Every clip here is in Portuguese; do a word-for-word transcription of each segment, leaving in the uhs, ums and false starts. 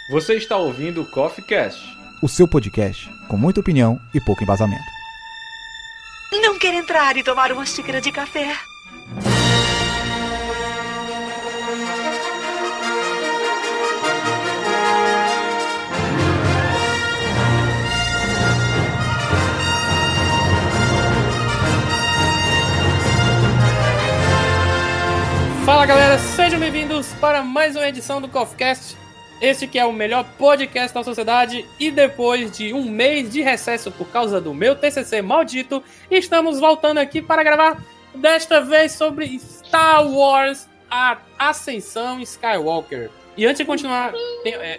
Você está ouvindo o Coffee Cast, o seu podcast com muita opinião e pouco embasamento. Não quer entrar e tomar uma xícara de café? Fala galera, sejam bem-vindos para mais uma edição do Coffee Cast. Este que é o melhor podcast da sociedade. E depois de um mês de recesso por causa do meu T C C maldito, estamos voltando aqui para gravar desta vez sobre Star Wars, a Ascensão Skywalker. E antes de continuar, tem, é...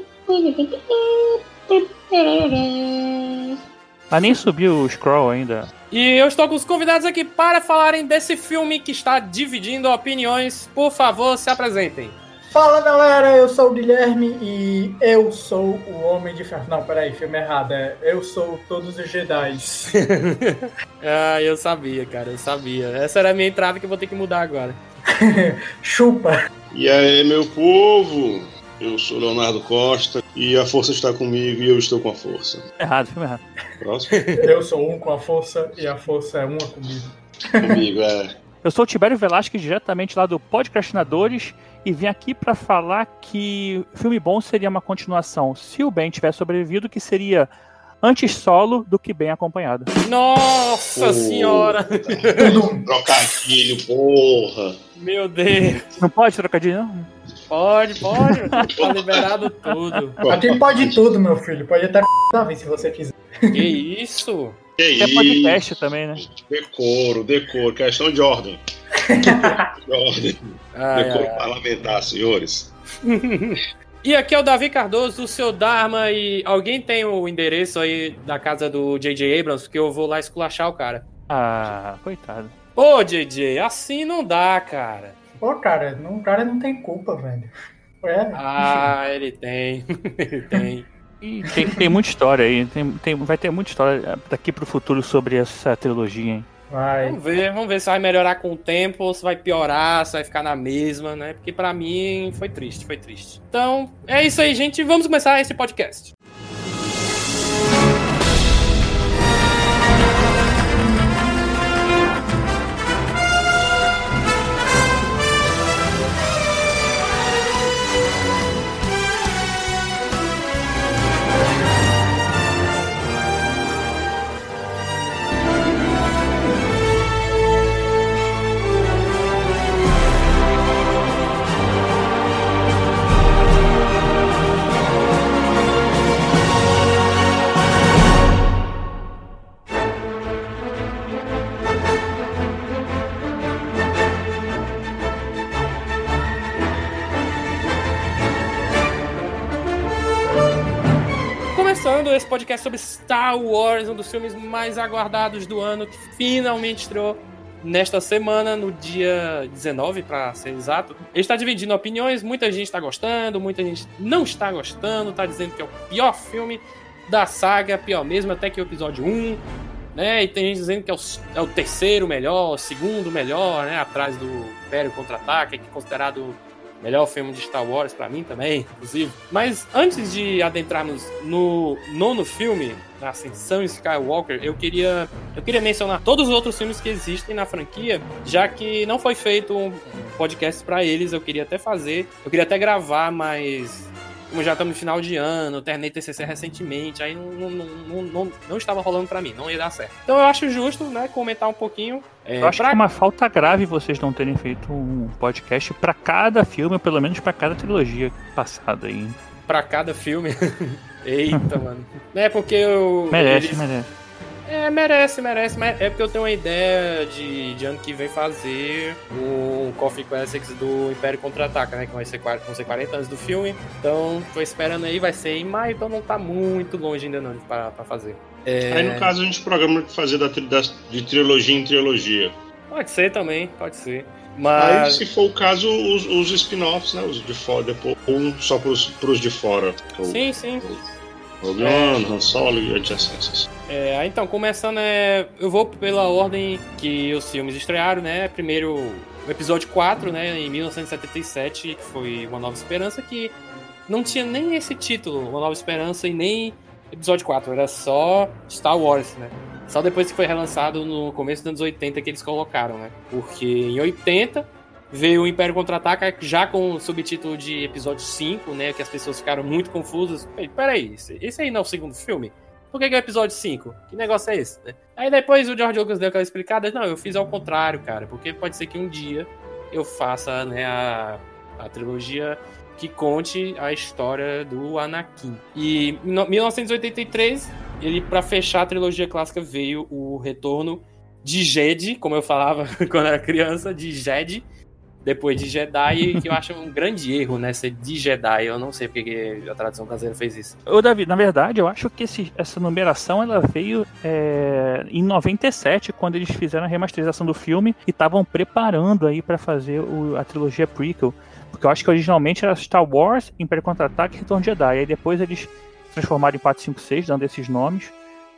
Ah, nem subiu o scroll ainda. E eu estou com os convidados aqui para falarem desse filme que está dividindo opiniões. Por favor, se apresentem. Fala galera, eu sou o Guilherme e eu sou o Homem de Ferro. Não, peraí, filme errado. É eu sou todos os Jedi. Ah, eu sabia, cara, eu sabia. Essa era a minha entrada que eu vou ter que mudar agora. Chupa. E aí, meu povo? Eu sou Leonardo Costa e a força está comigo e eu estou com a força. Errado, filme errado. Próximo. Eu sou um com a força e a força é uma comigo. Comigo, é. Eu sou o Tibério Velasquez, diretamente lá do Podcastinadores, e vim aqui pra falar que filme bom seria uma continuação, se o Ben tivesse sobrevivido, que seria antes solo do que bem acompanhado. Nossa Pô. senhora! Trocadilho, porra! Meu Deus! Não pode trocadilho, não? Pode, pode. Tá liberado tudo. Aqui pode tudo, meu filho. Pode até p*** Davi, se você quiser. Que isso? Que É isso? podcast também, né? Decoro, decoro, questão de ordem. De ordem. Ai, Decoro ai, ai. parlamentar, senhores. E aqui é o Davi Cardoso, o seu Dharma, e alguém tem o endereço aí da casa do J J Abrams, porque eu vou lá esculachar o cara. Ah, coitado. Ô, J J, assim não dá, cara. Pô, cara, não, o cara não tem culpa, velho. É. Ah, ele tem. Ele tem. E tem, tem muita história aí, tem, tem, vai ter muita história daqui pro futuro sobre essa trilogia, hein? Vai. Vamos ver, vamos ver se vai melhorar com o tempo ou se vai piorar, se vai ficar na mesma, né? Porque pra mim foi triste, foi triste. Então, é isso aí, gente. Vamos começar esse podcast. Começando esse podcast sobre Star Wars, um dos filmes mais aguardados do ano, que finalmente estreou nesta semana, no dia dezenove, para ser exato. Ele está dividindo opiniões, muita gente está gostando, muita gente não está gostando, está dizendo que é o pior filme da saga, pior mesmo até que o episódio um, né? E tem gente dizendo que é o, é o terceiro melhor, o segundo melhor, né? Atrás do Império Contra-Ataca, que é considerado o melhor filme de Star Wars pra mim também, inclusive. Mas antes de adentrarmos no nono filme, na Ascensão Skywalker, eu queria, eu queria mencionar todos os outros filmes que existem na franquia, já que não foi feito um podcast pra eles, eu queria até fazer, eu queria até gravar, mas como já estamos no final de ano, eu terminei T C C recentemente, aí não, não, não, não, não estava rolando pra mim, não ia dar certo. Então eu acho justo, né, comentar um pouquinho. É, Eu acho pra... que é uma falta grave vocês não terem feito um podcast pra cada filme, pelo menos pra cada trilogia passada aí. Pra cada filme. Eita, mano. É porque eu... Merece, eles... merece. É, merece, merece, mas é porque eu tenho uma ideia de, de ano que vem fazer um Coffee Classics do Império Contra-Ataca, né? Que vai ser, vão ser quarenta anos do filme. Então, tô esperando aí, vai ser em maio, então não tá muito longe ainda não pra, pra fazer. É... Aí no caso a gente programa de fazer da, da, de trilogia em trilogia. Pode ser também, pode ser. Aí Mas... se for o caso, os, os spin-offs, né? Os de fora, depois, um só pros, pros de fora. Sim, sim. Obi-Wan, Han Solo e adjacências. É, então, começando, é, eu vou pela ordem que os filmes estrearam, né? Primeiro, o episódio quatro, né? Em mil novecentos e setenta e sete, que foi Uma Nova Esperança, que não tinha nem esse título, Uma Nova Esperança, e nem episódio quatro, era só Star Wars, né? Só depois que foi relançado no começo dos anos oitenta que eles colocaram, né? Porque em oitenta veio o Império Contra-Ataca já com o subtítulo de episódio cinco, né? Que as pessoas ficaram muito confusas. Peraí, esse aí não é o segundo filme? Por que, que é o episódio cinco? Que negócio é esse? Né? Aí depois o George Lucas deu aquela explicada. Não, eu fiz ao contrário, cara. Porque pode ser que um dia eu faça, né, a, a trilogia que conte a história do Anakin. E em mil novecentos e oitenta e três, ele, pra fechar a trilogia clássica, veio o retorno de Jedi, como eu falava quando era criança, de Jedi, depois de Jedi, que eu acho um grande erro, né, ser de Jedi. Eu não sei porque a tradução brasileira fez isso. Ô, Davi, na verdade, eu acho que esse, essa numeração ela veio é, em noventa e sete, quando eles fizeram a remasterização do filme e estavam preparando aí pra fazer o, a trilogia prequel. Porque eu acho que originalmente era Star Wars, Império Contra-Ataque e Retorno de Jedi. Aí depois eles transformaram em quatro, cinco, seis, dando esses nomes.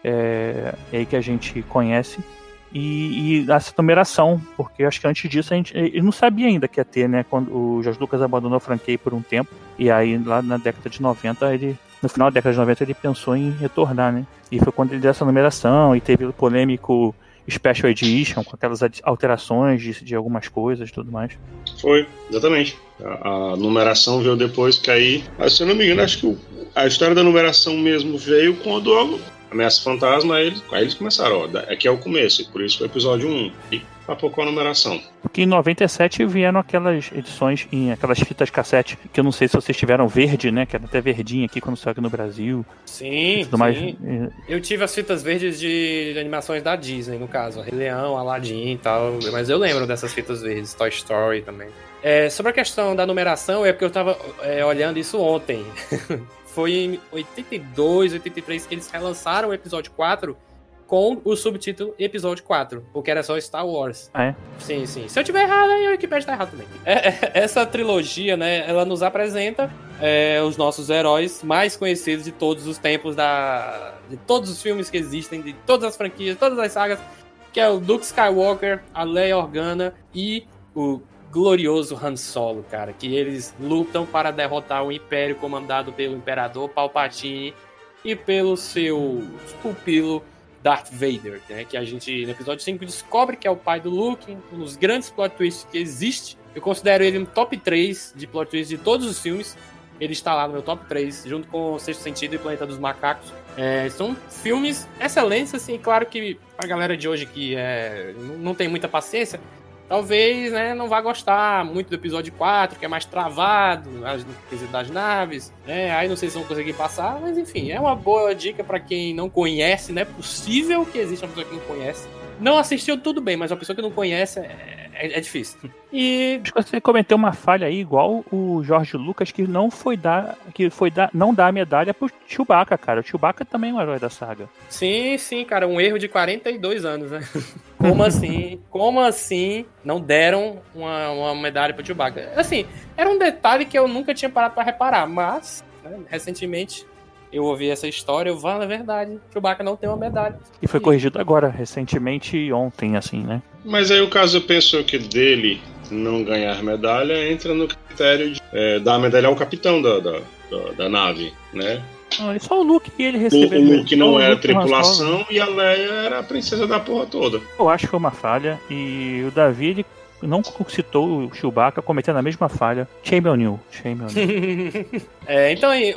É, é aí que a gente conhece. E, e essa numeração, porque eu acho que antes disso a gente ele não sabia ainda que ia ter, né? Quando o George Lucas abandonou a franquia por um tempo. E aí lá na década de noventa, ele, no final da década de noventa, ele pensou em retornar, né? E foi quando ele deu essa numeração e teve o polêmico Special Edition, com aquelas alterações de, de algumas coisas e tudo mais. Foi, exatamente. A, a numeração veio depois, que aí, se eu não me engano, acho que o, a história da numeração mesmo veio quando a Ameaça Fantasma, aí eles, aí eles começaram, ó, aqui é o começo, e por isso foi o episódio um, e papocou a numeração. Porque em noventa e sete vieram aquelas edições, em aquelas fitas cassete, que eu não sei se vocês tiveram verde, né, que era até verdinha aqui quando saiu aqui no Brasil. Sim, tudo mais. sim. Eu tive as fitas verdes de animações da Disney, no caso, Rei Leão, Aladdin e tal, mas eu lembro dessas fitas verdes, Toy Story também. É, sobre a questão da numeração, é porque eu tava é, olhando isso ontem. Foi em oitenta e dois, oitenta e três que eles relançaram o episódio quatro com o subtítulo Episódio quatro, porque era só Star Wars. Ah, é? Sim, sim. Se eu tiver errado, aí a Wikipedia tá errado também. É, é, essa trilogia, né, ela nos apresenta é, os nossos heróis mais conhecidos de todos os tempos, da, de todos os filmes que existem, de todas as franquias, todas as sagas, que é o Luke Skywalker, a Leia Organa e o glorioso Han Solo, cara, que eles lutam para derrotar o Império comandado pelo Imperador Palpatine e pelo seu pupilo Darth Vader, né, que a gente no episódio cinco descobre que é o pai do Luke, um dos grandes plot twists que existe. Eu considero ele um top três de plot twists de todos os filmes. Ele está lá no meu top três, junto com o Sexto Sentido e Planeta dos Macacos. É, são filmes excelentes, assim, claro que a galera de hoje que é, não tem muita paciência, talvez, né, não vá gostar muito do episódio quatro, que é mais travado, no quesito das naves, né, aí não sei se vão conseguir passar, mas enfim, é uma boa dica pra quem não conhece, né, é possível que exista uma pessoa que não conhece. Não assistiu, tudo bem, mas uma pessoa que não conhece é, é, é difícil. E acho que você cometeu uma falha aí, igual o George Lucas, que não foi dar, que foi dar, não dar a medalha pro Chewbacca, cara. O Chewbacca também é um herói da saga. Sim, sim, cara, um erro de quarenta e dois anos, né? Como assim? Como assim não deram uma, uma medalha pro Chewbacca? Assim, era um detalhe que eu nunca tinha parado pra reparar, mas, né, recentemente eu ouvi essa história, eu vá, na verdade, Chewbacca não tem uma medalha. E foi corrigido agora, recentemente, ontem, assim, né? Mas aí o caso, eu penso que dele não ganhar medalha entra no critério de é, dar a medalha ao capitão da, da, da, da nave, né? Ah, só o Luke e ele recebeu. O Luke não era a tripulação e a Leia era a princesa da porra toda. Eu acho que foi uma falha, e o Davi, ele não citou o Chewbacca cometendo a mesma falha. Shame on you. Shame on you. É, então, o,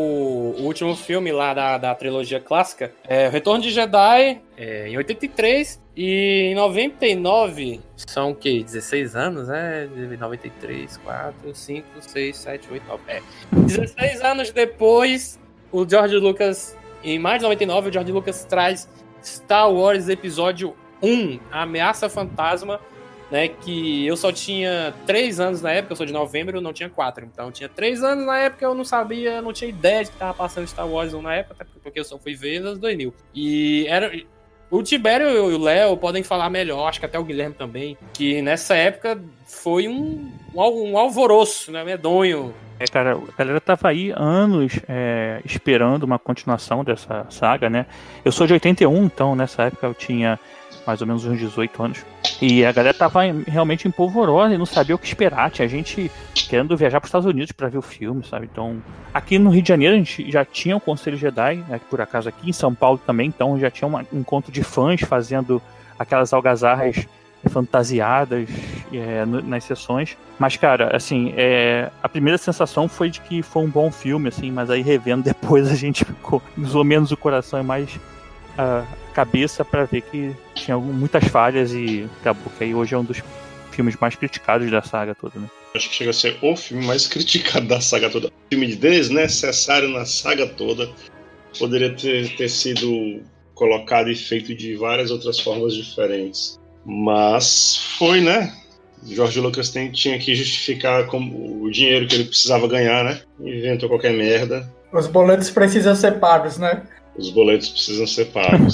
o, o último filme lá da, da trilogia clássica é o Retorno de Jedi, é, em oitenta e três, e em noventa e nove, são o quê? dezesseis anos, né? noventa e três, quatro, cinco, seis, sete, oito, nove. É. dezesseis anos depois, o George Lucas, em mais de noventa e nove, o George Lucas traz Star Wars Episódio um, A Ameaça Fantasma, né, que eu só tinha três anos na época, eu sou de novembro, eu não tinha quatro, então eu tinha três anos na época, eu não sabia, não tinha ideia de que tava passando Star Wars um na época, até porque eu só fui ver nos dois mil. E era... O Tibério e o Léo podem falar melhor, acho que até o Guilherme também, que nessa época foi um, um alvoroço, né, medonho, É, cara, a galera tava aí anos é, esperando uma continuação dessa saga, né? Eu sou de oitenta e um, então nessa época eu tinha mais ou menos uns dezoito anos. E a galera tava realmente empolvorosa e não sabia o que esperar. Tinha gente querendo viajar para os Estados Unidos para ver o filme, sabe? Então, aqui no Rio de Janeiro a gente já tinha o Conselho Jedi, né? Por acaso aqui em São Paulo também, então já tinha um encontro de fãs fazendo aquelas algazarras fantasiadas é, nas sessões. Mas, cara, assim, é, a primeira sensação foi de que foi um bom filme, assim, mas aí revendo depois a gente ficou, usou menos o coração e mais a cabeça pra ver que tinha muitas falhas e acabou que aí hoje é um dos filmes mais criticados da saga toda, né? Acho que chega a ser o filme mais criticado da saga toda. Filme desnecessário na saga toda. Poderia ter, ter sido colocado e feito de várias outras formas diferentes. Mas foi, né? George Lucas tem, tinha que justificar como, o dinheiro que ele precisava ganhar, né? Inventou qualquer merda. Os boletos precisam ser pagos, né? Os boletos precisam ser pagos.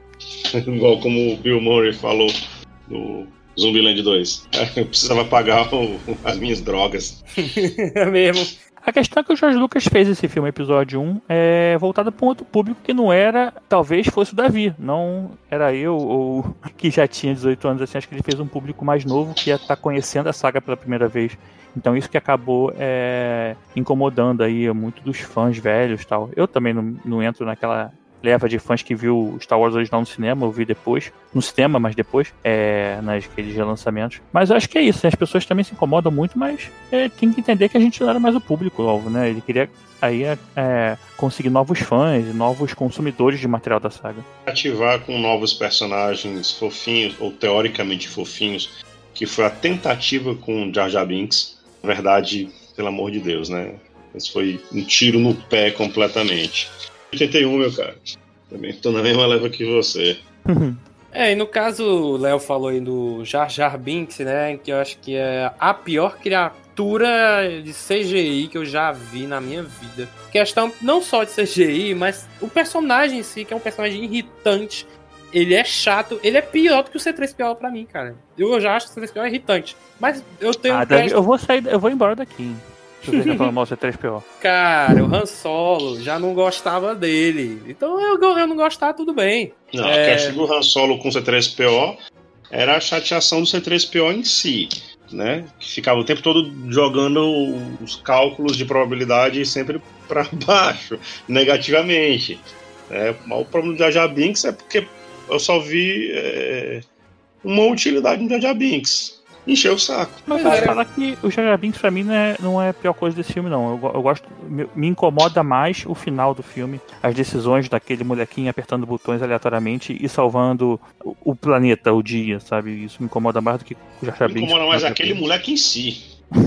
Igual como o Bill Murray falou no Zumbiland dois. Eu precisava pagar o, as minhas drogas. É mesmo. A questão é que o George Lucas fez esse filme, episódio um, é, voltado para um outro público que não era, talvez fosse o Davi, não era eu, ou que já tinha dezoito anos, assim, acho que ele fez um público mais novo que ia estar conhecendo a saga pela primeira vez. Então isso que acabou é, incomodando aí muito dos fãs velhos e tal. Eu também não, não entro naquela leva de fãs que viu Star Wars original no cinema, eu vi depois, no cinema, mas depois, é, naqueles relançamentos. Mas eu acho que é isso, né? As pessoas também se incomodam muito, mas é, tem que entender que a gente não era mais o público-alvo, né? Ele queria aí é, conseguir novos fãs, novos consumidores de material da saga. Ativar com novos personagens fofinhos, ou teoricamente fofinhos, que foi a tentativa com Jar Jar Binks. Na verdade, pelo amor de Deus, né? Esse foi um tiro no pé completamente. oitenta e um, meu cara. Também tô na mesma leva que você. É, e no caso, o Léo falou aí do Jar Jar Binks, né? Que eu acho que é a pior criatura de C G I que eu já vi na minha vida. Questão não só de C G I, mas o personagem em si, que é um personagem irritante. Ele é chato, ele é pior do que o C três P O pra mim, cara. Eu já acho que o C três P O é irritante. Mas eu tenho... Ah, um Davi, teste... eu vou sair, eu vou embora daqui. Se você já falou mal do C três P O. Cara, o Han Solo já não gostava dele. Então eu, eu não gostar, tudo bem. Não, é... a questão do Han Solo com o C três P O era a chateação do C três P O em si, né? Que ficava o tempo todo jogando os cálculos de probabilidade sempre para baixo, negativamente. É, o problema do Jar Jar Binks é porque eu só vi é, uma utilidade no Jar Jar Binks. Encheu o saco. Mas eu vou falar que o Jar Jar Binks pra mim não é, não é a pior coisa desse filme, não. Eu, eu gosto, me, me incomoda mais o final do filme, as decisões daquele molequinho apertando botões aleatoriamente e salvando o, o planeta, o dia, sabe? Isso me incomoda mais do que o Jar Jar Binks. Me incomoda mais aquele moleque em si.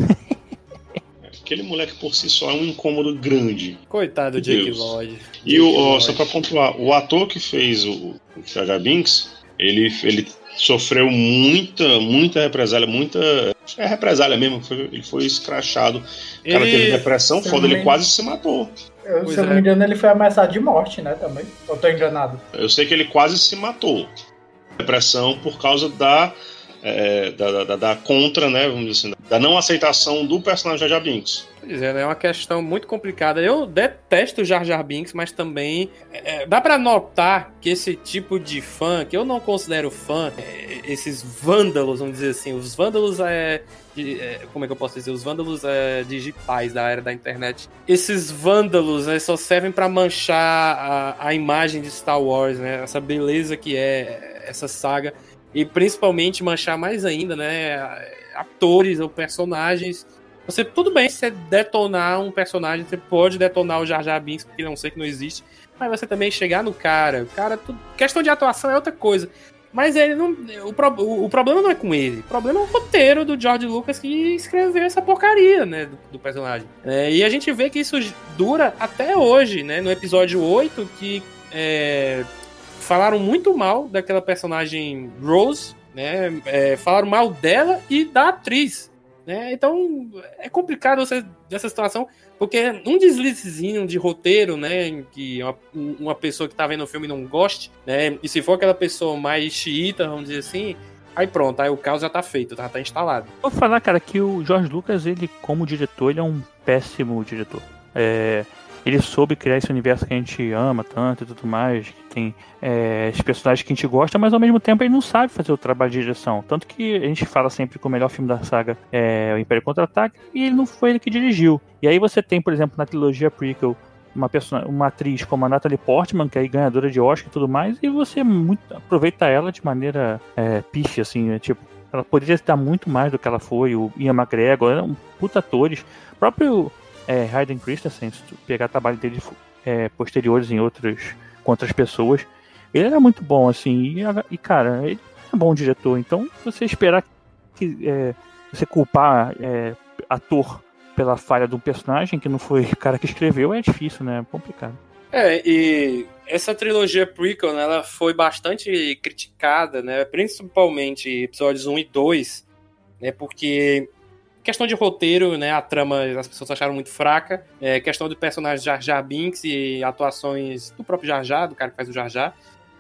Aquele moleque por si só é um incômodo grande. Coitado do Jake Lloyd. E o, ó, só pra pontuar, o ator que fez o, o Jar Jar Binks, ele, ele sofreu muita, muita represália, muita... É represália mesmo, foi, ele foi escrachado. O cara Ele- teve depressão foda, ele quase se matou. Eu, Pois se eu não é. me engano, ele foi ameaçado de morte, né, também. Eu tô enganado. Eu sei que ele quase se matou. Depressão por causa da, é, da, da, da contra, né, vamos dizer assim, da não aceitação do personagem Jar Jar Binks. Pois é, né? É uma questão muito complicada. Eu detesto o Jar Jar Binks, mas também é, dá pra notar que esse tipo de fã, que eu não considero fã, é, esses vândalos, vamos dizer assim, os vândalos é, de, é, como é que eu posso dizer? Os vândalos é, digitais da era da internet. Esses vândalos, né, só servem pra manchar a, a imagem de Star Wars, né? Essa beleza que é essa saga. E principalmente manchar mais ainda, né? Atores ou personagens. Você, tudo bem, você detonar um personagem, você pode detonar o Jar Jar Binks, porque não sei que não existe, mas você também chegar no cara, o cara, tudo, questão de atuação é outra coisa. Mas ele não, o, pro, o, o problema não é com ele, o problema é o roteiro do George Lucas que escreveu essa porcaria, né, do, do personagem. É, e a gente vê que isso dura até hoje, né, no episódio oito, que é, falaram muito mal daquela personagem Rose, né, é, falaram mal dela e da atriz. Né? Então é complicado você dessa situação, porque um deslizezinho de roteiro, né, em que uma, uma pessoa que tá vendo o filme não goste, né, e se for aquela pessoa mais xiita, vamos dizer assim, aí pronto, aí o caos já tá feito, já tá instalado. Vou falar, cara, que o George Lucas, ele, como diretor, ele é um péssimo diretor. É, ele soube criar esse universo que a gente ama tanto e tudo mais, que tem é, os personagens que a gente gosta, mas ao mesmo tempo ele não sabe fazer o trabalho de direção. Tanto que a gente fala sempre que o melhor filme da saga é o Império Contra-Ataca, e ele não foi ele que dirigiu. E aí você tem, por exemplo, na trilogia prequel, uma, person... uma atriz como a Natalie Portman, que é ganhadora de Oscar e tudo mais, e você muito aproveita ela de maneira é, pífia, assim, é, tipo, ela poderia estar muito mais do que ela foi. O Ian McGregor, eram puta atores. O próprio é, Hayden Christensen, se tu pegar trabalho dele é, posteriores em outros, com outras pessoas, ele era muito bom, assim, e, e cara, ele é bom diretor, então você esperar que é, você culpar é, ator pela falha de um personagem que não foi o cara que escreveu é difícil, né? É complicado. É, e essa trilogia prequel, né, ela foi bastante criticada, né? Principalmente episódios um e dois, né? Porque questão de roteiro, né? A trama as pessoas acharam muito fraca. É, questão do personagem Jar Jar Binks e atuações do próprio Jar Jar, do cara que faz o Jar Jar.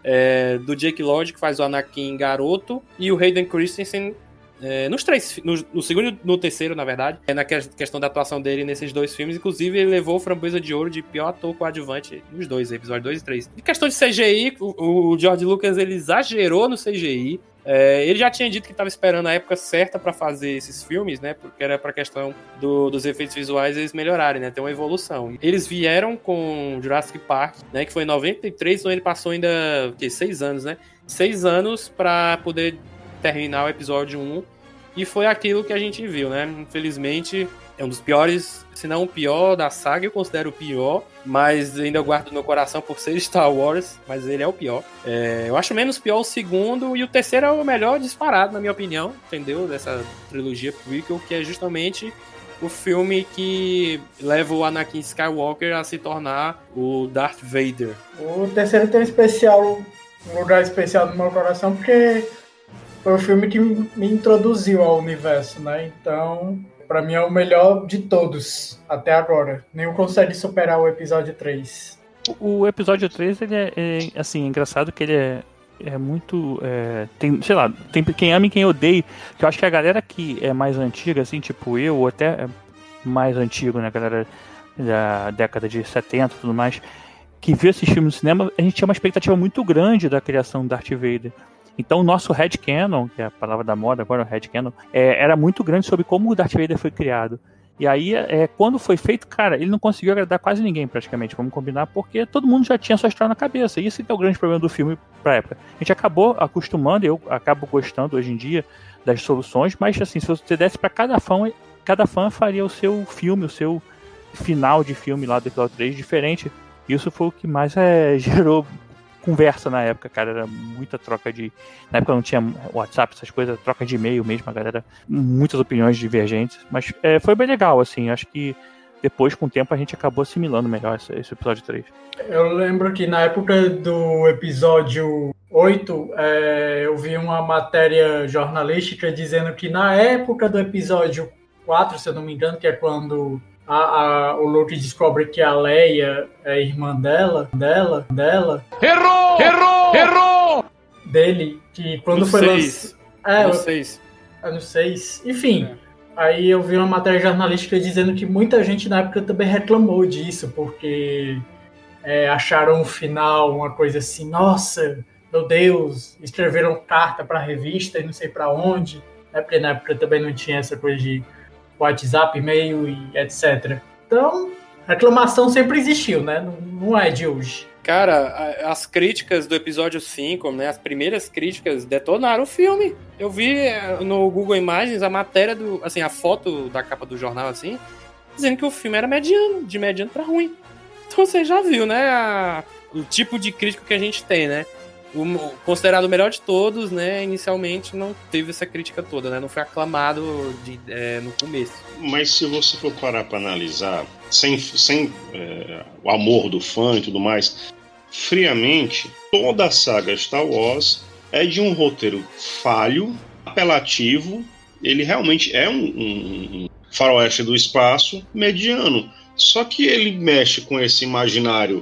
É, do Jake Lloyd, que faz o Anakin garoto. E o Hayden Christensen. É, nos três, no, no segundo e no terceiro, na verdade, é na questão da atuação dele nesses dois filmes. Inclusive, ele levou o Framboesa de Ouro de pior ator coadjuvante nos dois, episódios dois e três. Em questão de C G I, o, o George Lucas ele exagerou no C G I. É, ele já tinha dito que estava esperando a época certa para fazer esses filmes, né? Porque era pra questão do, dos efeitos visuais eles melhorarem, né? Ter uma evolução. Eles vieram com Jurassic Park, né? Que foi em noventa e três, então ele passou ainda, o quê? Seis anos, né? Seis anos para poder terminar o episódio um, e foi aquilo que a gente viu, né? Infelizmente, é um dos piores, se não o pior da saga, eu considero o pior, mas ainda eu guardo no meu coração por ser Star Wars, mas ele é o pior. É, eu acho menos pior o segundo, e o terceiro é o melhor disparado, na minha opinião, entendeu? Dessa trilogia prequel, que é justamente o filme que leva o Anakin Skywalker a se tornar o Darth Vader. O terceiro tem um especial, um lugar especial no meu coração, porque foi o filme que me introduziu ao universo, né? Então, pra mim é o melhor de todos, até agora. Nenhum consegue superar o episódio três. O episódio três, ele é, é assim, é engraçado que ele é, é muito... É, tem, sei lá, tem quem ama e quem odeia, que eu acho que a galera que é mais antiga, assim, tipo eu, ou até mais antigo, né, a galera da década de setenta e tudo mais, que viu esses filmes no cinema, a gente tinha uma expectativa muito grande da criação do Darth Vader. Então o nosso headcanon, que é a palavra da moda agora, o headcanon, é, era muito grande sobre como o Darth Vader foi criado. E aí, é, quando foi feito, cara, ele não conseguiu agradar quase ninguém praticamente, vamos combinar, porque todo mundo já tinha sua história na cabeça. E esse é o grande problema do filme pra época. A gente acabou acostumando, eu acabo gostando hoje em dia das soluções, mas assim, se você desse pra cada fã, cada fã faria o seu filme, o seu final de filme lá do episódio três diferente. Isso foi o que mais é, gerou conversa na época, cara, era muita troca de... Na época não tinha WhatsApp, essas coisas, troca de e-mail mesmo, a galera, muitas opiniões divergentes, mas é, foi bem legal, assim, acho que depois, com o tempo, a gente acabou assimilando melhor esse, esse episódio três. Eu lembro que na época do episódio oito, é, eu vi uma matéria jornalística dizendo que na época do episódio quatro, se eu não me engano, que é quando A, a, o Luke descobre que a Leia é irmã dela, dela, dela. Errou! Errou! Errou! Dele, que quando No foi seis. lançado. É, No eu- seis. é no seis. Enfim, É. aí eu vi uma matéria jornalística dizendo que muita gente na época também reclamou disso, porque é, acharam o final uma coisa assim, nossa, meu Deus, escreveram carta pra revista e não sei pra onde, né? Porque na época também não tinha essa coisa de WhatsApp, e-mail e etcétera. Então, reclamação sempre existiu, né? Não, não é de hoje. Cara, a- as críticas do episódio cinco, né, as primeiras críticas detonaram o filme. Eu vi eh, no Google Imagens a matéria do, assim, a foto da capa do jornal, assim, dizendo que o filme era mediano, de mediano pra ruim. Então você já viu, né, a- o tipo de crítico que a gente tem, né? O, considerado o melhor de todos, né, inicialmente não teve essa crítica toda, né, não foi aclamado de, eh, no começo. Mas se você for parar para analisar, sem, sem é, o amor do fã e tudo mais, friamente, toda a saga Star Wars é de um roteiro falho, apelativo, ele realmente é um, um, um faroeste do espaço mediano. Só que ele mexe com esse imaginário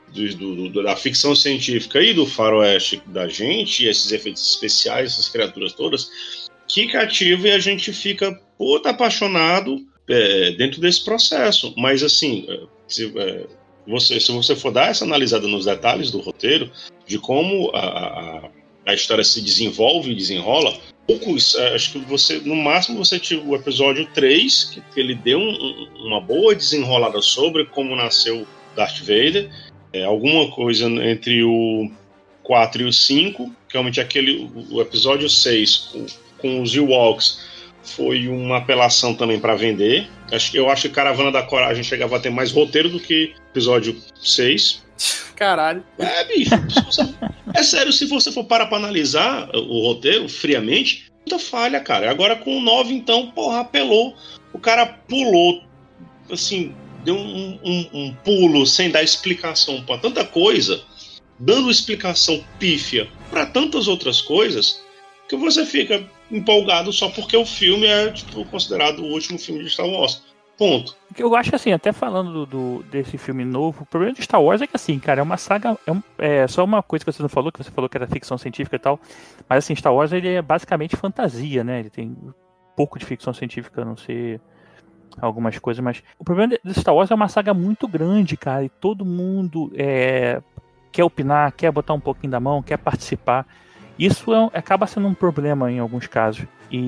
do, do, do, da ficção científica e do faroeste da gente, e esses efeitos especiais, essas criaturas todas, que cativa e a gente fica puta apaixonado é, dentro desse processo. Mas assim, se, é, você, se você for dar essa analisada nos detalhes do roteiro, de como a, a, a história se desenvolve e desenrola, poucos, acho que você, no máximo você tinha o episódio três, que, que ele deu um, uma boa desenrolada sobre como nasceu Darth Vader, é, alguma coisa entre o quatro e o cinco, que realmente aquele, o episódio seis com, com os Ewoks foi uma apelação também para vender. Acho, eu acho que Caravana da Coragem chegava a ter mais roteiro do que episódio seis. Caralho. É, bicho. Você, é sério, se você for parar pra analisar o roteiro friamente, muita falha, cara. Agora com o nove, então, porra, apelou. O cara pulou, assim, deu um, um, um pulo sem dar explicação pra tanta coisa, dando explicação pífia pra tantas outras coisas, que você fica empolgado só porque o filme é, tipo, considerado o último filme de Star Wars. Ponto. Eu acho que assim, até falando do, do, desse filme novo, o problema de Star Wars é que assim, cara, é uma saga, é, um, é só uma coisa que você não falou, que você falou que era ficção científica e tal, mas assim, Star Wars ele é basicamente fantasia, né, ele tem um pouco de ficção científica, a não ser algumas coisas, mas o problema de Star Wars é uma saga muito grande, cara, e todo mundo é, quer opinar, quer botar um pouquinho da mão, quer participar. Isso é, acaba sendo um problema em alguns casos,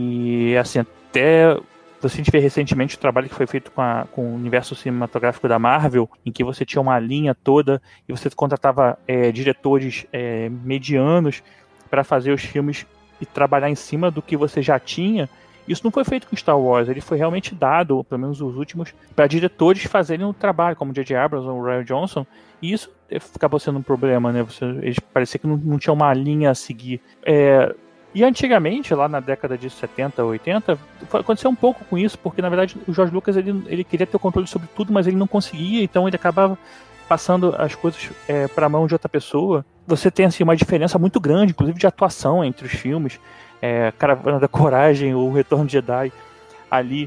e assim, até... Você vê recentemente o trabalho que foi feito com, a, com o universo cinematográfico da Marvel, em que você tinha uma linha toda e você contratava é, diretores é, medianos para fazer os filmes e trabalhar em cima do que você já tinha. Isso não foi feito com Star Wars, ele foi realmente dado, pelo menos os últimos, para diretores fazerem o trabalho, como J J Abrams ou Rian Johnson, e isso acabou sendo um problema, né? Você, eles parecia que não, não tinha uma linha a seguir. É... E antigamente, lá na década de setenta, oitenta, aconteceu um pouco com isso, porque na verdade o George Lucas ele, ele queria ter o controle sobre tudo, mas ele não conseguia, então ele acabava passando as coisas é, para a mão de outra pessoa. Você tem assim, uma diferença muito grande, inclusive de atuação entre os filmes, é, Caravana da Coragem ou O Retorno de Jedi, ali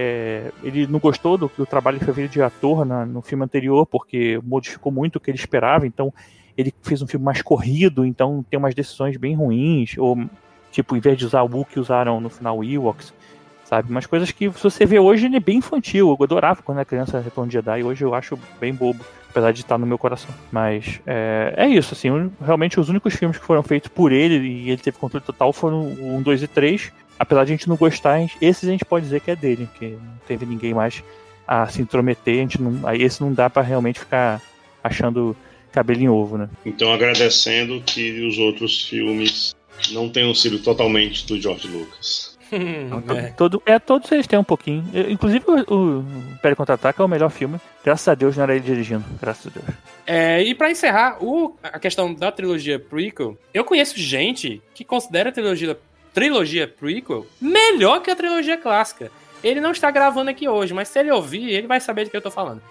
é, ele não gostou do, do trabalho que foi feito de ator na, no filme anterior, porque modificou muito o que ele esperava, então ele fez um filme mais corrido, então tem umas decisões bem ruins, ou tipo, em vez de usar o Wookiee, usaram no final Ewoks, sabe? Umas coisas que, se você vê hoje, ele é bem infantil. Eu adorava quando era criança Retorno de Jedi, hoje eu acho bem bobo, apesar de estar no meu coração. Mas é, é isso, assim, realmente os únicos filmes que foram feitos por ele e ele teve controle total foram o um, dois e três. Apesar de a gente não gostar, esses a gente pode dizer que é dele, porque não teve ninguém mais a se intrometer, a gente não, aí esse não dá pra realmente ficar achando cabelo em ovo, né? Então, agradecendo que os outros filmes não tenham sido totalmente do George Lucas. Não, é. Todo, é, todos eles têm um pouquinho. Inclusive o, o Império Contra-Ataca é o melhor filme. Graças a Deus não era ele dirigindo. Graças a Deus. É, e pra encerrar, o, a questão da trilogia prequel, eu conheço gente que considera a trilogia, trilogia prequel melhor que a trilogia clássica. Ele não está gravando aqui hoje, mas se ele ouvir, ele vai saber do que eu tô falando.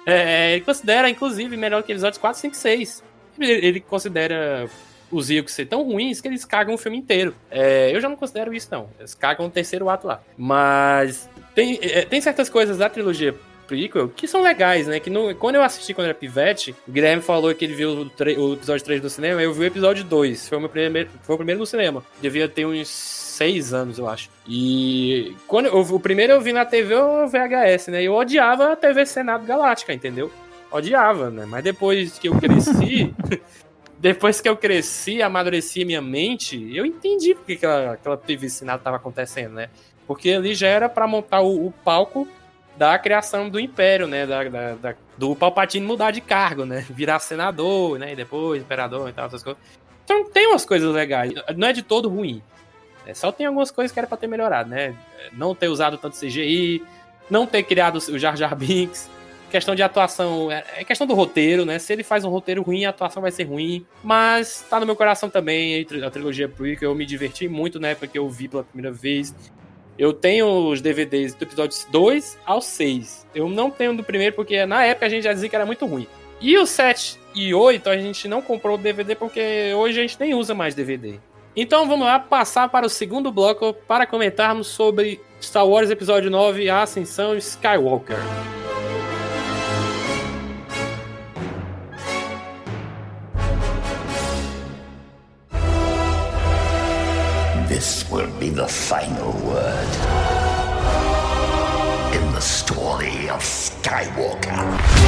É, ele considera, inclusive, melhor que episódios quatro, cinco e seis. Ele, ele considera os Ewoks ser tão ruins que eles cagam o filme inteiro. É, eu já não considero isso, não. Eles cagam o terceiro ato lá. Mas tem, é, tem certas coisas da trilogia prequel que são legais, né? Que no, quando eu assisti quando era pivete, o Guilherme falou que ele viu o, tre- o episódio três do cinema, eu vi o episódio dois. Foi o, meu primeiro, foi o primeiro do cinema. Devia ter uns seis anos, eu acho. E quando eu, o primeiro eu vi na T V ou V H S, né? Eu odiava a T V Senado Galáctica, entendeu? Odiava, né? Mas depois que eu cresci... Depois que eu cresci, amadureci minha mente, eu entendi porque aquela, aquela T V Senado estava acontecendo, né? Porque ali já era para montar o, o palco da criação do Império, né? Da, da, da, do Palpatine mudar de cargo, né? Virar senador, né? E depois imperador e tal, essas coisas. Então tem umas coisas legais. Não é de todo ruim. É, só tem algumas coisas que era para ter melhorado, né? Não ter usado tanto C G I, não ter criado o Jar Jar Binks. Questão de atuação, é questão do roteiro, né? Se ele faz um roteiro ruim, a atuação vai ser ruim. Mas tá no meu coração também a trilogia prequel. Eu me diverti muito na época que eu vi pela primeira vez. Eu tenho os D V Ds do episódio dois ao seis. Eu não tenho do primeiro porque na época a gente já dizia que era muito ruim. E o sete e oito a gente não comprou o D V D porque hoje a gente nem usa mais D V D. Então vamos lá passar para o segundo bloco para comentarmos sobre Star Wars Episódio nove, A Ascensão Skywalker. the final word in the story of Skywalker.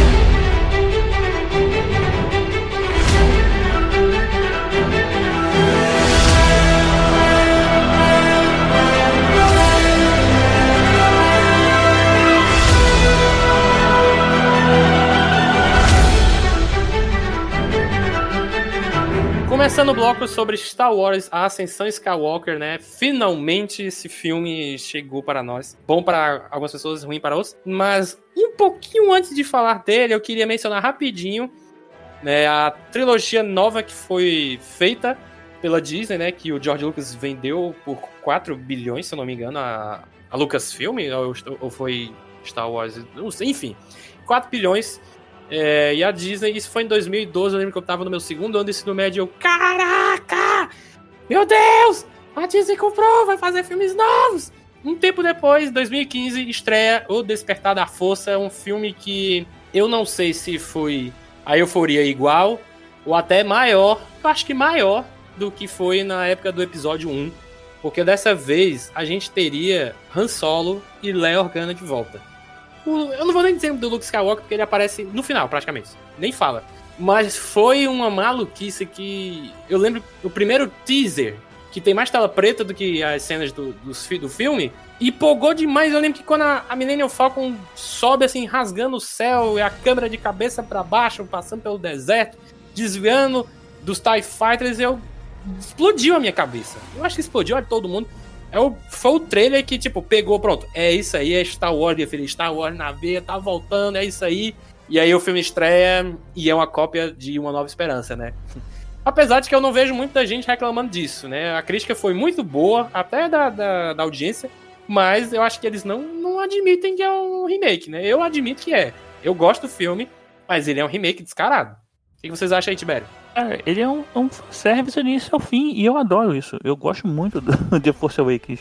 Começando o bloco sobre Star Wars, a Ascensão Skywalker, né? Finalmente esse filme chegou para nós. Bom para algumas pessoas, ruim para outras. Mas um pouquinho antes de falar dele, eu queria mencionar rapidinho, né, a trilogia nova que foi feita pela Disney, né? Que o George Lucas vendeu por quatro bilhões, se eu não me engano, a, a Lucasfilm, ou, ou foi Star Wars, não sei, enfim. quatro bilhões. É, e a Disney, isso foi em dois mil e doze, eu lembro que eu tava no meu segundo ano de ensino médio e eu, caraca! Meu Deus! A Disney comprou, vai fazer filmes novos! Um tempo depois, dois mil e quinze, estreia O Despertar da Força, um filme que eu não sei se foi a euforia igual ou até maior, eu acho que maior do que foi na época do episódio um, porque dessa vez a gente teria Han Solo e Leia Organa de volta. Eu não vou nem dizer do Luke Skywalker, porque ele aparece no final, praticamente. Nem fala. Mas foi uma maluquice que... Eu lembro o primeiro teaser, que tem mais tela preta do que as cenas do, do, do filme, e empolgou demais. Eu lembro que quando a, a Millennium Falcon sobe, assim, rasgando o céu, e a câmera de cabeça pra baixo, passando pelo deserto, desviando dos TIE Fighters, eu... explodiu a minha cabeça. Eu acho que explodiu a de todo mundo. É o, foi o trailer que, tipo, pegou, pronto, é isso aí, é Star Wars, minha filha, Star Wars na veia, tá voltando, é isso aí. E aí o filme estreia e é uma cópia de Uma Nova Esperança, né? Apesar de que eu não vejo muita gente reclamando disso, né? A crítica foi muito boa, até da, da, da audiência, mas eu acho que eles não, não admitem que é um remake, né? Eu admito que é. Eu gosto do filme, mas ele é um remake descarado. O que vocês acham aí, Tibério? Cara, ele é um, um service do início ao fim, e eu adoro isso. Eu gosto muito do The Force Awakens.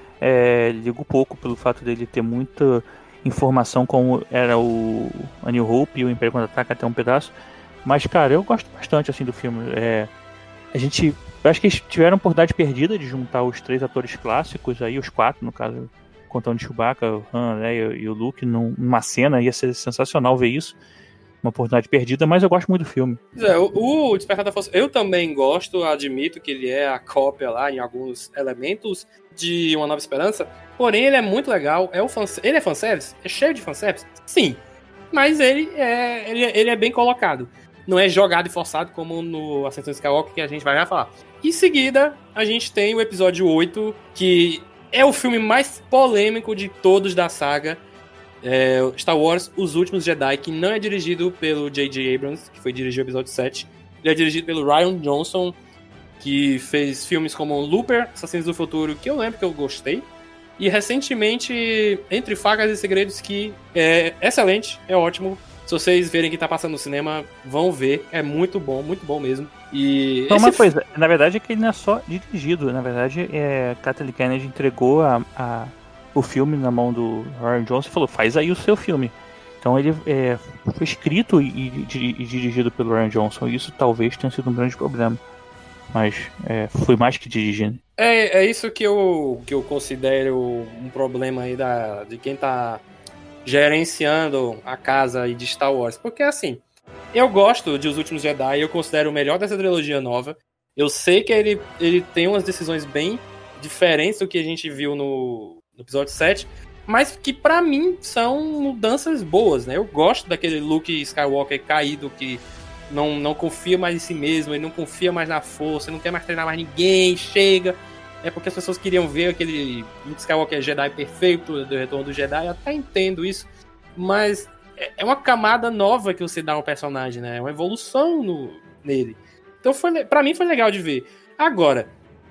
É, ligo pouco pelo fato dele ter muita informação, como era o A New Hope e o Império Contra-Ataca até um pedaço. Mas, cara, eu gosto bastante assim do filme. É, a gente... Eu acho que eles tiveram a oportunidade perdida de juntar os três atores clássicos, aí os quatro, no caso, contando Chewbacca, o Han, né, e o Luke, numa cena. Ia ser sensacional ver isso. Uma oportunidade perdida, mas eu gosto muito do filme. É, o, o Despertar da Força, eu também gosto, admito que ele é a cópia lá em alguns elementos de Uma Nova Esperança, porém ele é muito legal, é o fan, ele é fanservice? É cheio de fanservice? Sim, mas ele é, ele, ele é bem colocado, não é jogado e forçado como no Ascensão Skywalker, que a gente vai já falar. Em seguida, a gente tem o episódio oito, que é o filme mais polêmico de todos da saga, É, Star Wars, Os Últimos Jedi, que não é dirigido pelo J J Abrams, que foi dirigir o episódio sete. Ele é dirigido pelo Rian Johnson, que fez filmes como Looper, Assassinos do Futuro, que eu lembro que eu gostei. E recentemente, Entre Facas e Segredos, que é excelente, é ótimo. Se vocês verem que tá passando no cinema, vão ver. É muito bom, muito bom mesmo. E então, esse... uma coisa, na verdade é que ele não é só dirigido. Na verdade, é, Kathleen Kennedy entregou a... a... o filme na mão do Rian Johnson e falou, faz aí o seu filme. Então ele é, foi escrito e, e, e dirigido pelo Rian Johnson, e isso talvez tenha sido um grande problema, mas é, foi mais que dirigindo. É, é isso que eu, que eu considero um problema aí da, de quem tá gerenciando a casa aí de Star Wars, porque assim, eu gosto de Os Últimos Jedi, eu considero o melhor dessa trilogia nova. Eu sei que ele, ele tem umas decisões bem diferentes do que a gente viu no no episódio sete, mas que pra mim são mudanças boas, né? Eu gosto daquele Luke Skywalker caído que não, não confia mais em si mesmo, ele não confia mais na força, ele não quer mais treinar mais ninguém, chega. É porque as pessoas queriam ver aquele Luke Skywalker Jedi perfeito do Retorno do Jedi, eu até entendo isso, mas é uma camada nova que você dá ao personagem, né? É uma evolução no, nele. Então foi, pra mim foi legal de ver. Agora,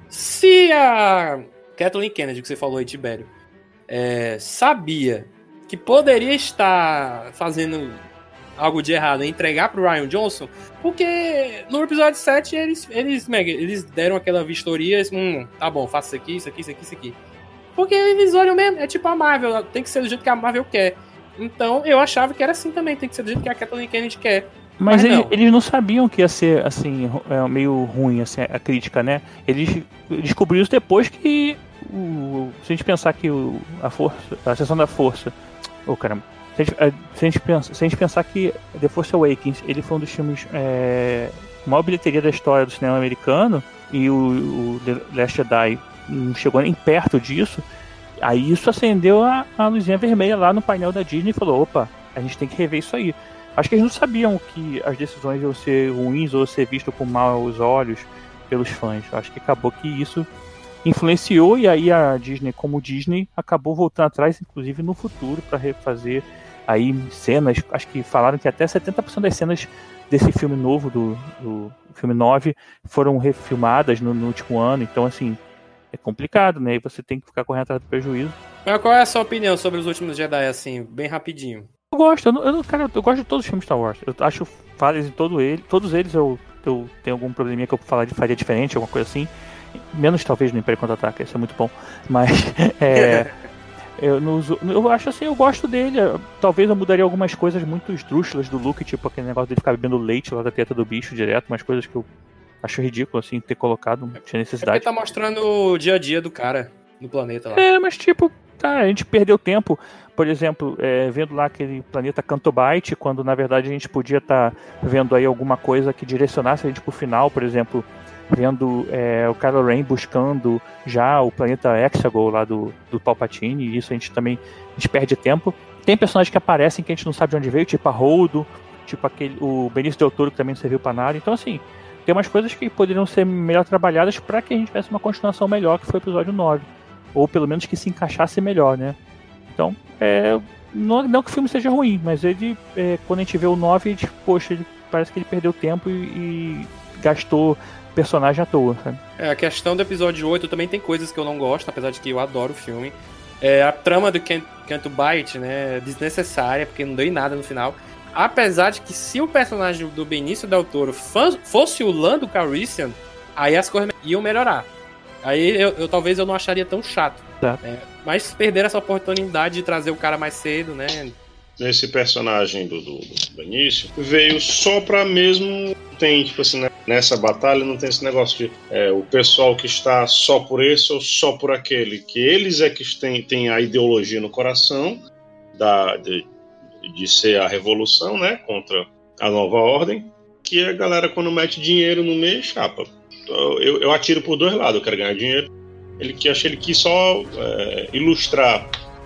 se a Kathleen Kennedy, que você falou aí, Tibério, É, sabia que poderia estar fazendo algo de errado em entregar pro Rian Johnson, porque no episódio sete eles, eles, eles deram aquela vistoria, hum, tá bom, faça isso aqui, isso aqui, isso aqui, isso aqui. Porque eles olham mesmo, é tipo a Marvel, tem que ser do jeito que a Marvel quer. Então eu achava que era assim também, tem que ser do jeito que a Kathleen Kennedy quer. Mas, Mas ele, não. eles não sabiam que ia ser assim, meio ruim assim, a crítica, né? Eles descobriram isso depois que o, se a gente pensar que o, a força, a Ascensão da Força, oh caramba, se a, gente, se, a gente pensa, se a gente pensar que The Force Awakens, ele foi um dos filmes é, maior bilheteria da história do cinema americano, e o, o The Last Jedi não chegou nem perto disso, aí isso acendeu a, a luzinha vermelha lá no painel da Disney e falou, opa, a gente tem que rever isso aí. Acho que eles não sabiam que as decisões iam ser ruins ou ser vistas com maus olhos pelos fãs. Acho que acabou que isso influenciou, e aí a Disney, como Disney, acabou voltando atrás, inclusive no futuro, para refazer aí cenas. Acho que falaram que até setenta por cento das cenas desse filme novo, do, do filme nove, foram refilmadas no, no último ano. Então, assim, é complicado, né? E você tem que ficar correndo atrás do prejuízo. Mas qual é a sua opinião sobre os últimos Jedi, assim, bem rapidinho? Eu gosto, eu, não, eu, não, cara, eu gosto de todos os filmes Star Wars. Eu acho falhas em todo ele, todos eles eu, eu tenho algum probleminha que eu falar de faria diferente, alguma coisa assim. Menos talvez no Império Contra-Ataca, isso é muito bom. Mas é, eu, no, eu acho assim, eu gosto dele. Talvez eu mudaria algumas coisas muito esdrúxulas do Luke, tipo aquele negócio dele ficar bebendo leite lá da teta do bicho direto, umas coisas que eu acho ridículo assim ter colocado, não tinha necessidade. É porque tá mostrando o dia a dia do cara no planeta lá. É, mas tipo, tá, a gente perdeu tempo. Por exemplo, é, vendo lá aquele planeta Cantobite, quando na verdade a gente podia estar tá vendo aí alguma coisa que direcionasse a gente pro final, por exemplo, vendo é, o Kylo Ren buscando já o planeta Exegol lá do, do Palpatine, e isso a gente também a gente perde tempo. Tem personagens que aparecem que a gente não sabe de onde veio, tipo a Holdo, tipo aquele, o Benício Del Toro, que também não serviu pra nada. Então, assim, tem umas coisas que poderiam ser melhor trabalhadas para que a gente tivesse uma continuação melhor, que foi o episódio nove. Ou pelo menos que se encaixasse melhor, né? Então, é, não, não que o filme seja ruim, mas ele, é, quando a gente vê o nove, gente, poxa, ele, parece que ele perdeu tempo e, e gastou personagem à toa, sabe? É, a questão do episódio oito também tem coisas que eu não gosto, apesar de que eu adoro o filme. É, a trama do Canto Bite, né, desnecessária, porque não deu em nada no final. Apesar de que se o personagem do Benício Del Toro fosse o Lando Calrissian, aí as coisas iam melhorar. Aí eu, eu talvez eu não acharia tão chato. Tá. É, mas perder essa oportunidade de trazer o cara mais cedo, né? Esse personagem do, do, do Benício veio só pra mesmo. Tem, tipo assim, né? Nessa batalha não tem esse negócio de é, o pessoal que está só por esse ou só por aquele. Que eles é que têm, têm a ideologia no coração da, de, de ser a revolução, né? Contra a nova ordem. Que a galera, quando mete dinheiro no meio, chapa. Eu, eu atiro por dois lados, eu quero ganhar dinheiro. Ele que acho que ele quis só é, ilustrar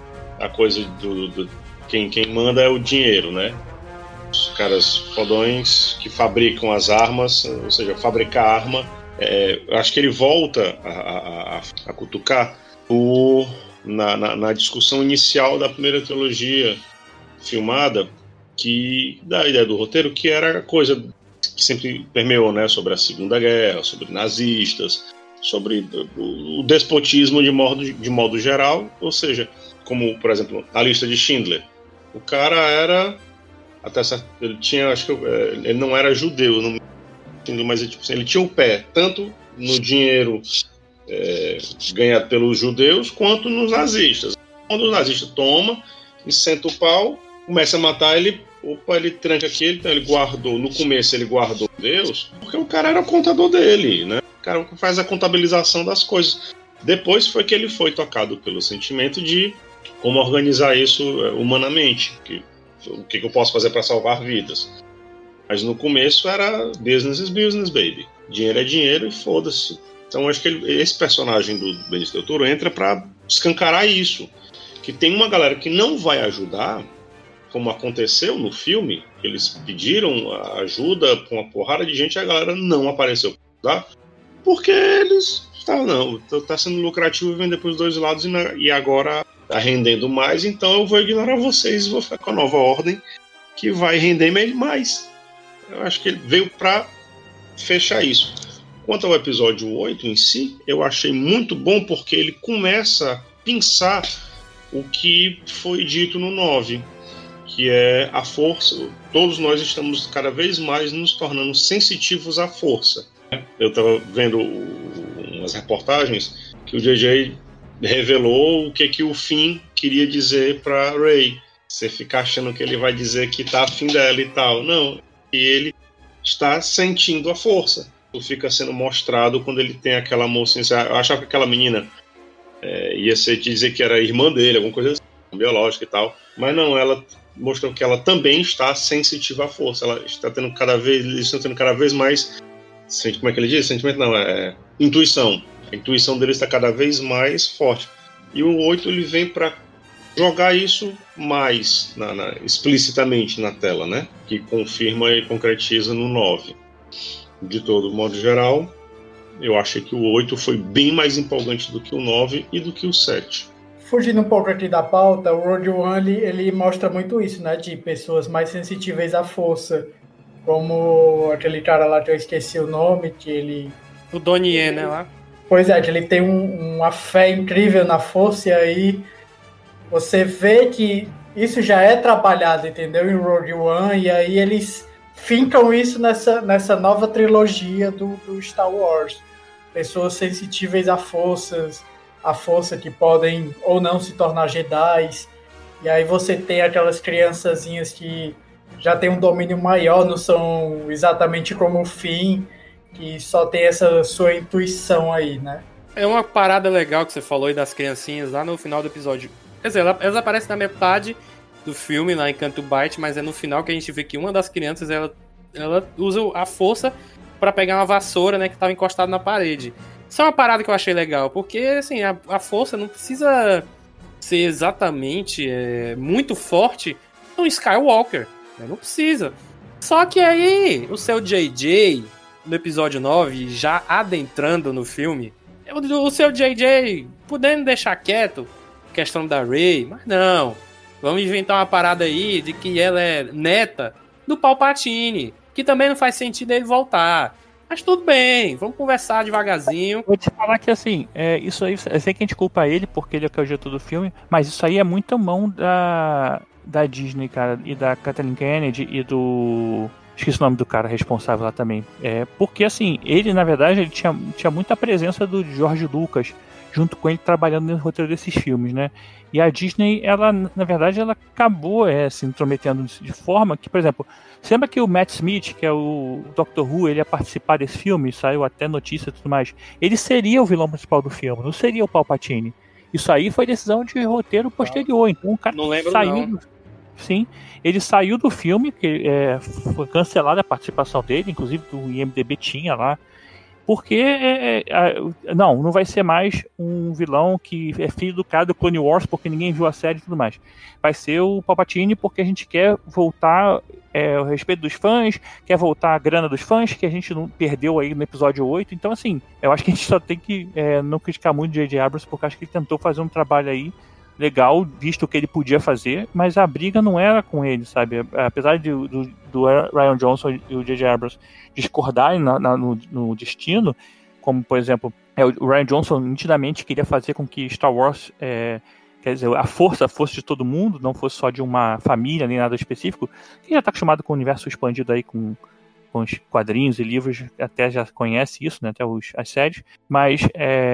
a coisa do, do quem, quem manda é o dinheiro, né? Os caras fodões que fabricam as armas, ou seja, fabricar arma. É, eu acho que ele volta a, a, a, a cutucar o, na, na, na discussão inicial da primeira trilogia filmada, que da ideia do roteiro, que era a coisa que sempre permeou, né, sobre a Segunda Guerra, sobre nazistas, sobre o despotismo de modo, de modo geral, ou seja, como, por exemplo, a lista de Schindler. O cara era, até certo, ele tinha, acho que ele não era judeu, não, mas ele, tipo, ele tinha o pé, tanto no dinheiro é, ganhado pelos judeus, quanto nos nazistas. Quando o nazista toma e senta o pau, começa a matar ele, opa, ele tranca aqui, então ele guardou, no começo ele guardou Deus, porque o cara era o contador dele, né? O cara faz a contabilização das coisas. Depois foi que ele foi tocado pelo sentimento de como organizar isso humanamente, que, o que eu posso fazer para salvar vidas. Mas no começo era business is business, baby. Dinheiro é dinheiro e foda-se. Então eu acho que ele, esse personagem do Benício Del Toro entra para escancarar isso. Que tem uma galera que não vai ajudar, como aconteceu no filme, eles pediram ajuda para uma porrada de gente e a galera não apareceu, tá? Porque eles estavam, não, tá sendo lucrativo vender para os dois lados e, na, e agora tá rendendo mais, então eu vou ignorar vocês e vou ficar com a nova ordem que vai render mais. Eu acho que ele veio para fechar isso. Quanto ao episódio oito em si, eu achei muito bom porque ele começa a pensar o que foi dito no nove, que é a força. Todos nós estamos cada vez mais nos tornando sensitivos à força. Eu estava vendo umas reportagens que o J J revelou o que, que o Finn queria dizer para Rey. Você fica achando que ele vai dizer que tá afim dela e tal. Não, que ele está sentindo a força. Isso fica sendo mostrado quando ele tem aquela moça. Eu achava que aquela menina, é, ia ser dizer que era irmã dele, alguma coisa assim, biológica e tal. Mas não, ela mostrou que ela também está sensitiva à força. Ela está tendo cada vez, eles estão tendo cada vez mais, como é que ele diz? Sentimento não, é intuição. A intuição dele está cada vez mais forte. E o oito ele vem para jogar isso mais na, na, explicitamente na tela, né? Que confirma e concretiza no nove. De todo modo geral, eu achei que o oito foi bem mais empolgante do que o nove e do que o sete. Fugindo um pouco aqui da pauta, o Rogue One ele, ele mostra muito isso, né? De pessoas mais sensitíveis à força. Como aquele cara lá que eu esqueci o nome, que ele... O Donnie, né, lá? Pois é, que ele tem um, uma fé incrível na força, e aí você vê que isso já é trabalhado, entendeu? Em Rogue One, e aí eles fincam isso nessa, nessa nova trilogia do, do Star Wars. Pessoas sensitíveis a forças, a força que podem ou não se tornar Jedis. E aí você tem aquelas criançazinhas que já tem um domínio maior, não são exatamente como o Finn, que só tem essa sua intuição aí, né? É uma parada legal que você falou aí das criancinhas lá no final do episódio. Quer dizer, elas aparecem na metade do filme, lá em Canto Bight, mas é no final que a gente vê que uma das crianças, ela, ela usa a força pra pegar uma vassoura, né, que tava encostada na parede. Isso é uma parada que eu achei legal, porque, assim, a, a força não precisa ser exatamente é, muito forte no Skywalker, né? Não precisa. Só que aí, o seu J J... no episódio nove, já adentrando no filme, o, o seu J J podendo deixar quieto a questão da Rey, mas não, vamos inventar uma parada aí de que ela é neta do Palpatine, que também não faz sentido ele voltar. Mas tudo bem, vamos conversar devagarzinho. Vou te falar que assim, é, isso aí, eu sei que a gente culpa ele porque ele é o que é o diretor do filme, mas isso aí é muito mão da, da Disney, cara, e da Kathleen Kennedy e do... Esqueci o nome do cara responsável lá também. É, porque, assim, ele, na verdade, ele tinha, tinha muita presença do George Lucas junto com ele trabalhando no roteiro desses filmes, né? E a Disney, ela, na verdade, ela acabou é, se intrometendo de forma que, por exemplo, você lembra que o Matt Smith, que é o Doctor Who, ele ia participar desse filme, saiu até notícia e tudo mais. Ele seria o vilão principal do filme, não seria o Palpatine. Isso aí foi decisão de roteiro posterior. Então o cara não lembro, saiu... não. Sim, ele saiu do filme, que é, foi cancelada a participação dele, inclusive do I M D B tinha lá, porque é, é, não, não vai ser mais um vilão que é filho do cara do Clone Wars, porque ninguém viu a série e tudo mais. Vai ser o Palpatine porque a gente quer voltar é, o respeito dos fãs, quer voltar a grana dos fãs, que a gente não perdeu aí no episódio oito. Então, assim, eu acho que a gente só tem que é, não criticar muito o J J Abrams, porque acho que ele tentou fazer um trabalho aí legal, visto o que ele podia fazer, mas a briga não era com ele, sabe? Apesar de, do, do Rian Johnson e o J J Abrams discordarem na, na, no, no destino, como, por exemplo, é, o Rian Johnson nitidamente queria fazer com que Star Wars, é, quer dizer, a força fosse de todo mundo, não fosse só de uma família, nem nada específico. Quem já está acostumado com o universo expandido aí, com com os quadrinhos e livros, até já conhece isso, né, até os, as séries, mas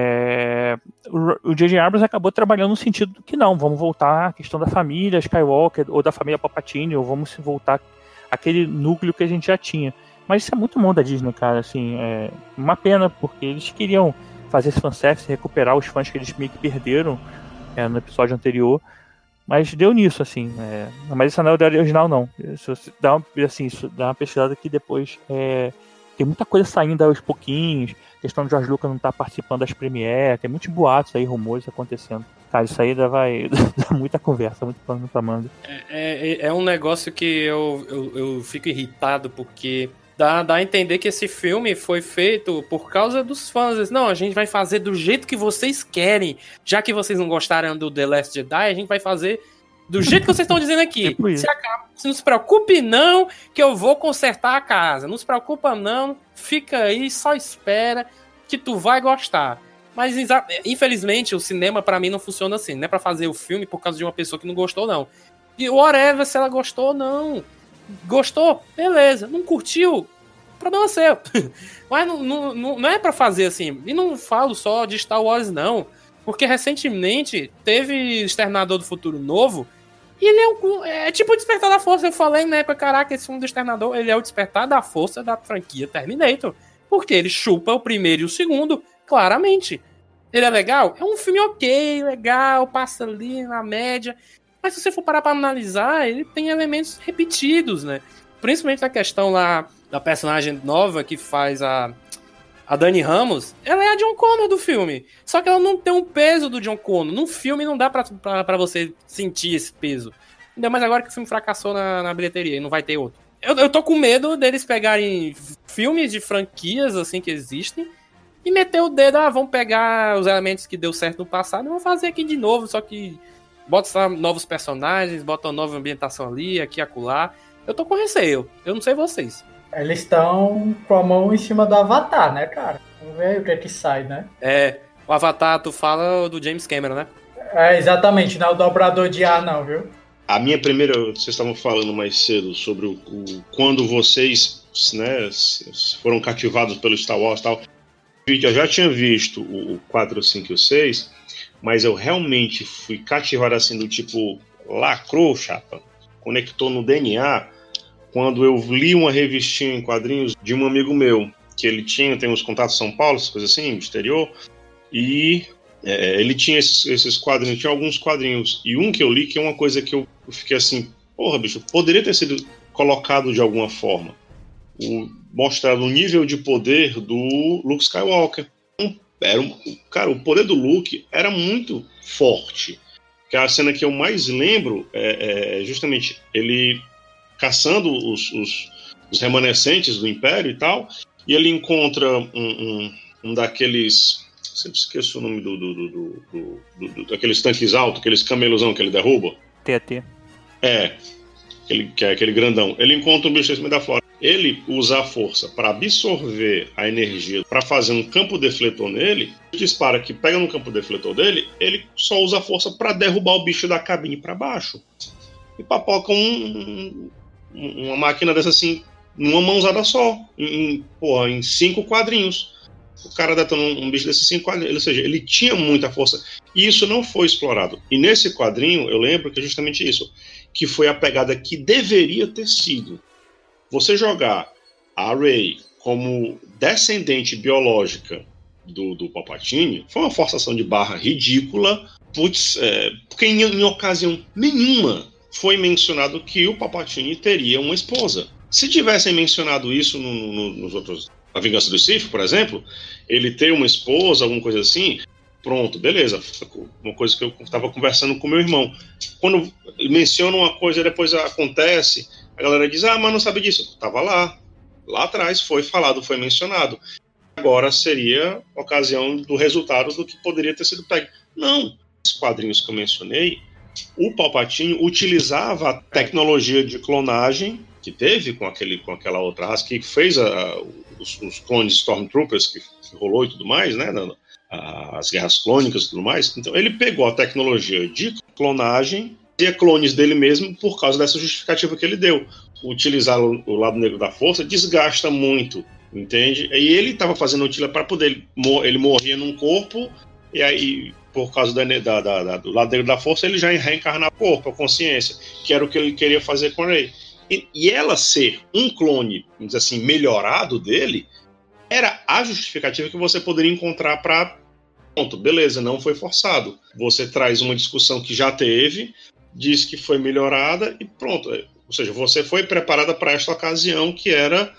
é, o J J Abrams acabou trabalhando no sentido que não, vamos voltar à questão da família Skywalker, ou da família Palpatine, ou vamos voltar àquele núcleo que a gente já tinha. Mas isso é muito mão da Disney, cara, assim, é uma pena, porque eles queriam fazer esse fanservice, recuperar os fãs que eles meio que perderam é, no episódio anterior. Mas deu nisso, assim. É... Mas essa não é a ideia original, não. Isso, dá, uma, assim, isso dá uma pesquisada que depois é... tem muita coisa saindo aos pouquinhos. A questão do George Lucas não estar tá participando das premiere. Tem muitos boatos aí, rumores acontecendo. Cara, isso aí vai dar muita conversa, muito pano pra manga. É, é, é um negócio que eu, eu, eu fico irritado, porque dá, dá a entender que esse filme foi feito por causa dos fãs. Não, a gente vai fazer do jeito que vocês querem. Já que vocês não gostaram do The Last Jedi, a gente vai fazer do jeito que vocês estão dizendo aqui. Tipo se, acaba, se não se preocupe não, que eu vou consertar a casa. Não se preocupa não, fica aí, só espera que tu vai gostar. Mas, infelizmente, o cinema pra mim não funciona assim. Não é pra fazer o filme por causa de uma pessoa que não gostou, não. E whatever, se ela gostou ou não. Gostou? Beleza. Não curtiu? Problema seu. Mas não, não, não é pra fazer assim. E não falo só de Star Wars, não. Porque recentemente teve Exterminador do Futuro Novo. E ele é, um, é tipo o Despertar da Força. Eu falei na época, caraca, esse filme do Exterminador, ele é o Despertar da Força da franquia Terminator. Porque ele chupa o primeiro e o segundo, claramente. Ele é legal? É um filme ok, legal, passa ali na média. Mas se você for parar pra analisar, ele tem elementos repetidos, né? Principalmente a questão lá da personagem nova que faz a, a Dani Ramos. Ela é a John Connor do filme. Só que ela não tem um peso do John Connor. No filme não dá pra, pra, pra você sentir esse peso. Ainda mais agora que o filme fracassou na, na bilheteria e não vai ter outro. Eu, eu tô com medo deles pegarem filmes de franquias assim que existem e meter o dedo, ah, vamos pegar os elementos que deu certo no passado e vamos fazer aqui de novo, só que bota novos personagens, bota uma nova ambientação ali, aqui e acolá. Eu tô com receio, eu não sei vocês. Eles estão com a mão em cima do Avatar, né, cara? Vamos ver aí o que é que sai, né? É, o Avatar, tu fala do James Cameron, né? É, exatamente, não é o dobrador de ar não, viu? A minha primeira, vocês estavam falando mais cedo sobre o, o quando vocês, né, foram cativados pelo Star Wars e tal. Eu já tinha visto o quatro, cinco e o seis, mas eu realmente fui cativado assim do tipo, lacrou, chapa, conectou no D N A, quando eu li uma revistinha em quadrinhos de um amigo meu, que ele tinha, tem uns contatos em São Paulo, essas coisas assim, no exterior, e é, ele tinha esses, esses quadrinhos, tinha alguns quadrinhos, e um que eu li, que é uma coisa que eu fiquei assim, porra, bicho, poderia ter sido colocado de alguma forma. O, mostrado o nível de poder do Luke Skywalker. Era um, cara, o poder do Luke era muito forte. Que a cena que eu mais lembro é, é justamente ele caçando os, os, os remanescentes do Império e tal, e ele encontra um, um, um daqueles... Sempre esqueço o nome do, do, do, do, do, do daqueles tanques altos, aqueles camelosão que ele derruba. T A T. É, aquele, que é aquele grandão. Ele encontra um bicho assim da flora. Ele usa a força para absorver a energia, para fazer um campo defletor nele, dispara que pega no campo defletor dele, ele só usa a força para derrubar o bicho da cabine para baixo. E papoca um, um, uma máquina dessa assim, numa mãozada só, em, porra, em cinco quadrinhos. O cara detona um, um bicho desses cinco quadrinhos, ou seja, ele tinha muita força. E isso não foi explorado. E nesse quadrinho, eu lembro que é justamente isso, que foi a pegada que deveria ter sido. Você jogar a Rey como descendente biológica do, do Palpatine foi uma forçação de barra ridícula, putz, é, porque em, em ocasião nenhuma foi mencionado que o Palpatine teria uma esposa. Se tivessem mencionado isso no, no, nos outros... A Vingança do Sith, por exemplo, ele ter uma esposa, alguma coisa assim, pronto, beleza. Uma coisa que eu estava conversando com meu irmão. Quando menciona uma coisa e depois acontece, a galera diz, ah, mas não sabe disso. Tava lá. Lá atrás foi falado, foi mencionado. Agora seria a ocasião do resultado do que poderia ter sido pego. Não. Esses quadrinhos que eu mencionei, o Palpatine utilizava a tecnologia de clonagem que teve com, aquele, com aquela outra raça, que fez a, a, os, os clones Stormtroopers, que, que rolou e tudo mais, né, na, a, as guerras clônicas e tudo mais. Então ele pegou a tecnologia de clonagem e clones dele mesmo por causa dessa justificativa que ele deu. Utilizar o, o lado negro da força desgasta muito, entende? E ele estava fazendo aquilo para poder, ele morria num corpo, e aí, por causa da, da, da, da, do lado negro da força, ele já reencarnar o corpo, a consciência, que era o que ele queria fazer com a Rey. E, e ela ser um clone, vamos dizer assim, melhorado dele, era a justificativa que você poderia encontrar para... Pronto, beleza, não foi forçado. Você traz uma discussão que já teve, diz que foi melhorada e pronto. Ou seja, você foi preparada para esta ocasião que era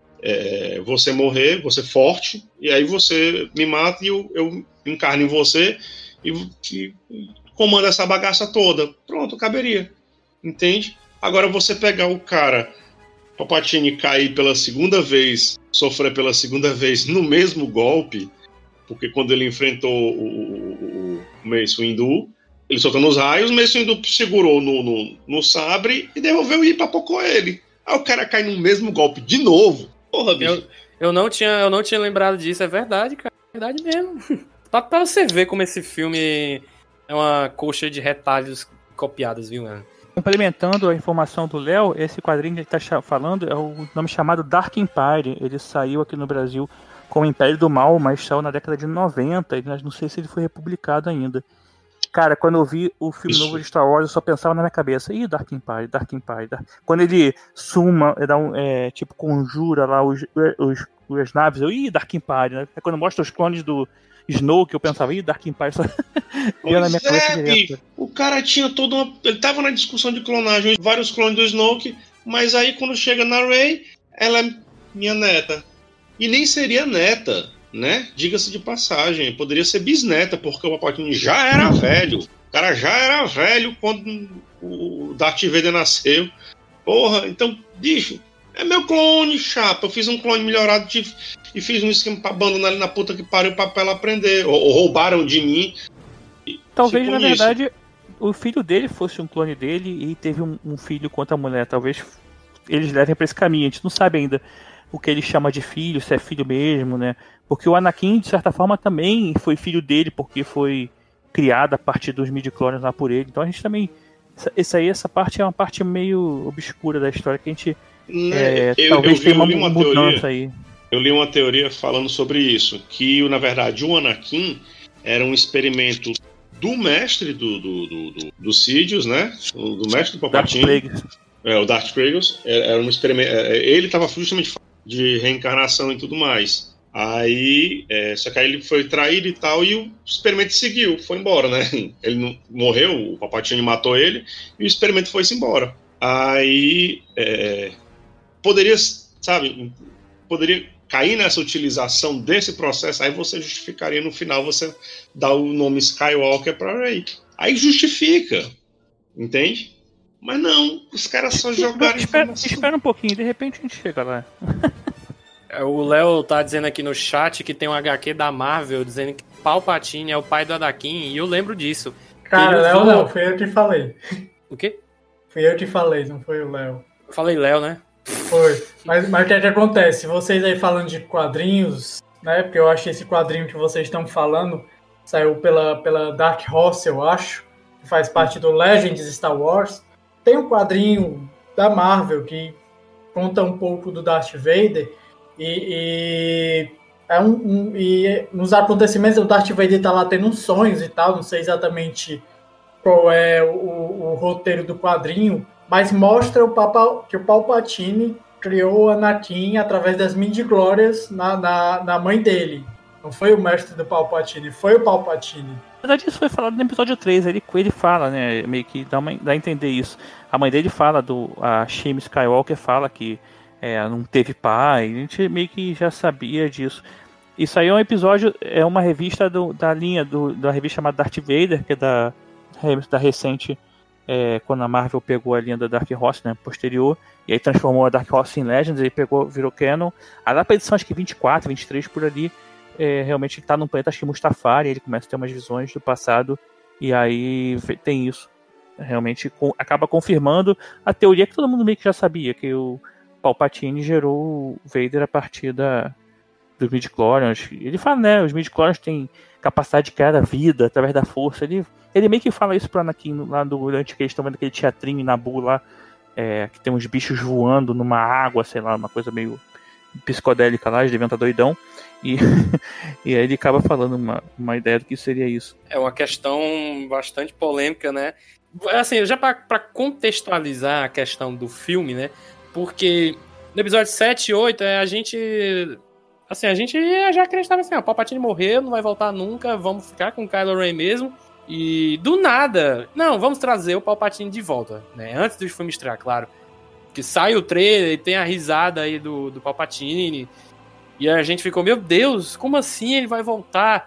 é, você morrer, você forte, e aí você me mata e eu, eu encarno em você e, e comanda essa bagaça toda. Pronto, caberia. Entende? Agora você pegar o cara, Palpatine cair pela segunda vez, sofrer pela segunda vez no mesmo golpe, porque quando ele enfrentou o, o, o Mace Windu, ele soltando os raios, o Mace Windu segurou no, no, no sabre e devolveu e papocou ele. Aí o cara cai no mesmo golpe de novo. Porra, bicho. Eu, eu, não, tinha, eu não tinha lembrado disso, é verdade, cara. É verdade mesmo. pra, pra você ver como esse filme é uma coxa de retalhos copiados, viu, mano? Complementando a informação do Léo, esse quadrinho que ele está falando é o nome chamado Dark Empire. Ele saiu aqui no Brasil como Império do Mal, mas saiu na década de noventa, e não sei se ele foi republicado ainda. Cara, quando eu vi o filme Isso. novo de Star Wars, eu só pensava na minha cabeça, ih, Dark Empire, Dark Empire. Dark... Quando ele suma, dá um, é, tipo, conjura lá os, os, as naves, eu, ih, Dark Empire, né? É quando mostra os clones do, Snow, que eu pensava, ih, Dark Empire só ia na minha cabeça é, direto. O cara tinha toda uma... Ele tava na discussão de clonagem, vários clones do Snoke, mas aí quando chega na Rey, ela é minha neta. E nem seria neta, né? Diga-se de passagem, poderia ser bisneta, porque o Palpatine já era velho. O cara já era velho quando o Darth Vader nasceu. Porra, então, bicho, é meu clone, chapa. Eu fiz um clone melhorado de, e fiz um esquema pra abandonar ele na puta que pariu pra ela aprender. Ou, ou roubaram de mim. Talvez, tipo na isso. verdade, o filho dele fosse um clone dele e teve um, um filho com outra mulher. Talvez eles levem pra esse caminho. A gente não sabe ainda o que ele chama de filho, se é filho mesmo, né? Porque o Anakin, de certa forma, também foi filho dele, porque foi criado a partir dos midi-clones lá por ele. Então a gente também... Essa, aí, essa parte é uma parte meio obscura da história que a gente... É, eu, talvez eu vi, tenha uma eu li uma mudança teoria, aí. Eu li uma teoria falando sobre isso. Que, na verdade, o Anakin era um experimento do mestre do, do, do, do, do Sidious, né? Do, do mestre do Palpatine. É, o Darth Plagueis. Era um experimento... Ele estava justamente de reencarnação e tudo mais. Aí, é, só que aí ele foi traído e tal, e o experimento seguiu, foi embora, né? Ele não, morreu, o Palpatine matou ele, e o experimento foi-se embora. Aí, é, poderia, sabe, poderia cair nessa utilização desse processo, aí você justificaria no final, você dá o nome Skywalker pra Rey. Aí justifica, entende? Mas não, os caras só jogaram espera, informação. espera um pouquinho, de repente a gente chega lá. O Léo tá dizendo aqui no chat que tem um H Q da Marvel dizendo que Palpatine é o pai do Anakin, e eu lembro disso. Cara, Ele Léo usou... não, foi eu que falei. O quê? Fui eu que falei, não foi o Léo. Eu falei Léo, né? Foi. Mas, mas o que é que acontece? Vocês aí falando de quadrinhos, né? Porque eu acho que esse quadrinho que vocês estão falando saiu pela, pela Dark Horse, eu acho, que faz parte do Legends Star Wars. Tem um quadrinho da Marvel que conta um pouco do Darth Vader. E, e, é um, um, e nos acontecimentos o Darth Vader tá lá tendo uns sonhos e tal, não sei exatamente qual é o, o roteiro do quadrinho, mas mostra o Papa, que o Palpatine criou o Anakin através das midi-glórias na, na, na mãe dele. Não foi o mestre do Palpatine, foi o Palpatine. Na verdade, isso foi falado no episódio três, ele, ele fala, né, meio que dá, uma, dá a entender isso. A mãe dele fala, do, a Shmi Skywalker fala que É, não teve pai, a gente meio que já sabia disso. Isso aí é um episódio, é uma revista do, da linha, do, da revista chamada Darth Vader, que é da, da recente, é, quando a Marvel pegou a linha da Dark Horse, né, posterior, e aí transformou a Dark Horse em Legends, e pegou, virou canon. Aí lá pra edição, acho que vinte e quatro, vinte e três, por ali, é, realmente ele tá num planeta, acho que Mustafar, e ele começa a ter umas visões do passado, e aí tem isso. Realmente com, acaba confirmando a teoria que todo mundo meio que já sabia, que o Palpatine gerou o Vader a partir da, dos midi-chlorians. Ele fala, né, os midi-chlorians têm capacidade de criar a vida através da força. Ele, ele meio que fala isso pro Anakin lá durante que eles estão vendo aquele teatrinho em Naboo lá, é, que tem uns bichos voando numa água, sei lá, uma coisa meio psicodélica lá, ele devia estar doidão. E, e aí ele acaba falando uma, uma ideia do que seria isso. É uma questão bastante polêmica, né? Assim, já para contextualizar a questão do filme, né? Porque no episódio sete e oito, a gente... Assim, a gente já acreditava assim, ó, o Palpatine morreu, não vai voltar nunca, vamos ficar com o Kylo Ren mesmo. E do nada, não, vamos trazer o Palpatine de volta, né? Antes do filme estrear, claro. Que sai o trailer e tem a risada aí do, do Palpatine. E a gente ficou, meu Deus, como assim ele vai voltar?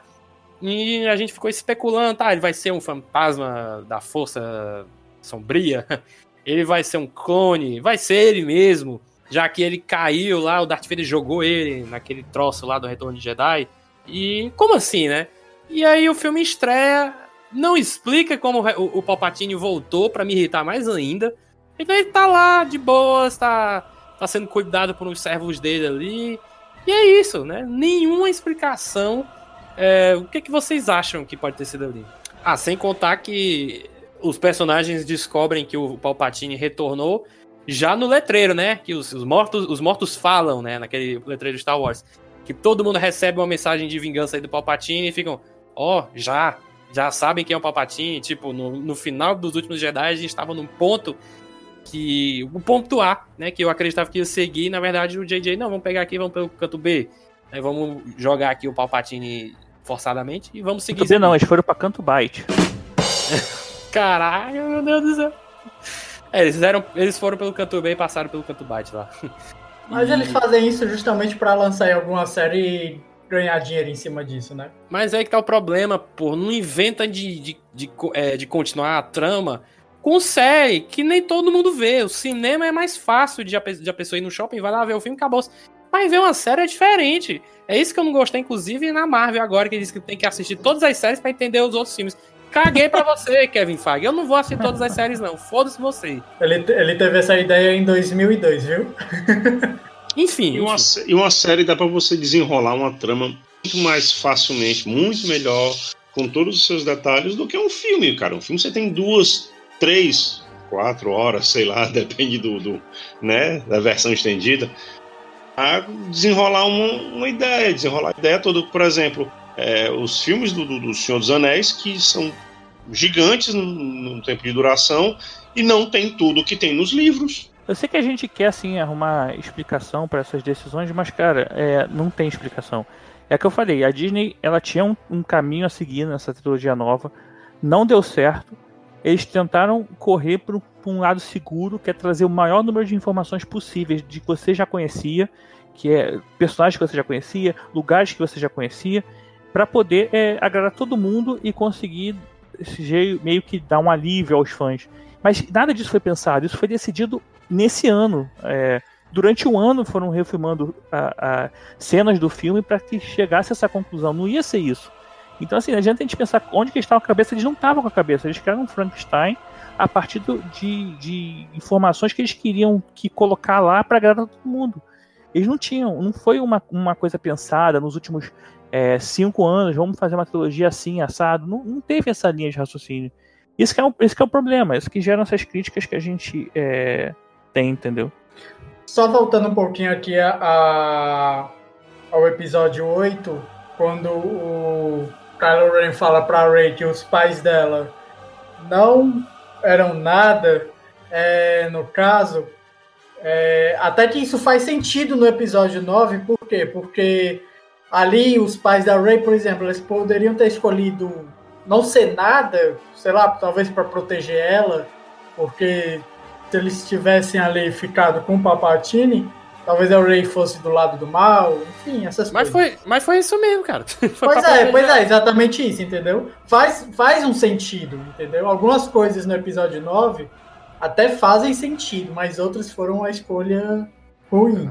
E a gente ficou especulando, tá, ele vai ser um fantasma da força sombria? Ele vai ser um clone? Vai ser ele mesmo? Já que ele caiu lá, o Darth Vader jogou ele naquele troço lá do Retorno de Jedi. E como assim, né? E aí o filme estreia, não explica como o, o Palpatine voltou, pra me irritar mais ainda. Então ele tá lá, de boas, tá, tá sendo cuidado por uns servos dele ali. E é isso, né? Nenhuma explicação. É, o que, que vocês acham que pode ter sido ali? Ah, sem contar que os personagens descobrem que o Palpatine retornou já no letreiro, né? Que os, os, mortos, os mortos falam, né? Naquele letreiro de Star Wars. Que todo mundo recebe uma mensagem de vingança aí do Palpatine e ficam, ó, oh, já, já sabem quem é o Palpatine. Tipo, no, no final dos últimos Jedi a gente estava num ponto que... O ponto A, né? Que eu acreditava que ia seguir. Na verdade, o J J, não, vamos pegar aqui, vamos pelo canto B. Aí vamos jogar aqui o Palpatine forçadamente, e vamos seguir. Canto B não, eles foram pra Canto Byte. Caralho, meu Deus do céu. É, eles, fizeram, eles foram pelo Canto B e passaram pelo Canto Byte lá. Mas e... eles fazem isso justamente pra lançar em alguma série e ganhar dinheiro em cima disso, né? Mas aí que tá o problema, pô. Não inventa de, de, de, é, de continuar a trama com série, que nem todo mundo vê. O cinema é mais fácil de a, de a pessoa ir no shopping, vai lá ver o filme e acabou. Mas ver uma série é diferente. É isso que eu não gostei, inclusive, na Marvel agora, que diz que tem que assistir todas as séries pra entender os outros filmes. Caguei pra você, Kevin Feige. Eu não vou assistir todas as séries, não. Foda-se você. Ele, ele teve essa ideia em dois mil e dois, viu? Enfim. E uma, e uma série dá pra você desenrolar uma trama muito mais facilmente, muito melhor, com todos os seus detalhes, do que um filme, cara. Um filme você tem duas, três, quatro horas, sei lá, depende do, do né, da versão estendida, a desenrolar uma, uma ideia, desenrolar a ideia toda. Por exemplo, é, os filmes do, do, do Senhor dos Anéis, que são gigantes no, no tempo de duração e não tem tudo que tem nos livros. Eu sei que a gente quer, assim, arrumar explicação para essas decisões, mas, cara, é, não tem explicação. É o que eu falei, a Disney, ela tinha um, um caminho a seguir nessa trilogia nova, não deu certo, eles tentaram correr para um lado seguro, que é trazer o maior número de informações possíveis de que você já conhecia, que é personagens que você já conhecia, lugares que você já conhecia, para poder é, agradar todo mundo e conseguir esse jeito, meio que dar um alívio aos fãs. Mas nada disso foi pensado, isso foi decidido nesse ano. É, durante um ano foram refilmando a, a cenas do filme para que chegasse a essa conclusão. Não ia ser isso. Então, assim, não adianta a gente pensar onde que eles estavam com a cabeça. Eles não estavam com a cabeça. Eles criaram um Frankenstein a partir do, de, de informações que eles queriam que colocar lá para agradar todo mundo. Eles não tinham, não foi uma, uma coisa pensada nos últimos é, cinco anos, vamos fazer uma trilogia assim, assado. Não, não teve essa linha de raciocínio. Isso que é o, esse que é o problema, isso que gera essas críticas que a gente é, tem, entendeu? Só voltando um pouquinho aqui a, a, ao episódio oito, quando o Kylo Ren fala pra Rey que os pais dela não eram nada, é, no caso, é, até que isso faz sentido no episódio nove, por quê? Porque ali os pais da Rey, por exemplo, eles poderiam ter escolhido não ser nada, sei lá, talvez para proteger ela, porque se eles tivessem ali ficado com o Palpatine, talvez a Rey fosse do lado do mal, enfim, essas mas coisas. Foi, mas foi isso mesmo, cara. Foi pois é, pois é, exatamente isso, entendeu? Faz, faz um sentido, entendeu? Algumas coisas no episódio nove até fazem sentido, mas outras foram uma escolha ruim.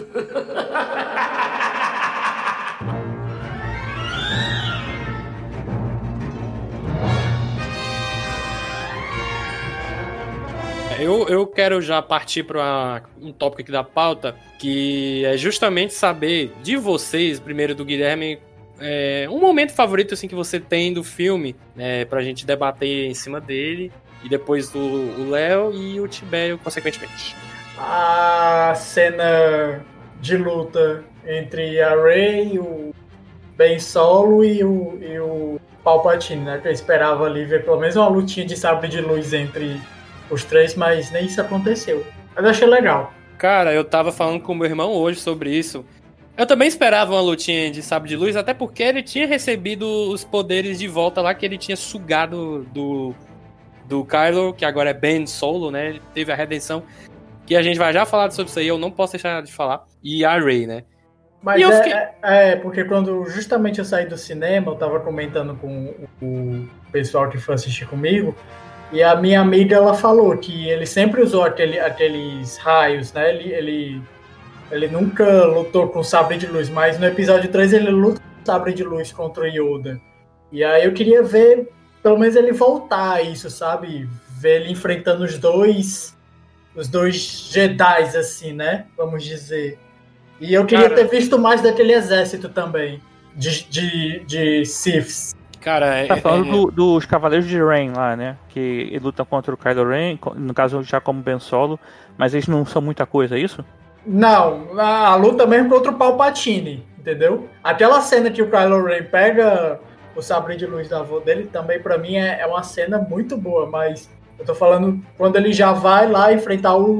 Eu, eu quero já partir para um tópico aqui da pauta, que é justamente saber de vocês, primeiro do Guilherme, é, um momento favorito assim, que você tem do filme, né, pra gente debater em cima dele, e depois do Léo e o Tibério, consequentemente. A cena de luta entre a Rey, o Ben Solo e o, e o Palpatine, né, que eu esperava ali ver pelo menos uma lutinha de sabre de luz entre os três, mas nem isso aconteceu. Mas eu achei legal. Cara, eu tava falando com meu irmão hoje sobre isso. Eu também esperava uma lutinha de sabre de luz, até porque ele tinha recebido os poderes de volta lá que ele tinha sugado do, do Kylo, que agora é Ben Solo, né? Ele teve a redenção, que a gente vai já falar sobre isso aí, eu não posso deixar de falar. E a Rey, né? Mas e eu é, fiquei... é, é, porque quando justamente eu saí do cinema, eu tava comentando com o pessoal que foi assistir comigo, e a minha amiga, ela falou que ele sempre usou aquele, aqueles raios, né? Ele, ele, ele nunca lutou com sabre de luz, mas no episódio três ele luta com sabre de luz contra o Yoda. E aí eu queria ver, pelo menos ele voltar a isso, sabe? Ver ele enfrentando os dois, os dois Jedis, assim, né? Vamos dizer. E eu queria Cara... ter visto mais daquele exército também, de, de, de Siths. Cara, tá é, falando é... do, dos Cavaleiros de Ren lá, né? Que lutam contra o Kylo Ren, no caso já como Ben Solo, mas eles não são muita coisa, é isso? Não, a, a luta mesmo contra o Palpatine, entendeu? Aquela cena que o Kylo Ren pega o sabre de luz da avó dele, também pra mim é, é uma cena muito boa, mas eu tô falando quando ele já vai lá enfrentar o,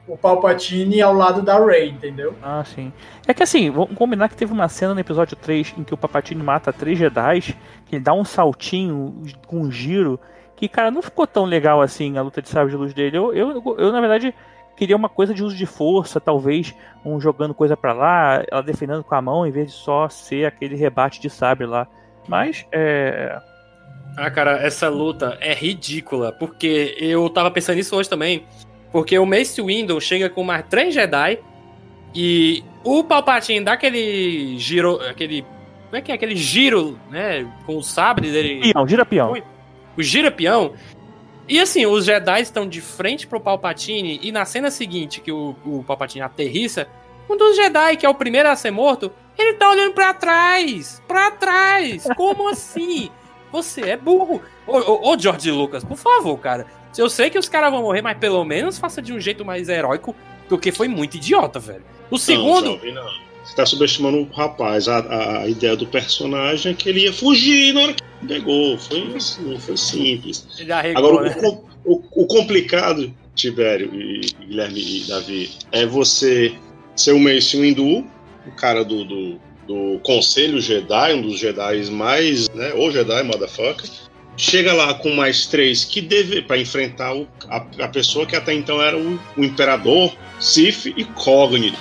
o Palpatine ao lado da Rey, entendeu? Ah, sim. É que assim, vamos combinar que teve uma cena no episódio três em que o Palpatine mata três Jedi, que ele dá um saltinho com um giro, que, cara, não ficou tão legal assim a luta de sabre de luz dele. Eu, eu, eu, eu na verdade, queria uma coisa de uso de força, talvez um jogando coisa pra lá, ela defendendo com a mão, em vez de só ser aquele rebate de sabre lá. Mas, é... Ah, cara, essa luta é ridícula, porque eu tava pensando nisso hoje também, porque o Mace Windu chega com mais três Jedi e o Palpatine dá aquele giro, aquele, como é que é, aquele giro, né, com o sabre dele. Peão, gira peão. O gira peão. E assim, os Jedi estão de frente pro Palpatine e na cena seguinte que o, o Palpatine aterrissa, um dos Jedi, que é o primeiro a ser morto, ele tá olhando pra trás, pra trás, como assim? Você é burro. Ô, ô, ô, George Lucas, por favor, cara. Eu sei que os caras vão morrer, mas pelo menos faça de um jeito mais heróico, porque foi muito idiota, velho. O segundo... Não, Jovem, não. Você tá subestimando o rapaz. A, a, a ideia do personagem é que ele ia fugir na hora que pegou. Foi assim, foi simples. Ele arregou, Agora, né? o, o, o complicado, Tibério e Guilherme e Davi, é você ser o Mace Windu, o cara do... do do Conselho Jedi, um dos Jedi mais, né, o Jedi, motherfucker, chega lá com mais três que deve, pra enfrentar o, a, a pessoa que até então era o, o Imperador, Sith e Cognito.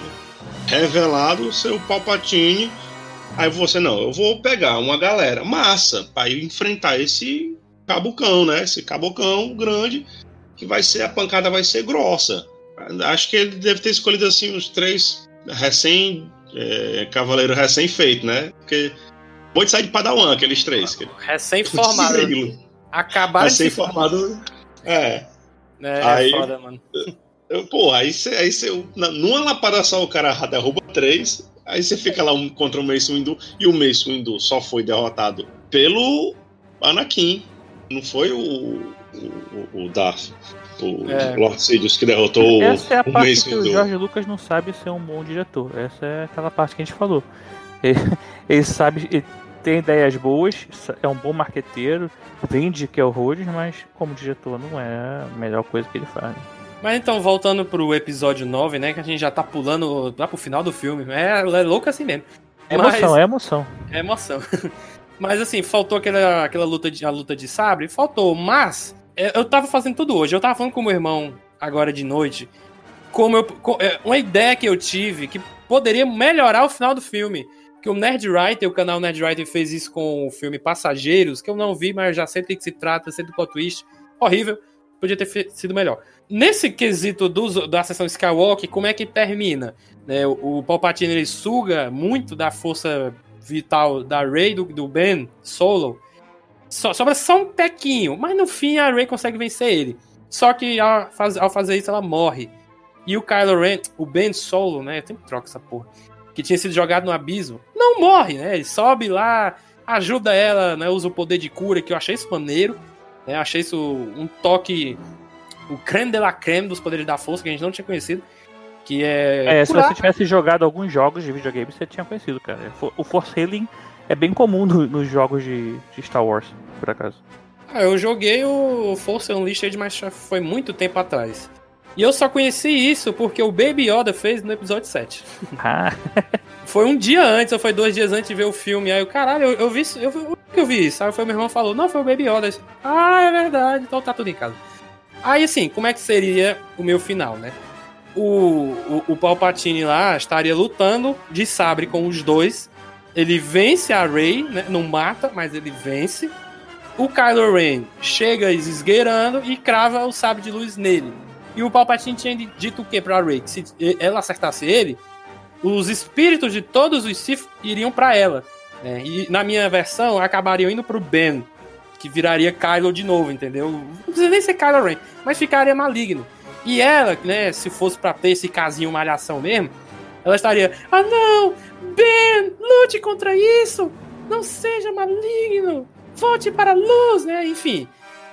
Revelado seu Palpatine, aí você, não, eu vou pegar uma galera massa pra ir enfrentar esse cabocão, né, esse cabocão grande, que vai ser, a pancada vai ser grossa. Acho que ele deve ter escolhido, assim, os três recém... É, cavaleiro recém-feito, né? Porque pode sair de Padawan, aqueles três. Que... Recém-formado. Acabaram de se Recém-formado. É. É, aí, é foda, mano. Eu, pô, aí você. Aí cê, numa lapada só o cara derruba três. Aí você fica lá um, contra o Mace Windu. E o Mace Windu só foi derrotado pelo Anakin. Não foi o, o, o Darth. O é. Lord Sidious que derrotou Essa é a o parte Mace que Windu. O George Lucas não sabe ser um bom diretor. Essa é aquela parte que a gente falou. Ele, ele sabe, ele tem ideias boas, é um bom marqueteiro, vende que é o Rhodes, mas como diretor não é a melhor coisa que ele faz. Mas então, voltando pro episódio nove, né, que a gente já tá pulando lá pro final do filme. É, é louco assim mesmo. É emoção, mas, é emoção. É emoção. Mas assim, faltou aquela, aquela luta, de, a luta de sabre, faltou, mas... Eu tava fazendo tudo hoje, eu tava falando com o meu irmão agora de noite, como eu, uma ideia que eu tive que poderia melhorar o final do filme. Que o Nerdwriter, o canal Nerdwriter fez isso com o filme Passageiros, que eu não vi, mas eu já sei do que se trata, sei do plot twist, horrível, podia ter sido melhor. Nesse quesito do, da sessão Skywalker, como é que termina? É, o, o Palpatine ele suga muito da força vital da Rey, do, do Ben Solo. So, sobra só um pequinho, mas no fim a Rey consegue vencer ele. Só que ao, faz, ao fazer isso ela morre. E o Kylo Ren, o Ben Solo, né? Eu sempre troco essa porra. Que tinha sido jogado no abismo, não morre, né? Ele sobe lá, ajuda ela, né? Usa o poder de cura, que eu achei isso maneiro. Né? Achei isso um toque, o creme de la creme dos poderes da força, que a gente não tinha conhecido. Que é. É, se você tivesse jogado alguns jogos de videogame, você tinha conhecido, cara. O Force Healing é bem comum no, nos jogos de, de Star Wars, por acaso. Ah, eu joguei o Force Unleashed, mas já foi muito tempo atrás. E eu só conheci isso porque o Baby Yoda fez no episódio sete. Ah. Foi um dia antes, ou foi dois dias antes de ver o filme. Aí eu, caralho, eu, eu vi isso, eu, eu, eu vi isso. Aí foi meu irmão falou, não, foi o Baby Yoda. Ah, é verdade, então tá tudo em casa. Aí assim, como é que seria o meu final, né? O, o, o Palpatine lá estaria lutando de sabre com os dois. Ele vence a Rey, né? Não mata, mas ele vence. O Kylo Ren chega esgueirando e crava o sabre de luz nele. E o Palpatine tinha dito o que pra Rey? Que se ela acertasse ele, os espíritos de todos os Sith iriam pra ela. Né? E na minha versão, acabariam indo pro Ben, que viraria Kylo de novo, entendeu? Não precisa nem ser Kylo Ren, mas ficaria maligno. E ela, né, se fosse pra ter esse casinho malhação mesmo, ela estaria, ah não, Ben, lute contra isso, não seja maligno, volte para a luz, né, enfim.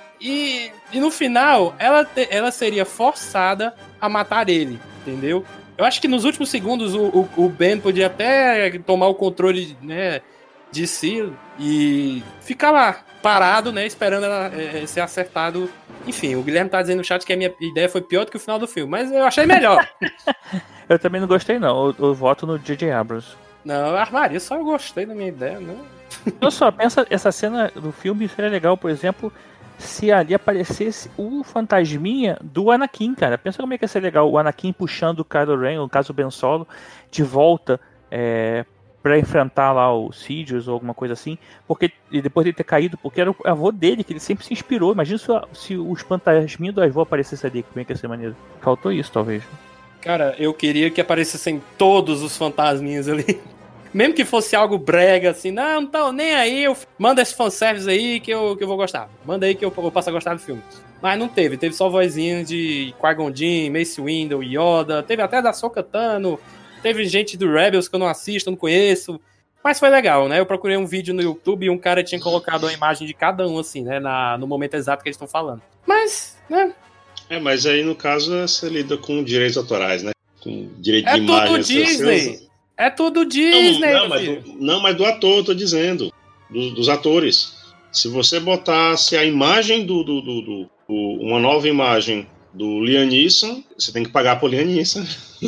E, e no final, ela, te, ela seria forçada a matar ele, entendeu? Eu acho que nos últimos segundos o, o, o Ben podia até tomar o controle, né, de si e ficar lá, parado, né, esperando ela é, ser acertado Enfim, o Guilherme tá dizendo no chat que a minha ideia foi pior do que o final do filme, mas eu achei melhor. Eu também não gostei, não. Eu, eu voto no J J Abrams. Não, Armaria, só eu gostei da minha ideia, né? Eu só penso, essa cena do filme seria legal, por exemplo, se ali aparecesse o fantasminha do Anakin, cara. Pensa como é que ia ser legal o Anakin puxando o Kylo Ren, no caso o Ben Solo, de volta é, pra enfrentar lá o Sidious ou alguma coisa assim, porque e depois de ter caído, porque era o avô dele, que ele sempre se inspirou. Imagina se, se os fantasminhas do avô aparecessem ali, como é que ia ser maneiro. Faltou isso, talvez. Cara, eu queria que aparecessem todos os fantasminhas ali. Mesmo que fosse algo brega, assim, não, não tô nem aí, eu manda esse fanservice aí que eu, que eu vou gostar. Manda aí que eu, eu passo a gostar do filme. Mas não teve, teve só vozinhas de Qui-Gon Jinn, Mace Windu, Yoda, teve até da Ahsoka Tano, teve gente do Rebels que eu não assisto, não conheço. Mas foi legal, né? Eu procurei um vídeo no YouTube e um cara tinha colocado a imagem de cada um, assim, né? Na, no momento exato que eles estão falando. Mas, né? É, mas aí no caso você lida com direitos autorais, né? Com direito é de imagem. É tudo Disney! É tudo Disney, não, não, mas do, não, mas do ator, eu tô dizendo. Do, dos atores. Se você botasse a imagem do, do, do, do, do. Uma nova imagem do Liam Neeson, você tem que pagar por Liam Neeson.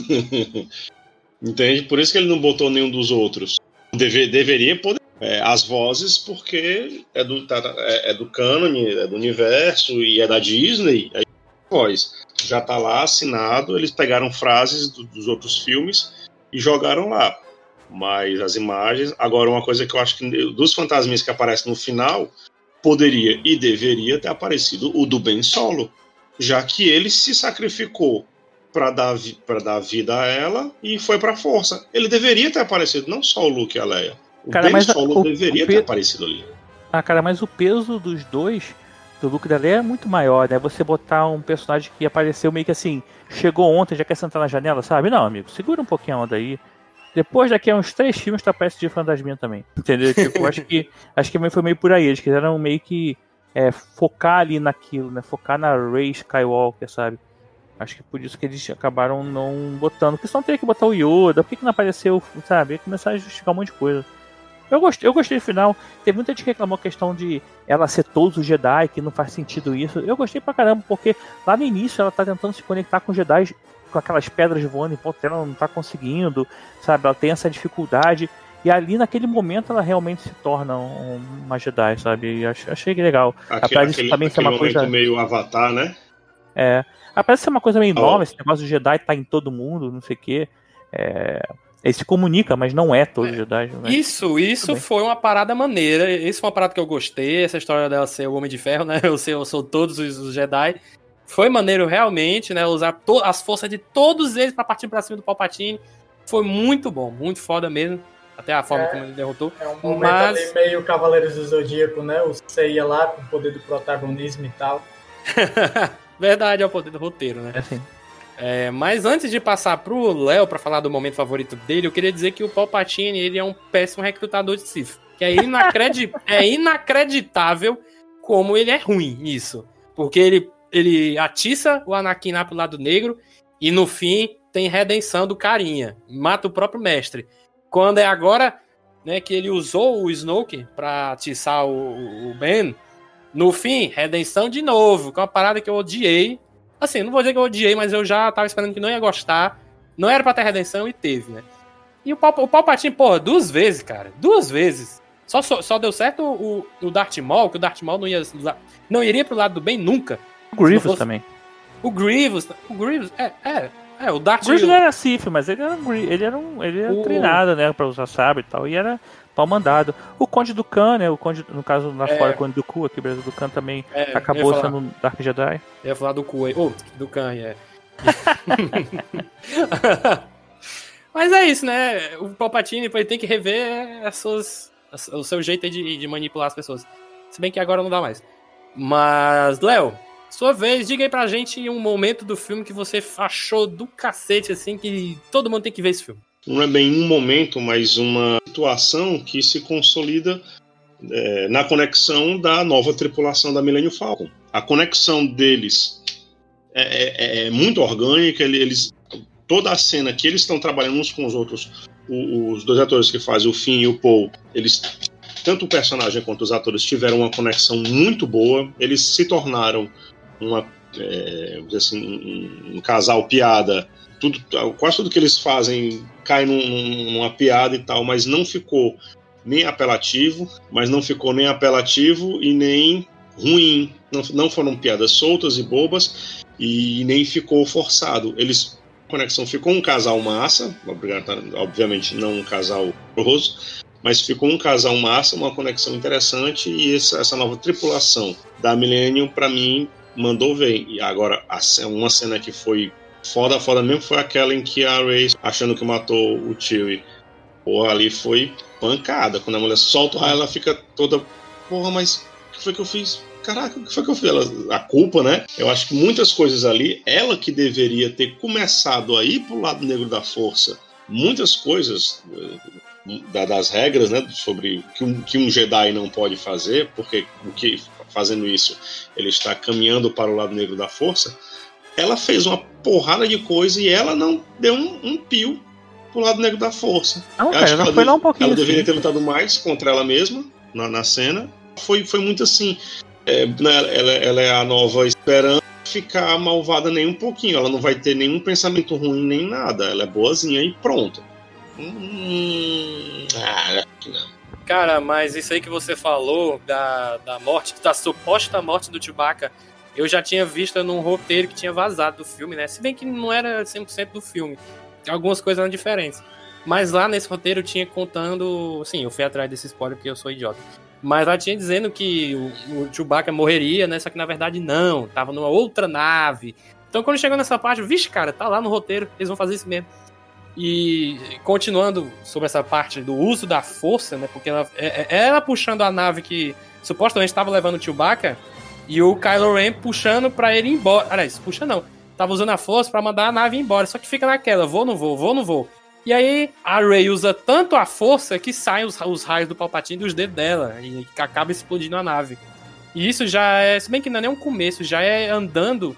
Entende? Por isso que ele não botou nenhum dos outros. Deve, deveria poder. É, as vozes, porque é do, tá, é, é do cânone, é do universo e é da Disney. Aí a voz já tá lá assinado. Eles pegaram frases do, dos outros filmes e jogaram lá. Mas as imagens... Agora, uma coisa que eu acho que dos fantasminhas que aparecem no final, poderia e deveria ter aparecido o do Ben Solo, já que ele se sacrificou para dar, para dar vida a ela e foi pra força. Ele deveria ter aparecido, não só o Luke e a Leia. O cara, Ben mas Solo o, deveria o pe... ter aparecido ali. Ah, cara, mas o peso dos dois, do Luke e da Leia, é muito maior, né? Você botar um personagem que apareceu meio que assim, chegou ontem, já quer sentar na janela, sabe? Não, amigo, segura um pouquinho a onda aí. Depois, daqui a uns três filmes, tu aparece de fantasminha também. Entendeu? Tipo, acho que acho que foi meio por aí. Eles quiseram meio que é, focar ali naquilo, né? Focar na Rey Skywalker, sabe? Acho que por isso que eles acabaram não botando. Porque senão teria que botar o Yoda. Por que, que não apareceu, sabe? Ia começar a justificar um monte de coisa. Eu gostei, eu gostei do final. Teve muita gente que reclamou a questão de ela ser todos os Jedi, que não faz sentido isso. Eu gostei pra caramba, porque lá no início ela tá tentando se conectar com os Jedi, com aquelas pedras voando em volta dela, ela não tá conseguindo, sabe? Ela tem essa dificuldade. E ali, naquele momento, ela realmente se torna um, uma Jedi, sabe? E achei, achei legal. Aquele, Apesar aquele, também ser uma coisa meio Avatar, né? É. Apesar de ser uma coisa meio oh. nova, esse negócio do Jedi tá em todo mundo, não sei o quê. É... Ele se comunica, mas não é todo é. Jedi. Né? Isso, isso foi uma parada maneira. Isso foi uma parada que eu gostei. Essa história dela ser o Homem de Ferro, né? Eu, sei, eu sou todos os, os Jedi. Foi maneiro realmente, né? Usar to- as forças de todos eles pra partir pra cima do Palpatine. Foi muito bom, muito foda mesmo. Até a forma é, como ele derrotou. É um momento mas... ali meio Cavaleiros do Zodíaco, né? O Seiya lá com o poder do protagonismo e tal. Verdade, é o poder do roteiro, né? É assim. É, mas antes de passar pro Léo pra falar do momento favorito dele, eu queria dizer que o Palpatine, ele é um péssimo recrutador de Sith. Que é, inacredi- é inacreditável como ele é ruim nisso. Porque ele, ele atiça o Anakin lá pro lado negro e no fim tem redenção do carinha. Mata o próprio mestre. Quando é agora, né, que ele usou o Snoke pra atiçar o, o Ben, no fim, redenção de novo, que é uma parada que eu odiei. Assim, não vou dizer que eu odiei, mas eu já tava esperando que não ia gostar. Não era pra ter redenção e teve, né? E o, Pal- o Palpatine, porra, duas vezes, cara. Duas vezes. Só, só, só deu certo o, o Darth Maul, que o Darth Maul não, ia, não iria pro lado do bem nunca. O Grievous fosse... também. O Grievous, o Grievous, é, é, é, o Darth... O Grievous não era Sith, mas ele era, ele era, um, ele era o... treinado, né, pra usar sabre e tal, e era pau mandado. O Conde do Khan, né, o Conde, no caso lá é... fora, o Conde do Ku, aqui no Brasil do Khan também é, acabou sendo um Dark Jedi. Eu ia falar do Ku aí, oh, do Khan, é. Mas é isso, né, o Palpatine ele tem que rever as suas, o seu jeito de, de manipular as pessoas. Se bem que agora não dá mais. Mas, Léo, sua vez, diga aí pra gente um momento do filme que você achou do cacete, assim, que todo mundo tem que ver esse filme. Não é bem um momento, mas uma situação que se consolida é, na conexão da nova tripulação da Millennium Falcon. A conexão deles é, é, é muito orgânica, eles, toda a cena que eles estão trabalhando uns com os outros, os, os dois atores que fazem o Finn e o Poe, eles, tanto o personagem quanto os atores tiveram uma conexão muito boa, eles se tornaram uma, é, vamos dizer assim, um, um casal piada. Tudo, quase tudo que eles fazem cai num, numa piada e tal, mas não ficou nem apelativo, mas não ficou nem apelativo e nem ruim. Não, não foram piadas soltas e bobas e nem ficou forçado. Eles, a conexão ficou um casal massa, obviamente não um casal horroroso, mas ficou um casal massa, uma conexão interessante e essa, essa nova tripulação da Millennium, pra mim, mandou ver. E agora, uma cena que foi foda, foda mesmo, foi aquela em que a Rey, achando que matou o Chewie, porra, ali foi pancada. Quando a mulher solta o raio, ela fica toda, porra, mas o que foi que eu fiz? Caraca, o que foi que eu fiz? Ela, a culpa, né? Eu acho que muitas coisas ali, ela que deveria ter começado a ir pro lado negro da força, muitas coisas das regras, né, sobre que um, que um Jedi não pode fazer, porque o que, fazendo isso, ele está caminhando para o lado negro da força. Ela fez uma porrada de coisa e ela não deu um, um pio pro lado negro da força. Não, cara, ela, ela foi lá um pouquinho. Ela assim. deveria ter lutado mais contra ela mesma na, na cena. Foi, foi muito assim. É, ela, ela é a nova esperando ficar malvada nem um pouquinho. Ela não vai ter nenhum pensamento ruim nem nada. Ela é boazinha e pronto. Hum, ah, não. Cara, mas isso aí que você falou da, da morte, da suposta morte do Chewbacca, eu já tinha visto num roteiro que tinha vazado do filme, né? Se bem que não era cem por cento do filme. Algumas coisas eram diferentes. Mas lá nesse roteiro eu tinha contando... Sim, eu fui atrás desse spoiler porque eu sou idiota. Mas lá tinha dizendo que o, o Chewbacca morreria, né? Só que na verdade não. Tava numa outra nave. Então quando chegou nessa parte, vixe, cara, tá lá no roteiro. Eles vão fazer isso mesmo. E continuando sobre essa parte do uso da força, né? Porque ela, ela puxando a nave que supostamente estava levando o Chewbacca... E o Kylo Ren puxando pra ele ir embora. Aliás, puxa não. Tava usando a força pra mandar a nave embora. Só que fica naquela, vou, não vou, vou, não vou. E aí a Rey usa tanto a força que saem os, os raios do Palpatine dos dedos dela. E acaba explodindo a nave. E isso já é, se bem que não é nem um começo, já é andando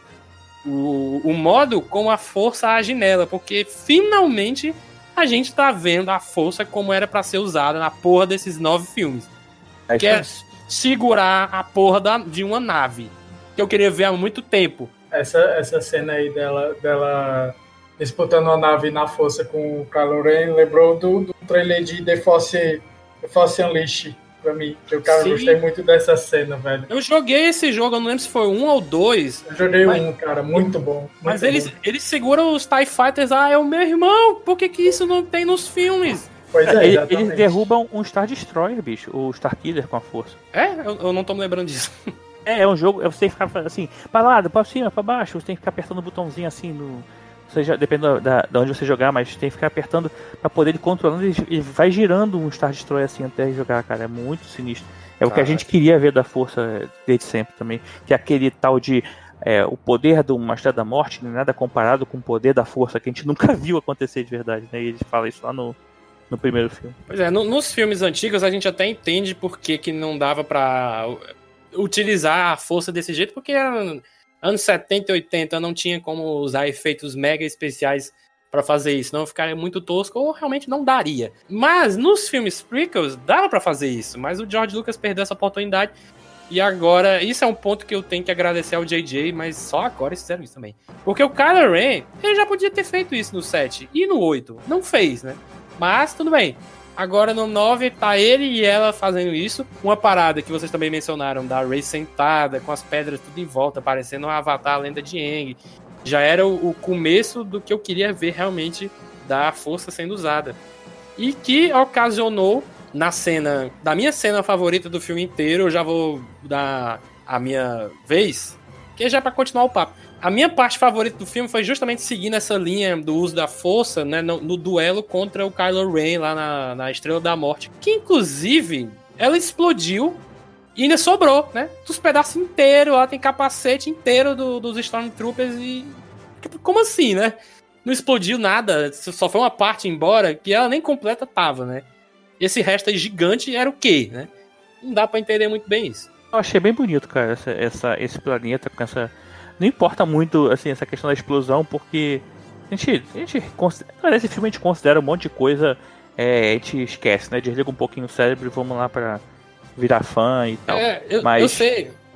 o, o modo como a força age nela. Porque finalmente a gente tá vendo a força como era pra ser usada na porra desses nove filmes. É que é segurar a porra da, de uma nave, que eu queria ver há muito tempo. Essa, essa cena aí dela, dela disputando a nave na força com o Kylo Ren lembrou do, do trailer de The Force, The Force Unleashed pra mim, que eu, cara, gostei muito dessa cena, velho. Eu joguei esse jogo, eu não lembro se foi um ou dois. Eu joguei mas, um, cara, muito bom. Muito mas bom. Eles, eles seguram os TIE Fighters, ah, é o meu irmão, por que que isso não tem nos filmes? Pois é, eles, eles derrubam um Star Destroyer, bicho, o Star Killer com a força. É? Eu, eu não tô me lembrando disso. É, é um jogo, você tem que ficar assim, pra lado, pra cima, pra baixo, você tem que ficar apertando o botãozinho assim, no, seja, dependendo da, da onde você jogar, mas tem que ficar apertando pra poder ir controlando e, e vai girando um Star Destroyer assim até jogar, cara, é muito sinistro. É o que a gente queria ver da força desde sempre também, que é aquele tal de é, o poder do Machado da Morte, não é nada comparado com o poder da força, que a gente nunca viu acontecer de verdade, né, e ele fala isso lá no no primeiro filme. Pois é, no, nos filmes antigos a gente até entende por que, que não dava pra utilizar a força desse jeito, porque anos setenta e oitenta não tinha como usar efeitos mega especiais pra fazer isso, não ficaria muito tosco ou realmente não daria. Mas nos filmes prequels dava pra fazer isso, mas o George Lucas perdeu essa oportunidade e agora, isso é um ponto que eu tenho que agradecer ao J J, mas só agora eles fizeram isso também. Porque o Kylo Ren, ele já podia ter feito isso no sete e no oito, não fez, né? Mas tudo bem. Agora no nove tá ele e ela fazendo isso. Uma parada que vocês também mencionaram da Rey sentada, com as pedras tudo em volta, parecendo um Avatar, a lenda de Aang. Já era o, o começo do que eu queria ver realmente da força sendo usada. E que ocasionou na cena, da minha cena favorita do filme inteiro, eu já vou dar a minha vez, que é já pra continuar o papo. A minha parte favorita do filme foi justamente seguindo essa linha do uso da força, né, no, no duelo contra o Kylo Ren lá na, na Estrela da Morte. Que, inclusive, ela explodiu e ainda sobrou, né? Dos pedaços inteiros, lá tem capacete inteiro do, dos Stormtroopers e... Como assim, né? Não explodiu nada, só foi uma parte embora que ela nem completa tava, né? Esse resto aí gigante era o quê, né? Não dá pra entender muito bem isso. Eu achei bem bonito, cara, essa, essa, esse planeta com essa... Não importa muito, assim, essa questão da explosão, porque a gente, a gente considera, esse filme a gente considera um monte de coisa, é, a gente esquece, né? Desliga um pouquinho o cérebro e vamos lá pra virar fã e tal. É, eu, Mas eu sei.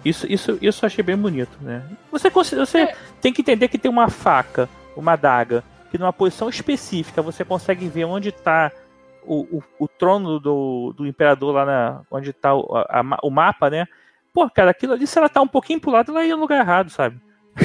Isso, isso, isso eu achei bem bonito, né? Você, você é. tem que entender que tem uma faca, uma adaga, que numa posição específica você consegue ver onde está o, o, o trono do, do imperador lá na, onde está o, a, o mapa, né? Pô, cara, aquilo ali, se ela tá um pouquinho pro lado, ela ia no lugar errado, sabe?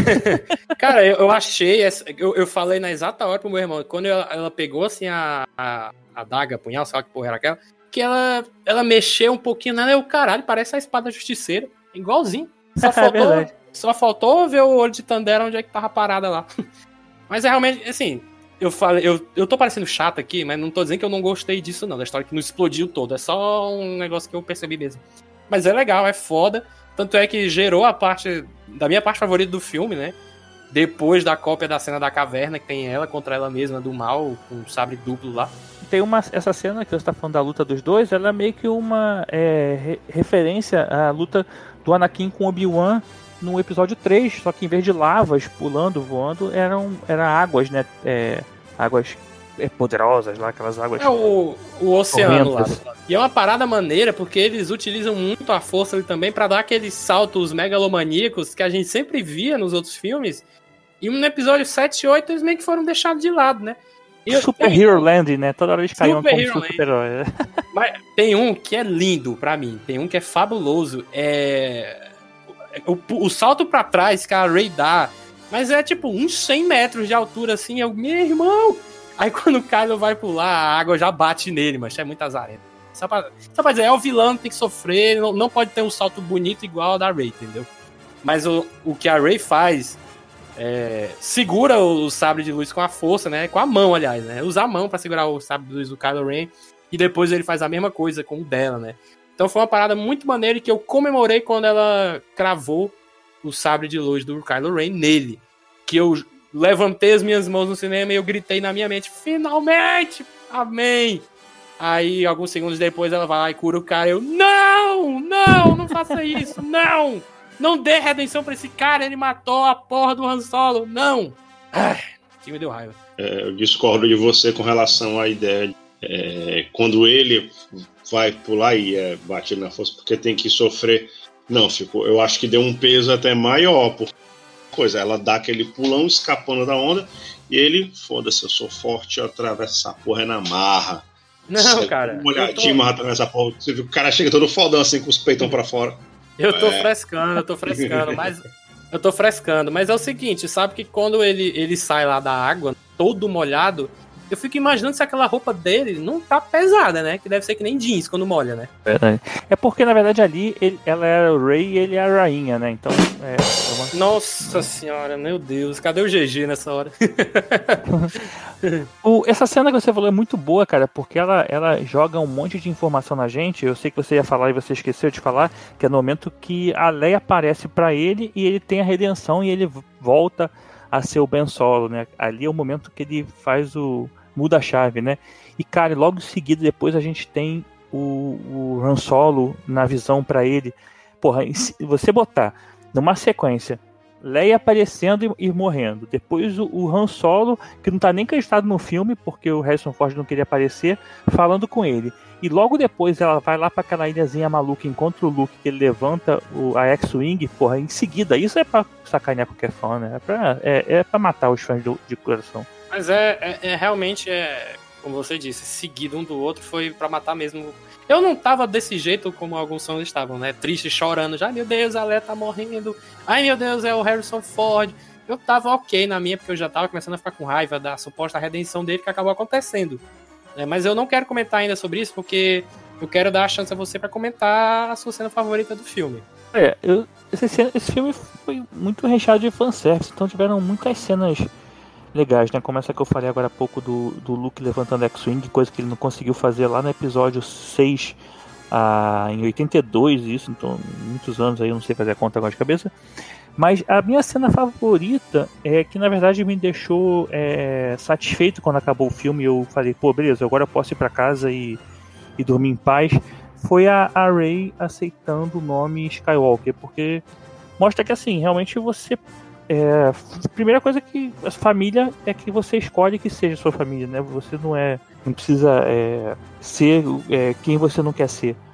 Cara, eu, eu achei, essa, eu, eu falei na exata hora pro meu irmão, quando ela, ela pegou assim a, a, a adaga, a punhal, sei lá que porra era aquela, que ela, ela mexeu um pouquinho nela, e o caralho, parece a espada justiceira, igualzinho. Só faltou, é só faltou ver o olho de Tandera onde é que tava parada lá. Mas é realmente, assim, eu falei, eu, eu tô parecendo chato aqui, mas não tô dizendo que eu não gostei disso não, da história que não explodiu todo, é só um negócio que eu percebi mesmo. Mas é legal, é foda, tanto é que gerou a parte, da minha parte favorita do filme, né? Depois da cópia da cena da caverna, que tem ela contra ela mesma do mal, com o sabre duplo lá. Tem uma, essa cena que você tá falando da luta dos dois, ela é meio que uma é, re, referência à luta do Anakin com Obi-Wan no episódio três, só que em vez de lavas pulando, voando, eram, eram águas, né? É, águas poderosas lá, aquelas águas... É o, o oceano lá. E é uma parada maneira, porque eles utilizam muito a força ali também pra dar aqueles saltos megalomaníacos que a gente sempre via nos outros filmes. E no episódio sete e oito eles meio que foram deixados de lado, né? E Super tem... Hero Land, né? Toda hora eles caíam Super como Hero super-herói. Mas tem um que é lindo pra mim. Tem um que é fabuloso. É... O, o salto pra trás que a Rey dá, mas é tipo uns cem metros de altura, assim. É o meu irmão... Aí quando o Kylo vai pular, a água já bate nele, mas é muito azarento. Só pra, só pra dizer, é o vilão, tem que sofrer, não, não pode ter um salto bonito igual ao da Rey, entendeu? Mas o, o que a Rey faz, é, segura o, o sabre de luz com a força, né? Com a mão, aliás, né? Usa a mão pra segurar o sabre de luz do Kylo Ren, e depois ele faz a mesma coisa com o dela, né? Então foi uma parada muito maneira que eu comemorei quando ela cravou o sabre de luz do Kylo Ren nele. Que eu... levantei as minhas mãos no cinema e eu gritei na minha mente, finalmente, amém. Aí, alguns segundos depois, ela vai lá e cura o cara. Eu, não, não, não faça isso, não. Não dê redenção pra esse cara, ele matou a porra do Han Solo, não. Ai, que me deu raiva. É, eu discordo de você com relação à ideia. É, quando ele vai pular e é batido na força, porque tem que sofrer. Não, ficou, eu acho que deu um peso até maior, porque coisa, ela dá aquele pulão escapando da onda e ele, foda-se, eu sou forte, eu atravesso essa porra é na marra. Não, você cara. Uma olhadinha, tô... mas atravessa a porra. Você viu, o cara chega todo fodão assim com os peitão pra fora. Eu tô é. frescando, eu tô frescando, mas. Eu tô frescando, mas é o seguinte, sabe que quando ele, ele sai lá da água, todo molhado, eu fico imaginando se aquela roupa dele não tá pesada, né? Que deve ser que nem jeans quando molha, né? Verdade. É porque, na verdade, ali ele, ela era o rei e ele é a rainha, né? Então, é... uma... Nossa senhora, meu Deus. Cadê o G G nessa hora? o, essa cena que você falou é muito boa, cara, porque ela, ela joga um monte de informação na gente. Eu sei que você ia falar e você esqueceu de falar, que é no momento que a Leia aparece pra ele e ele tem a redenção e ele volta a ser o Ben Solo, né? Ali é o momento que ele faz o... muda a chave, né? E, cara, logo em seguida, depois a gente tem o, o Han Solo na visão pra ele. Porra, se você botar numa sequência Leia aparecendo e, e morrendo, depois o, o Han Solo, que não tá nem acreditado no filme, porque o Harrison Ford não queria aparecer, falando com ele. E logo depois ela vai lá pra aquela ilhazinha maluca, encontra o Luke, que ele levanta o, a X-Wing, porra, em seguida. Isso é pra sacanear qualquer fã, né? É pra, é, é pra matar os fãs do, de coração. Mas é, é, é realmente, é, como você disse, seguido um do outro, foi pra matar mesmo. Eu não tava desse jeito como alguns fãs estavam, né? Triste, chorando já. Meu Deus, a Leia tá morrendo. Ai, meu Deus, é o Harrison Ford. Eu tava ok na minha, porque eu já tava começando a ficar com raiva da suposta redenção dele que acabou acontecendo. É, mas eu não quero comentar ainda sobre isso, porque eu quero dar a chance a você pra comentar a sua cena favorita do filme. É, eu, esse, esse filme foi muito recheado de fanservice, então tiveram muitas cenas legais, né? Como essa que eu falei agora há pouco do, do Luke levantando X-Wing, coisa que ele não conseguiu fazer lá no episódio seis, ah, em oitenta e dois, isso, então muitos anos aí, eu não sei fazer a conta agora de cabeça. Mas a minha cena favorita é que na verdade me deixou é, satisfeito quando acabou o filme. Eu falei, pô, beleza, agora eu posso ir pra casa e, e dormir em paz. Foi a, a Rey aceitando o nome Skywalker, porque mostra que assim, realmente você... É, a primeira coisa que a família é que você escolhe que seja sua família, né? Você não é, não precisa é, ser é, quem você não quer ser.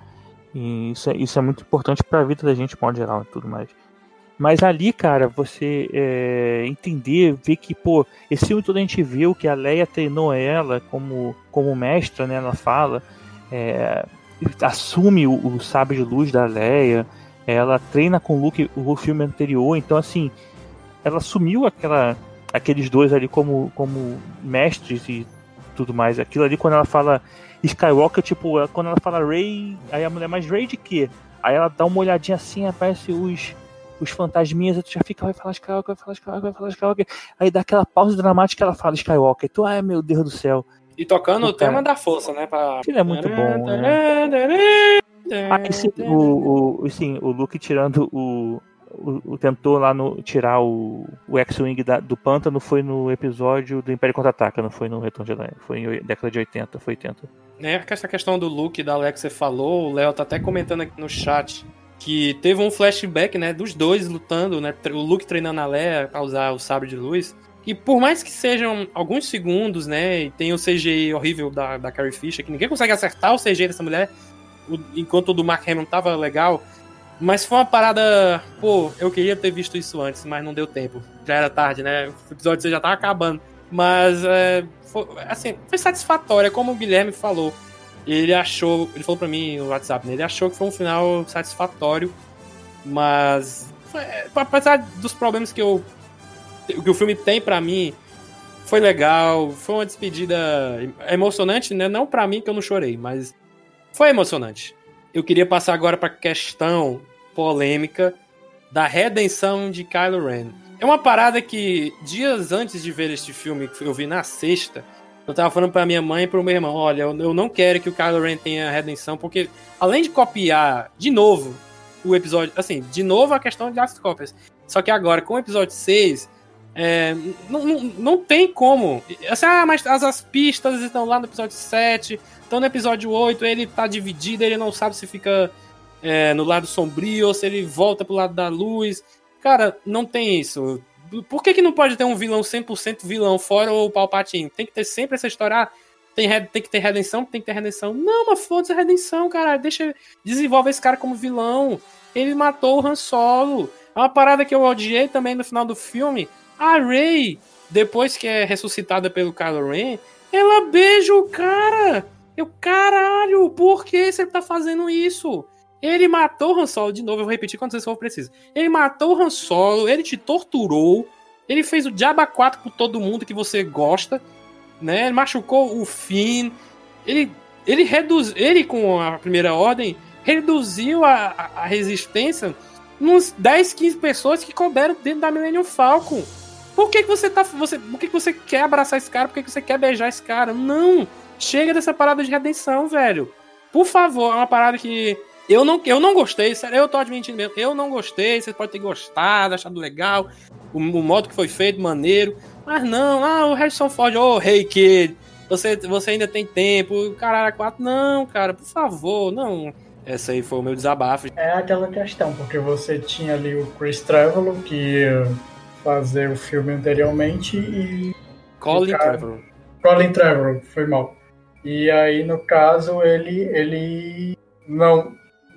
E isso é, isso é muito importante pra vida da gente, de modo geral e tudo mais. Mas ali, cara, você é, entender, ver que, pô, esse filme todo a gente viu que a Leia treinou ela como, como mestra, né? Ela fala, é, assume o, o sabre de luz da Leia, ela treina com o Luke o filme anterior, então, assim, ela assumiu aquela, aqueles dois ali como, como mestres e tudo mais. Aquilo ali, quando ela fala Skywalker, tipo, quando ela fala Rey, aí a mulher, mas Rey de quê? Aí ela dá uma olhadinha assim, aparece os... os fantasminhas, tu já fica, vai falar Skywalker, vai falar Skywalker, vai falar Skywalker. Aí dá aquela pausa dramática, ela fala Skywalker. Tu, ai meu Deus do céu. E tocando o, o tema cara... da força, né? Pra... Ele é muito bom, né? Ah, esse, o, o, assim, o Luke tirando o, o, o tentou lá no, tirar o, o X-Wing da, do pântano foi no episódio do Império Contra-Ataca, não foi no Retorno de Jedi, foi em década de oitenta, foi oitenta. É, essa questão do Luke, da Leia que você falou, o Léo tá até comentando aqui no chat que teve um flashback, né, dos dois lutando, né, o Luke treinando a Leia pra usar o sabre de luz, e por mais que sejam alguns segundos, né, e tem o C G I horrível da, da Carrie Fisher, que ninguém consegue acertar o C G I dessa mulher, o, enquanto o do Mark Hamill tava legal, mas foi uma parada, pô, eu queria ter visto isso antes, mas não deu tempo, já era tarde, né, o episódio já tava acabando, mas, é, foi, assim, foi satisfatório, como o Guilherme falou. Ele achou, ele falou pra mim no WhatsApp, né? Ele achou que foi um final satisfatório, mas foi, apesar dos problemas que, eu, que o filme tem pra mim, foi legal, foi uma despedida emocionante, né? Não pra mim que eu não chorei, mas foi emocionante. Eu queria passar agora pra questão polêmica da redenção de Kylo Ren. É uma parada que dias antes de ver este filme, que eu vi na sexta, eu tava falando pra minha mãe e pro meu irmão, olha, eu não quero que o Kylo Ren tenha redenção, porque além de copiar de novo o episódio, assim, de novo a questão das cópias, só que agora com o episódio seis, é, não, não, não tem como, assim, ah, mas as, as pistas estão lá no episódio sete, então no episódio oito ele tá dividido, ele não sabe se fica é, no lado sombrio ou se ele volta pro lado da luz, cara, não tem isso. Por que que não pode ter um vilão cem por cento vilão, fora o Palpatine? Tem que ter sempre essa história, ah, tem, tem que ter redenção, tem que ter redenção. Não, mas foda-se a redenção, cara. Deixa, desenvolve esse cara como vilão. Ele matou o Han Solo. É uma parada que eu odiei também no final do filme. A Rey, depois que é ressuscitada pelo Kylo Ren, ela beija o cara. Eu, caralho, por que você tá fazendo isso? Ele matou o Han Solo, de novo, eu vou repetir quantas vezes for preciso. Ele matou o Han Solo, ele te torturou, ele fez o Diaba quatro com todo mundo que você gosta, né? Ele machucou o Finn, ele, ele reduziu, ele com a Primeira Ordem, reduziu a, a, a resistência nos dez, quinze pessoas que couberam dentro da Millennium Falcon. Por que que você tá, você, por que que você quer abraçar esse cara? Por que que você quer beijar esse cara? Não! Chega dessa parada de redenção, velho. Por favor, é uma parada que Eu não, eu não gostei, sério, eu tô admitindo mesmo. Eu não gostei, vocês podem ter gostado, achado legal, o, o modo que foi feito, maneiro. Mas não, ah, o Harrison Ford, oh, hey kid, você, você ainda tem tempo, caralho, quatro. Não, cara, por favor, não. Esse aí foi o meu desabafo. É aquela questão, porque você tinha ali o Chris Trevelyan, que ia fazer o filme anteriormente, e... Colin cara... Trevorrow. Colin Trevorrow, foi mal. E aí, no caso, ele, ele não...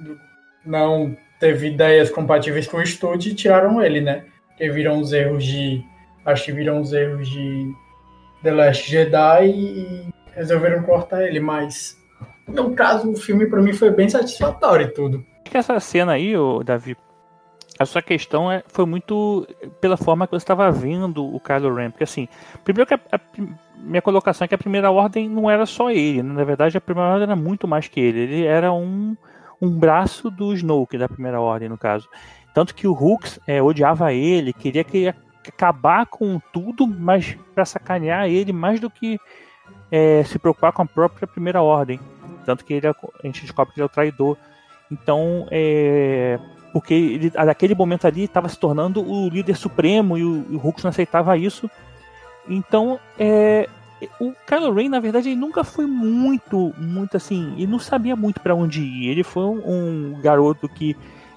não teve ideias compatíveis com o estúdio e tiraram ele, né? Porque viram os erros de... Acho que viram os erros de The Last Jedi e resolveram cortar ele, mas... No caso, o filme pra mim foi bem satisfatório e tudo. Acho que essa cena aí, ô, Davi, a sua questão é, foi muito pela forma que você estava vendo o Kylo Ren. Porque assim, primeiro que a, a minha colocação é que a Primeira Ordem não era só ele, né? Na verdade a Primeira Ordem era muito mais que ele. Ele era um... um braço do Snoke, da Primeira Ordem, no caso. Tanto que o Hux é, odiava ele, queria que ele acabar com tudo, mas para sacanear ele mais do que é, se preocupar com a própria Primeira Ordem. Tanto que ele, a gente descobre que ele é o traidor. Então, é, porque ele, naquele momento ali, estava se tornando o líder supremo e o, o Hux não aceitava isso. Então, é... o Kylo Ren, na verdade, ele nunca foi muito, muito assim, ele não sabia muito pra onde ir. Ele foi um, um garoto que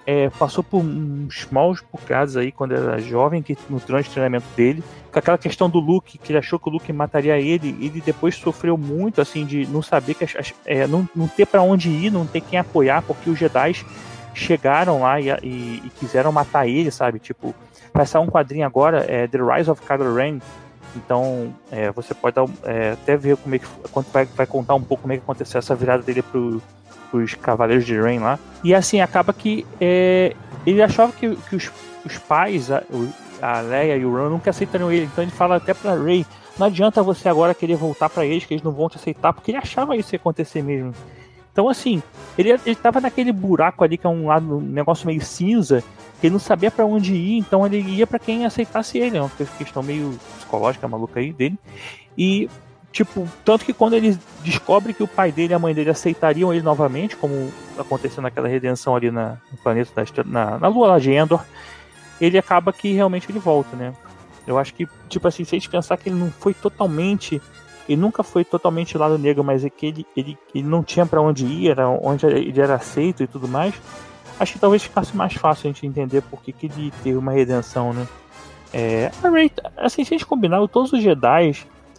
é, passou por uns maus bocados aí quando era jovem, que no treinamento dele, com aquela questão do Luke, que ele achou que o Luke mataria ele, ele depois sofreu muito, assim, de não saber, que as, é, não, não ter pra onde ir, não ter quem apoiar, porque os Jedi chegaram lá e, e, e quiseram matar ele, sabe? Tipo, vai sair um quadrinho agora, é The Rise of Kylo Ren. Então, é, você pode dar, é, até ver como é que vai, vai contar um pouco como é que aconteceu essa virada dele pro, pros Cavaleiros de Ren lá. E assim, acaba que é, ele achava que, que os, os pais, a, a Leia e o Ron, nunca aceitariam ele. Então ele fala até pra Rey, não adianta você agora querer voltar pra eles, que eles não vão te aceitar, porque ele achava isso ia acontecer mesmo. Então assim, ele, ele tava naquele buraco ali, que é um lado, um negócio meio cinza, que ele não sabia pra onde ir, então ele ia pra quem aceitasse ele. É uma questão meio psicológica, maluca aí dele. E, tipo, tanto que quando ele descobre que o pai dele e a mãe dele aceitariam ele novamente, como aconteceu naquela redenção ali na, no planeta, da, na, na lua lá de Endor, ele acaba que realmente ele volta, né? Eu acho que, tipo assim, se a gente pensar que ele não foi totalmente... Ele nunca foi totalmente lado negro, mas é que ele, ele, ele não tinha pra onde ir, era onde ele era aceito e tudo mais. Acho que talvez ficasse mais fácil a gente entender por que, que ele teve uma redenção, né? É, a Rey, assim, se a gente combinar, todos os Jedi,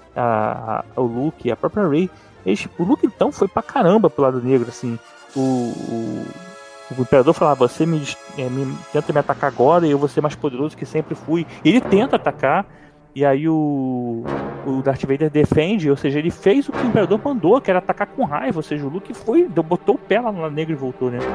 a, a, o Luke, a própria Rey, eles, tipo, o Luke então foi pra caramba pro lado negro, assim. O, o, o Imperador falava, você me, é, me, tenta me atacar agora e eu vou ser mais poderoso que sempre fui. E ele tenta atacar. E aí o, o Darth Vader defende, ou seja, ele fez o que o Imperador mandou, que era atacar com raiva, ou seja, o Luke foi, botou o pé lá no lado negro e voltou, né?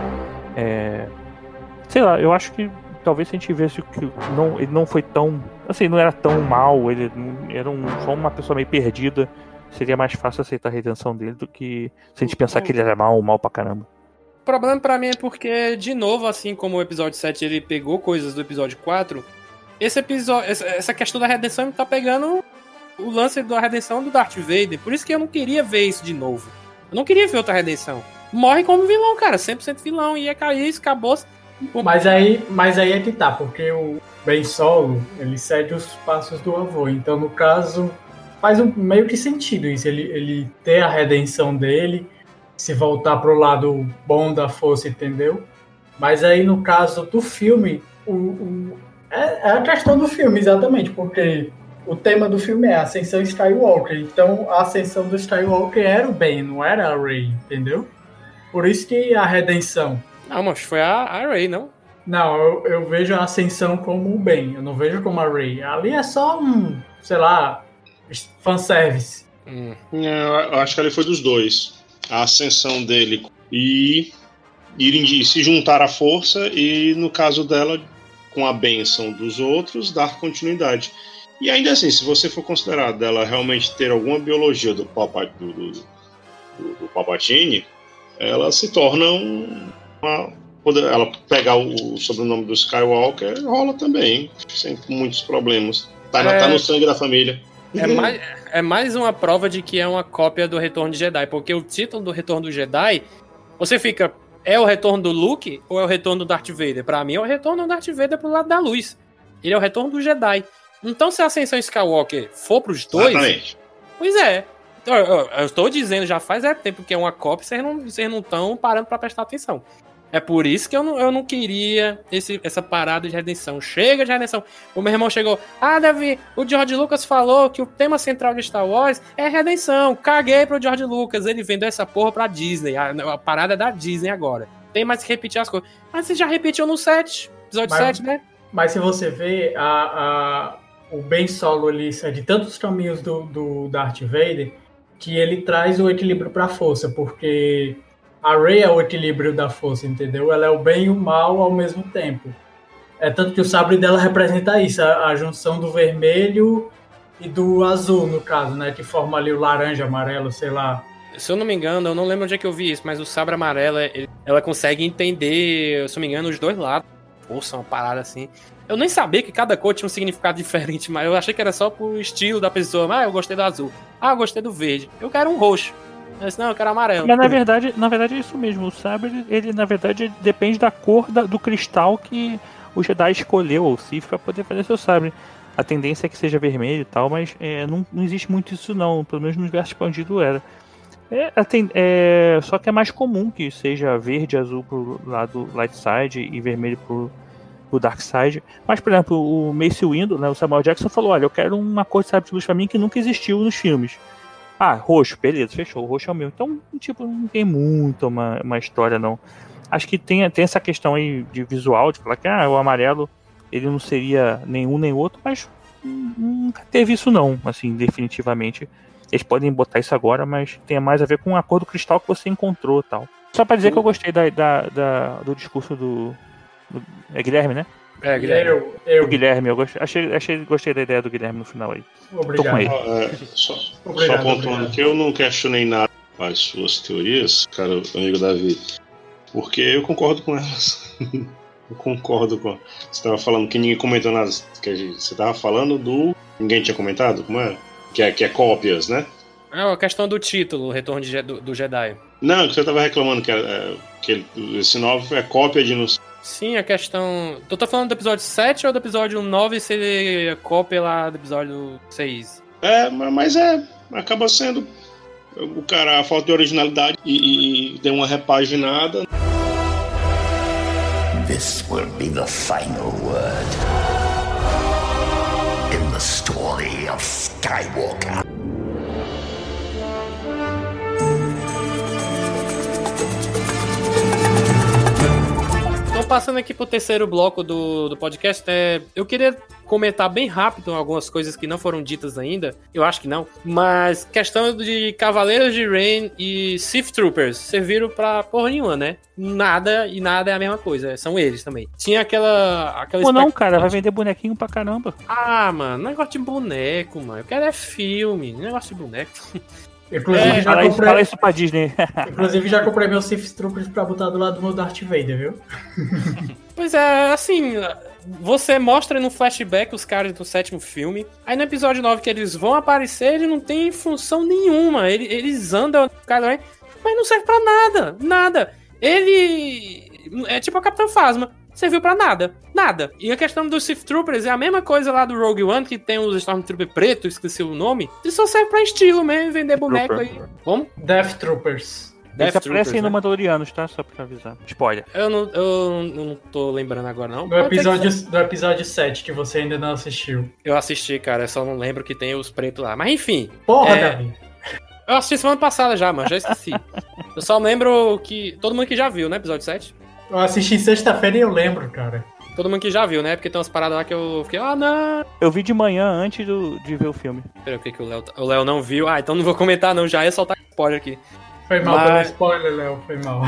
É, sei lá, eu acho que talvez se a gente tivesse que não, ele não foi tão, assim, não era tão mal, ele era um, só uma pessoa meio perdida, seria mais fácil aceitar a redenção dele do que se a gente pensar que ele era mal, mal pra caramba. O problema pra mim é porque, de novo, assim como o episódio sete ele pegou coisas do episódio quatro, esse episódio, essa questão da redenção tá pegando o lance da redenção do Darth Vader. Por isso que eu não queria ver isso de novo. Eu não queria ver outra redenção. Morre como vilão, cara. cem por cento vilão. Ia cair, isso acabou. Mas aí, mas aí é que tá, porque o Ben Solo, ele segue os passos do avô. Então, no caso, faz um, meio que sentido isso. Ele, ele ter a redenção dele, se voltar pro lado bom da força, entendeu? Mas aí, no caso do filme, o... o É, é a questão do filme, exatamente, porque o tema do filme é a ascensão Skywalker, então a ascensão do Skywalker era o Ben, não era a Rey, entendeu? Por isso que a redenção... Não, mas foi a, a Rey, não? Não, eu, eu vejo a ascensão como o Ben, eu não vejo como a Rey. Ali é só um, sei lá, fanservice. Hum. Eu acho que ali foi dos dois. A ascensão dele e irem se juntar à força e, no caso dela... com a bênção dos outros, dar continuidade. E ainda assim, se você for considerar dela realmente ter alguma biologia do, Papa, do, do, do, do Palpatine, ela se torna um, uma... Ela pegar o sobrenome do Skywalker, rola também, sem muitos problemas. Tá, é, tá no sangue da família. É mais, é mais uma prova de que é uma cópia do Retorno de Jedi, porque o título do Retorno do Jedi, você fica... É o retorno do Luke ou é o retorno do Darth Vader? Pra mim é o retorno do Darth Vader pro lado da luz. Ele é o retorno do Jedi. Então se a Ascensão Skywalker for pros dois... Exatamente. Pois é. Eu, eu, eu estou dizendo já faz é tempo que é uma cópia, vocês não vocês não estão parando pra prestar atenção. É por isso que eu não, eu não queria esse, essa parada de redenção. Chega de redenção. O meu irmão chegou... Ah, Davi, o George Lucas falou que o tema central de Star Wars é redenção. Caguei pro George Lucas. Ele vendeu essa porra pra Disney. A, a parada é da Disney agora. Tem mais que repetir as coisas. Mas você já repetiu no sete. Episódio mas, sete, né? Mas se você vê, a, a, o Ben Solo ali segue tantos caminhos do, do Darth Vader que ele traz o equilíbrio pra força. Porque... a Rey é o equilíbrio da força, entendeu? Ela é o bem e o mal ao mesmo tempo. É tanto que o sabre dela representa isso, a, a junção do vermelho e do azul, no caso, né? Que forma ali o laranja, amarelo, sei lá. Se eu não me engano, eu não lembro onde é que eu vi isso, mas o sabre amarelo, ele, ela consegue entender, se eu não me engano, os dois lados. Poxa, uma parada assim. Eu nem sabia que cada cor tinha um significado diferente, mas eu achei que era só pro estilo da pessoa. Ah, eu gostei do azul. Ah, eu gostei do verde. Eu quero um roxo. Eu disse, não, eu quero amarelo. Mas na verdade, na verdade é isso mesmo. O sabre, ele na verdade ele depende da cor da, do cristal que o Jedi escolheu, ou o Sith, pra poder fazer seu sabre. A tendência é que seja vermelho e tal, mas é, não, não existe muito isso não. Pelo menos no universo expandido era. É, tem, é, só que é mais comum que seja verde e azul pro lado light side e vermelho pro, pro dark side. Mas, por exemplo, o Mace Windu, né, o Samuel Jackson falou, olha, eu quero uma cor de sabre de luz pra mim que nunca existiu nos filmes. Ah, roxo, beleza, fechou, o roxo é o meu. Então, tipo, não tem muito uma, uma história, não. Acho que tem, tem essa questão aí de visual, de falar que ah, o amarelo, ele não seria nenhum nem outro, mas nunca teve isso não, assim, definitivamente. Eles podem botar isso agora, mas tem mais a ver com a cor do cristal que você encontrou e tal. Só pra dizer que eu gostei da, da, da, do discurso do, do... É Guilherme, né? É, Guilherme. Eu, eu. O Guilherme, eu gostei, achei, achei, gostei da ideia do Guilherme no final aí. Obrigado. Tô com ele. É, só, Obrigado, só pontuando obrigado. que eu não questionei nada as suas teorias, cara, amigo Davi, porque eu concordo com elas. Eu concordo com. Você estava falando que ninguém comentou nada. Que a gente, você estava falando do. Ninguém tinha comentado? Como é? Que é, que é cópias, né? É a questão do título, o Retorno de Je- do, do Jedi. Não, que você estava reclamando que, era, é, que ele, esse novo é cópia de. Não... Sim, a questão. Tu tá falando do episódio sete ou do episódio nove se ele é cópia lá do episódio seis? É, mas é. Acaba sendo. O cara, a falta de originalidade e, e, e deu uma repaginada. This will be the final word in the story of Skywalker. Então, passando aqui pro terceiro bloco do, do podcast, é, eu queria comentar bem rápido algumas coisas que não foram ditas ainda. Eu acho que não. Mas questão de Cavaleiros de Rain e Sith Troopers serviram pra porra nenhuma, né? Nada e nada é a mesma coisa. São eles também. Tinha aquela... aquela Pô, não, expect- cara, vai vender bonequinho pra caramba. Ah, mano, negócio de boneco, mano. Eu quero é filme, negócio de boneco. Inclusive, É, já Fala isso, comprei, fala isso pra Disney. inclusive, já comprei meus Sith Troopers pra botar do lado do meu Darth Vader, viu? Pois é, assim, você mostra no flashback os caras do sétimo filme, aí no episódio nove que eles vão aparecer, ele não tem função nenhuma, ele, eles andam, cara, mas não serve pra nada, nada. Ele é tipo a Capitã Phasma, serviu pra nada, nada. E a questão dos Sith Troopers é a mesma coisa lá do Rogue One, que tem os Stormtrooper preto, esqueci o nome, ele só serve pra estilo mesmo, vender boneco aí. Como? Death Troopers. Eles Death aparecem Troopers, no né? Mandalorianos, tá? Só pra avisar. Spoiler. Eu não, eu não tô lembrando agora, não. No Pode ser que episódio, seja. do episódio sete, que você ainda não assistiu. Eu assisti, cara, eu só não lembro que tem os pretos lá. Mas enfim. Porra, É. Davi. Eu assisti semana passada já, mano, já esqueci. Eu só lembro que. Todo mundo que já viu, né? Episódio sete? Eu assisti sexta-feira e eu lembro, cara. Todo mundo que já viu, né? Porque tem umas paradas lá que eu fiquei, ah, não. Eu vi de manhã antes do, de ver o filme. Peraí, o que, que o Léo. O Léo não viu? Ah, então não vou comentar, não. Já ia soltar spoiler aqui. Foi mal Mas- pelo spoiler, Léo, foi mal.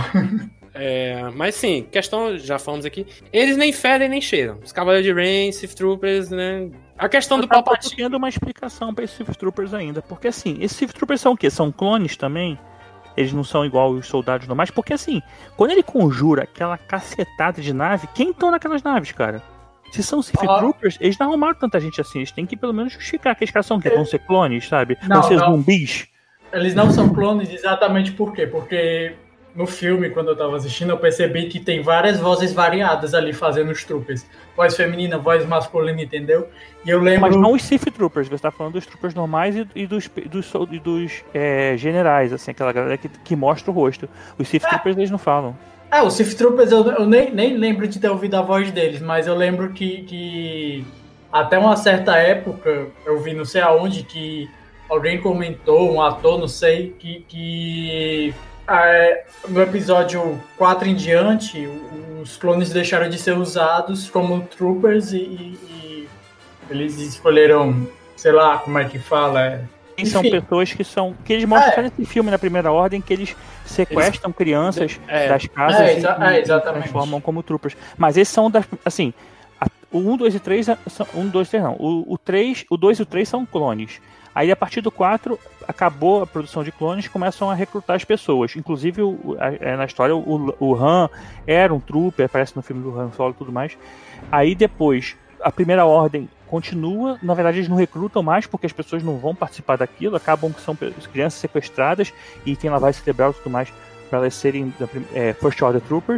É, mas sim, questão, já falamos aqui. Eles nem fedem nem cheiram. Os Cavaleiros de Rain, Sith Troopers, né? A questão do Eu tava Palpatine. tendo uma explicação pra esses Sith Troopers ainda. Porque assim, esses Sith Troopers são o quê? São clones também? Eles não são igual os soldados normais? Porque assim, quando ele conjura aquela cacetada de nave, quem estão naquelas naves, cara? Se são Sith Ah. Troopers, eles não arrumaram tanta gente assim. Eles têm que pelo menos justificar que esses caras são o quê? Vão ser clones, sabe? Não, Vão ser não. zumbis? Eles não são clones exatamente por quê? Porque no filme, quando eu tava assistindo, eu percebi que tem várias vozes variadas ali fazendo os troopers. Voz feminina, voz masculina, entendeu? E eu lembro... Mas não os Sith Troopers, você tá falando dos Troopers normais e, e dos, dos, sol- e dos é, generais, assim, aquela galera que, que mostra o rosto. Os Sith Troopers eles não falam. É, os Sith Troopers eu, eu nem, nem lembro de ter ouvido a voz deles, mas eu lembro que, que até uma certa época, eu vi não sei aonde, que alguém comentou, um ator, não sei, que, que é, no episódio quatro em diante, os clones deixaram de ser usados como Troopers e, e- e eles escolheram, sei lá, como é que fala, é, E são enfim. pessoas que são. Que eles mostram É. só nesse filme na primeira ordem que eles sequestram crianças É. das casas É, e, exa- e- é, e exatamente. transformam como troopers. Mas esses são das. Assim, a- o um, dois e três são. um, dois, três não. O, o, três, o dois e o três são clones. Aí a partir do quatro acabou a produção de clones, começam a recrutar as pessoas. Inclusive, o- a- é, na história, o, o Han era um trooper, aparece no filme do Han Solo e tudo mais. Aí depois, a primeira ordem continua. Na verdade, eles não recrutam mais porque as pessoas não vão participar daquilo. Acabam que são pe- crianças sequestradas e tem lavagem cerebral e tudo mais para elas serem da prim- é, First Order Troopers.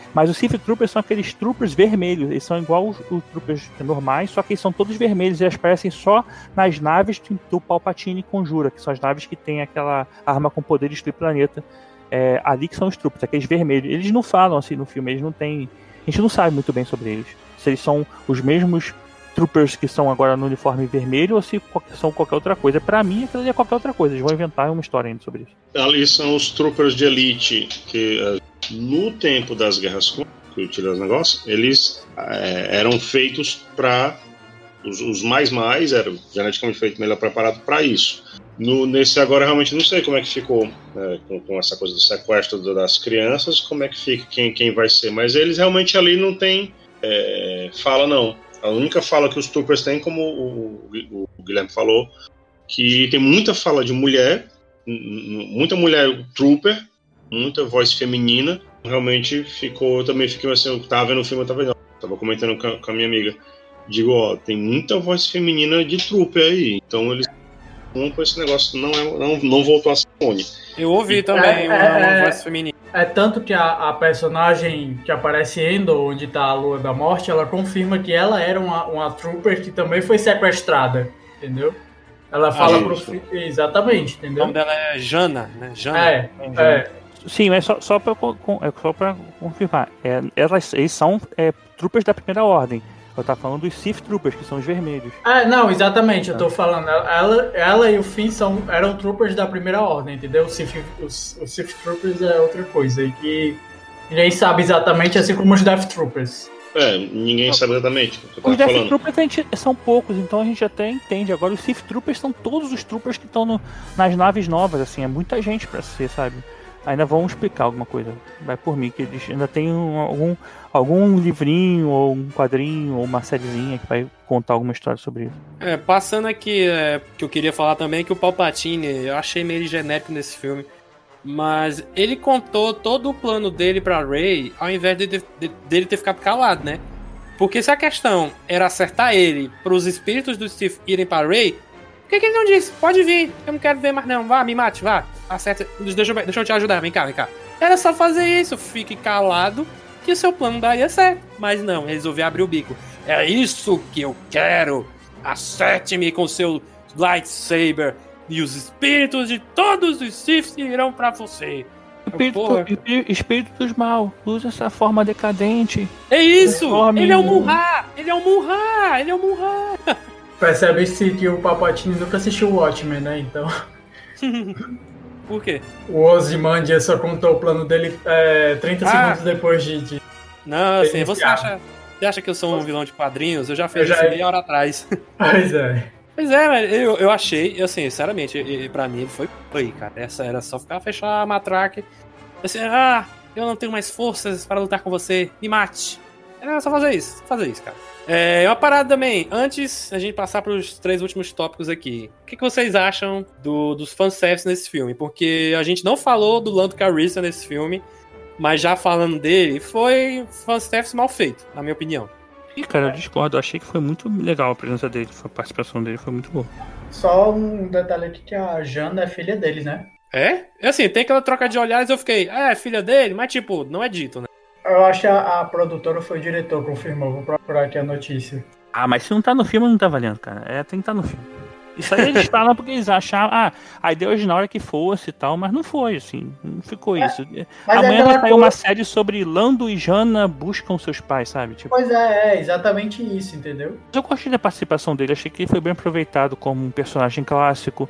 Mas os Sith Troopers são aqueles troopers vermelhos. Eles são igual os, os troopers normais, só que eles são todos vermelhos. E eles aparecem só nas naves do Palpatine Conjura, que são as naves que tem aquela arma com poder de destruir planeta. É, ali que são os troopers, aqueles vermelhos. Eles não falam assim no filme, eles não têm... A gente não sabe muito bem sobre eles. Se eles são os mesmos troopers que são agora no uniforme vermelho ou se são qualquer outra coisa. Pra mim, aquilo ali é qualquer outra coisa. Eles vão inventar uma história ainda sobre isso. Ali são os troopers de elite que... No tempo das guerras que utiliza os negócios, eles é, eram feitos para os, os mais mais, eram geneticamente feitos melhor preparados para isso. No, nesse agora realmente não sei como é que ficou é, com, com essa coisa do sequestro das crianças, como é que fica, quem, quem vai ser, mas eles realmente ali não tem é, fala não. A única fala que os troopers têm, como o, o, o Guilherme falou, que tem muita fala de mulher, muita mulher trooper, muita voz feminina. Realmente ficou, também fiquei assim, eu tava vendo o filme, eu tava, tava comentando com a, com a minha amiga. Digo, ó, tem muita voz feminina de trooper aí, então eles não com esse negócio, não, é, não, não voltou a ser Sony. Eu ouvi também é, uma, é, uma voz feminina. É tanto que a, a personagem que aparece em Endor, onde tá a Lua da Morte, ela confirma que ela era uma, uma trooper que também foi sequestrada, entendeu? Ela fala ah, pro filho. Exatamente, entendeu? O nome dela é Jana, né? Jana. É, é. Sim, mas só, só para só pra confirmar. É, elas, eles são é, troopers da primeira ordem. Eu tava falando dos Sith Troopers, que são os vermelhos. É, não, exatamente, eu tô falando. Ela, ela e o Finn são, eram troopers da primeira ordem, entendeu? Os Sith, os, os Sith Troopers é outra coisa. E que ninguém sabe exatamente, assim como os Death Troopers. É, ninguém sabe exatamente o que eu tava Os Death falando. Troopers a gente, são poucos, então a gente até entende. Agora os Sith Troopers são todos os troopers que estão nas naves novas, assim, é muita gente pra ser, sabe? Ainda vão explicar alguma coisa. Vai por mim, que eles ainda tem um, algum, algum livrinho, ou um quadrinho, ou uma sériezinha que vai contar alguma história sobre isso. É, passando aqui, é, que eu queria falar também, que o Palpatine, eu achei meio genérico nesse filme, mas ele contou todo o plano dele pra Rey, ao invés de, de, de, dele ter ficado calado, né? Porque se a questão era acertar ele pros espíritos do Sith irem pra Rey, por que, que ele não disse? Pode vir, eu não quero ver mais não, vá, me mate, vá, acerta, deixa eu, deixa eu te ajudar, vem cá, vem cá. Era só fazer isso, fique calado, que o seu plano daria certo. Mas não, resolveu abrir o bico. É isso que eu quero, acerte-me com seu lightsaber, e os espíritos de todos os Sith irão pra você. Espírito, espírito dos mal, usa essa forma decadente. É isso, ele é o Munra, ele é o Munra, ele é o Munra. Percebe-se que o Palpatine nunca assistiu o Watchmen, né? Então. Por quê? O Ozymandias só contou o plano dele é, trinta ah. segundos depois de. de não, assim, você acha, você acha que eu sou um vilão de quadrinhos? Eu já fiz eu já... isso meia hora atrás. Pois é. Pois é, eu, eu achei, assim, sinceramente, pra mim ele foi aí, cara. Essa era só ficar fechar a matraca. Assim, ah, eu não tenho mais forças para lutar com você, me mate. Era só fazer isso, fazer isso, cara. É uma parada também, antes a gente passar para os três últimos tópicos aqui, o que, que vocês acham do, dos fanservice nesse filme? Porque a gente não falou do Lando Calrissian nesse filme, mas já falando dele, foi fanservice mal feito, na minha opinião. Ih, cara, eu discordo, eu achei que foi muito legal a presença dele, a participação dele foi muito boa. Só um detalhe aqui que a Jana é filha dele, né? É? Assim, tem aquela troca de olhares, eu fiquei, ah, é filha dele? Mas tipo, não é dito, né? Eu acho que a, a produtora foi o diretor, confirmou. Vou procurar aqui a notícia. Ah, mas se não tá no filme, não tá valendo, cara. É, tem que estar tá no filme. Isso aí eles falam porque eles achavam, ah, a ideia original era que fosse e tal, mas não foi, assim, não ficou é, isso. Amanhã é vai sair coisa... uma série sobre Lando e Jana buscam seus pais, sabe? Tipo... Pois é, é exatamente isso, entendeu? Eu gostei da participação dele, achei que ele foi bem aproveitado como um personagem clássico.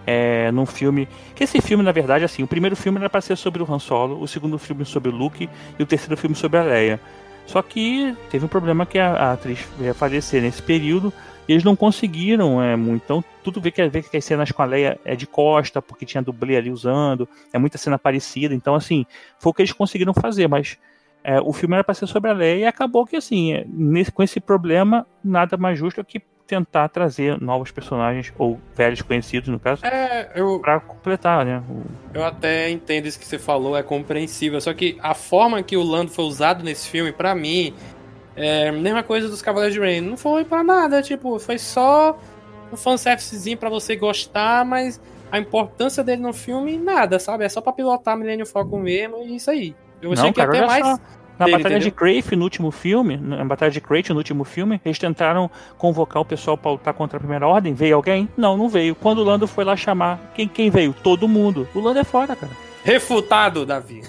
É, num filme, que esse filme na verdade assim, o primeiro filme era para ser sobre o Han Solo, o segundo filme sobre o Luke e o terceiro filme sobre a Leia, só que teve um problema que a, a atriz ia falecer nesse período e eles não conseguiram é, muito, então tudo vê que, vê que as cenas com a Leia é de costa, porque tinha dublê ali usando, é muita cena parecida, então assim, foi o que eles conseguiram fazer, mas é, o filme era para ser sobre a Leia e acabou que assim, é, nesse, com esse problema, nada mais justo que tentar trazer novos personagens, ou velhos conhecidos, no caso, é, eu, pra completar, né? O... Eu até entendo isso que você falou, é compreensível, só que a forma que o Lando foi usado nesse filme, pra mim, é a mesma coisa dos Cavaleiros de Rain, não foi pra nada, tipo, foi só um fanservicezinho pra você gostar, mas a importância dele no filme, nada, sabe? É só pra pilotar Millennium Falcon mesmo, e isso aí. Eu achei não, que cara, até olha mais... Só. Na dele, Batalha de entendeu? Crate, no último filme, na Batalha de Crate, no último filme, eles tentaram convocar o pessoal pra lutar contra a Primeira Ordem. Veio alguém? Não, não veio. Quando o Lando foi lá chamar, quem, quem veio? Todo mundo. O Lando é foda, cara. Refutado, Davi.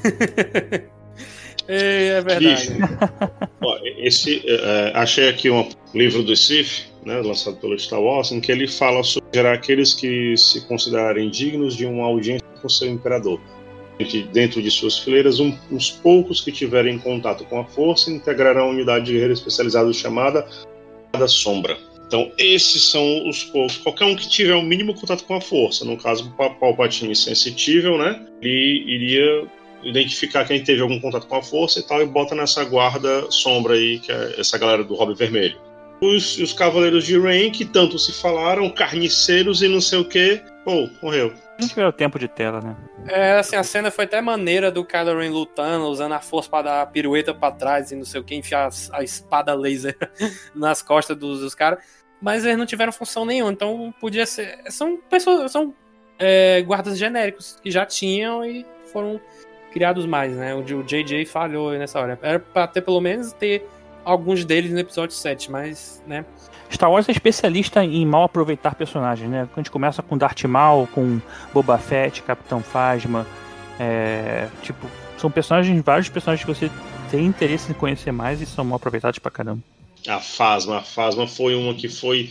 É verdade. Ó, esse, é, achei aqui um livro do Sith, né, lançado pelo Star Wars, em que ele fala sobre aqueles que se considerarem dignos de uma audiência com seu imperador. Dentro de suas fileiras, um, uns poucos que tiverem contato com a força integrarão a unidade de guerreiro especializada chamada da Sombra. Então, esses são os poucos. Qualquer um que tiver o mínimo contato com a força, no caso, o Palpatine sensitível, né, ele iria identificar quem teve algum contato com a força e tal, e bota nessa guarda sombra aí, que é essa galera do Hobby Vermelho. Os, os Cavaleiros de Rain, que tanto se falaram, carniceiros e não sei o que, pô, morreu. Não tiveram tempo de tela, né? É, assim, a cena foi até maneira do Kylo Ren lutando, usando a força pra dar a pirueta pra trás e não sei o que, enfiar a, a espada laser nas costas dos, dos caras, mas eles não tiveram função nenhuma, então podia ser... São pessoas, são é, guardas genéricos que já tinham e foram criados mais, né? O J J falhou nessa hora. Era pra ter pelo menos ter alguns deles no episódio sete, mas, né? Star Wars é especialista em mal aproveitar personagens, né? A gente começa com Darth Maul, com Boba Fett, Capitão Phasma, é, tipo, são personagens, vários personagens que você tem interesse em conhecer mais e são mal aproveitados pra caramba. A Phasma, a Phasma foi uma que foi...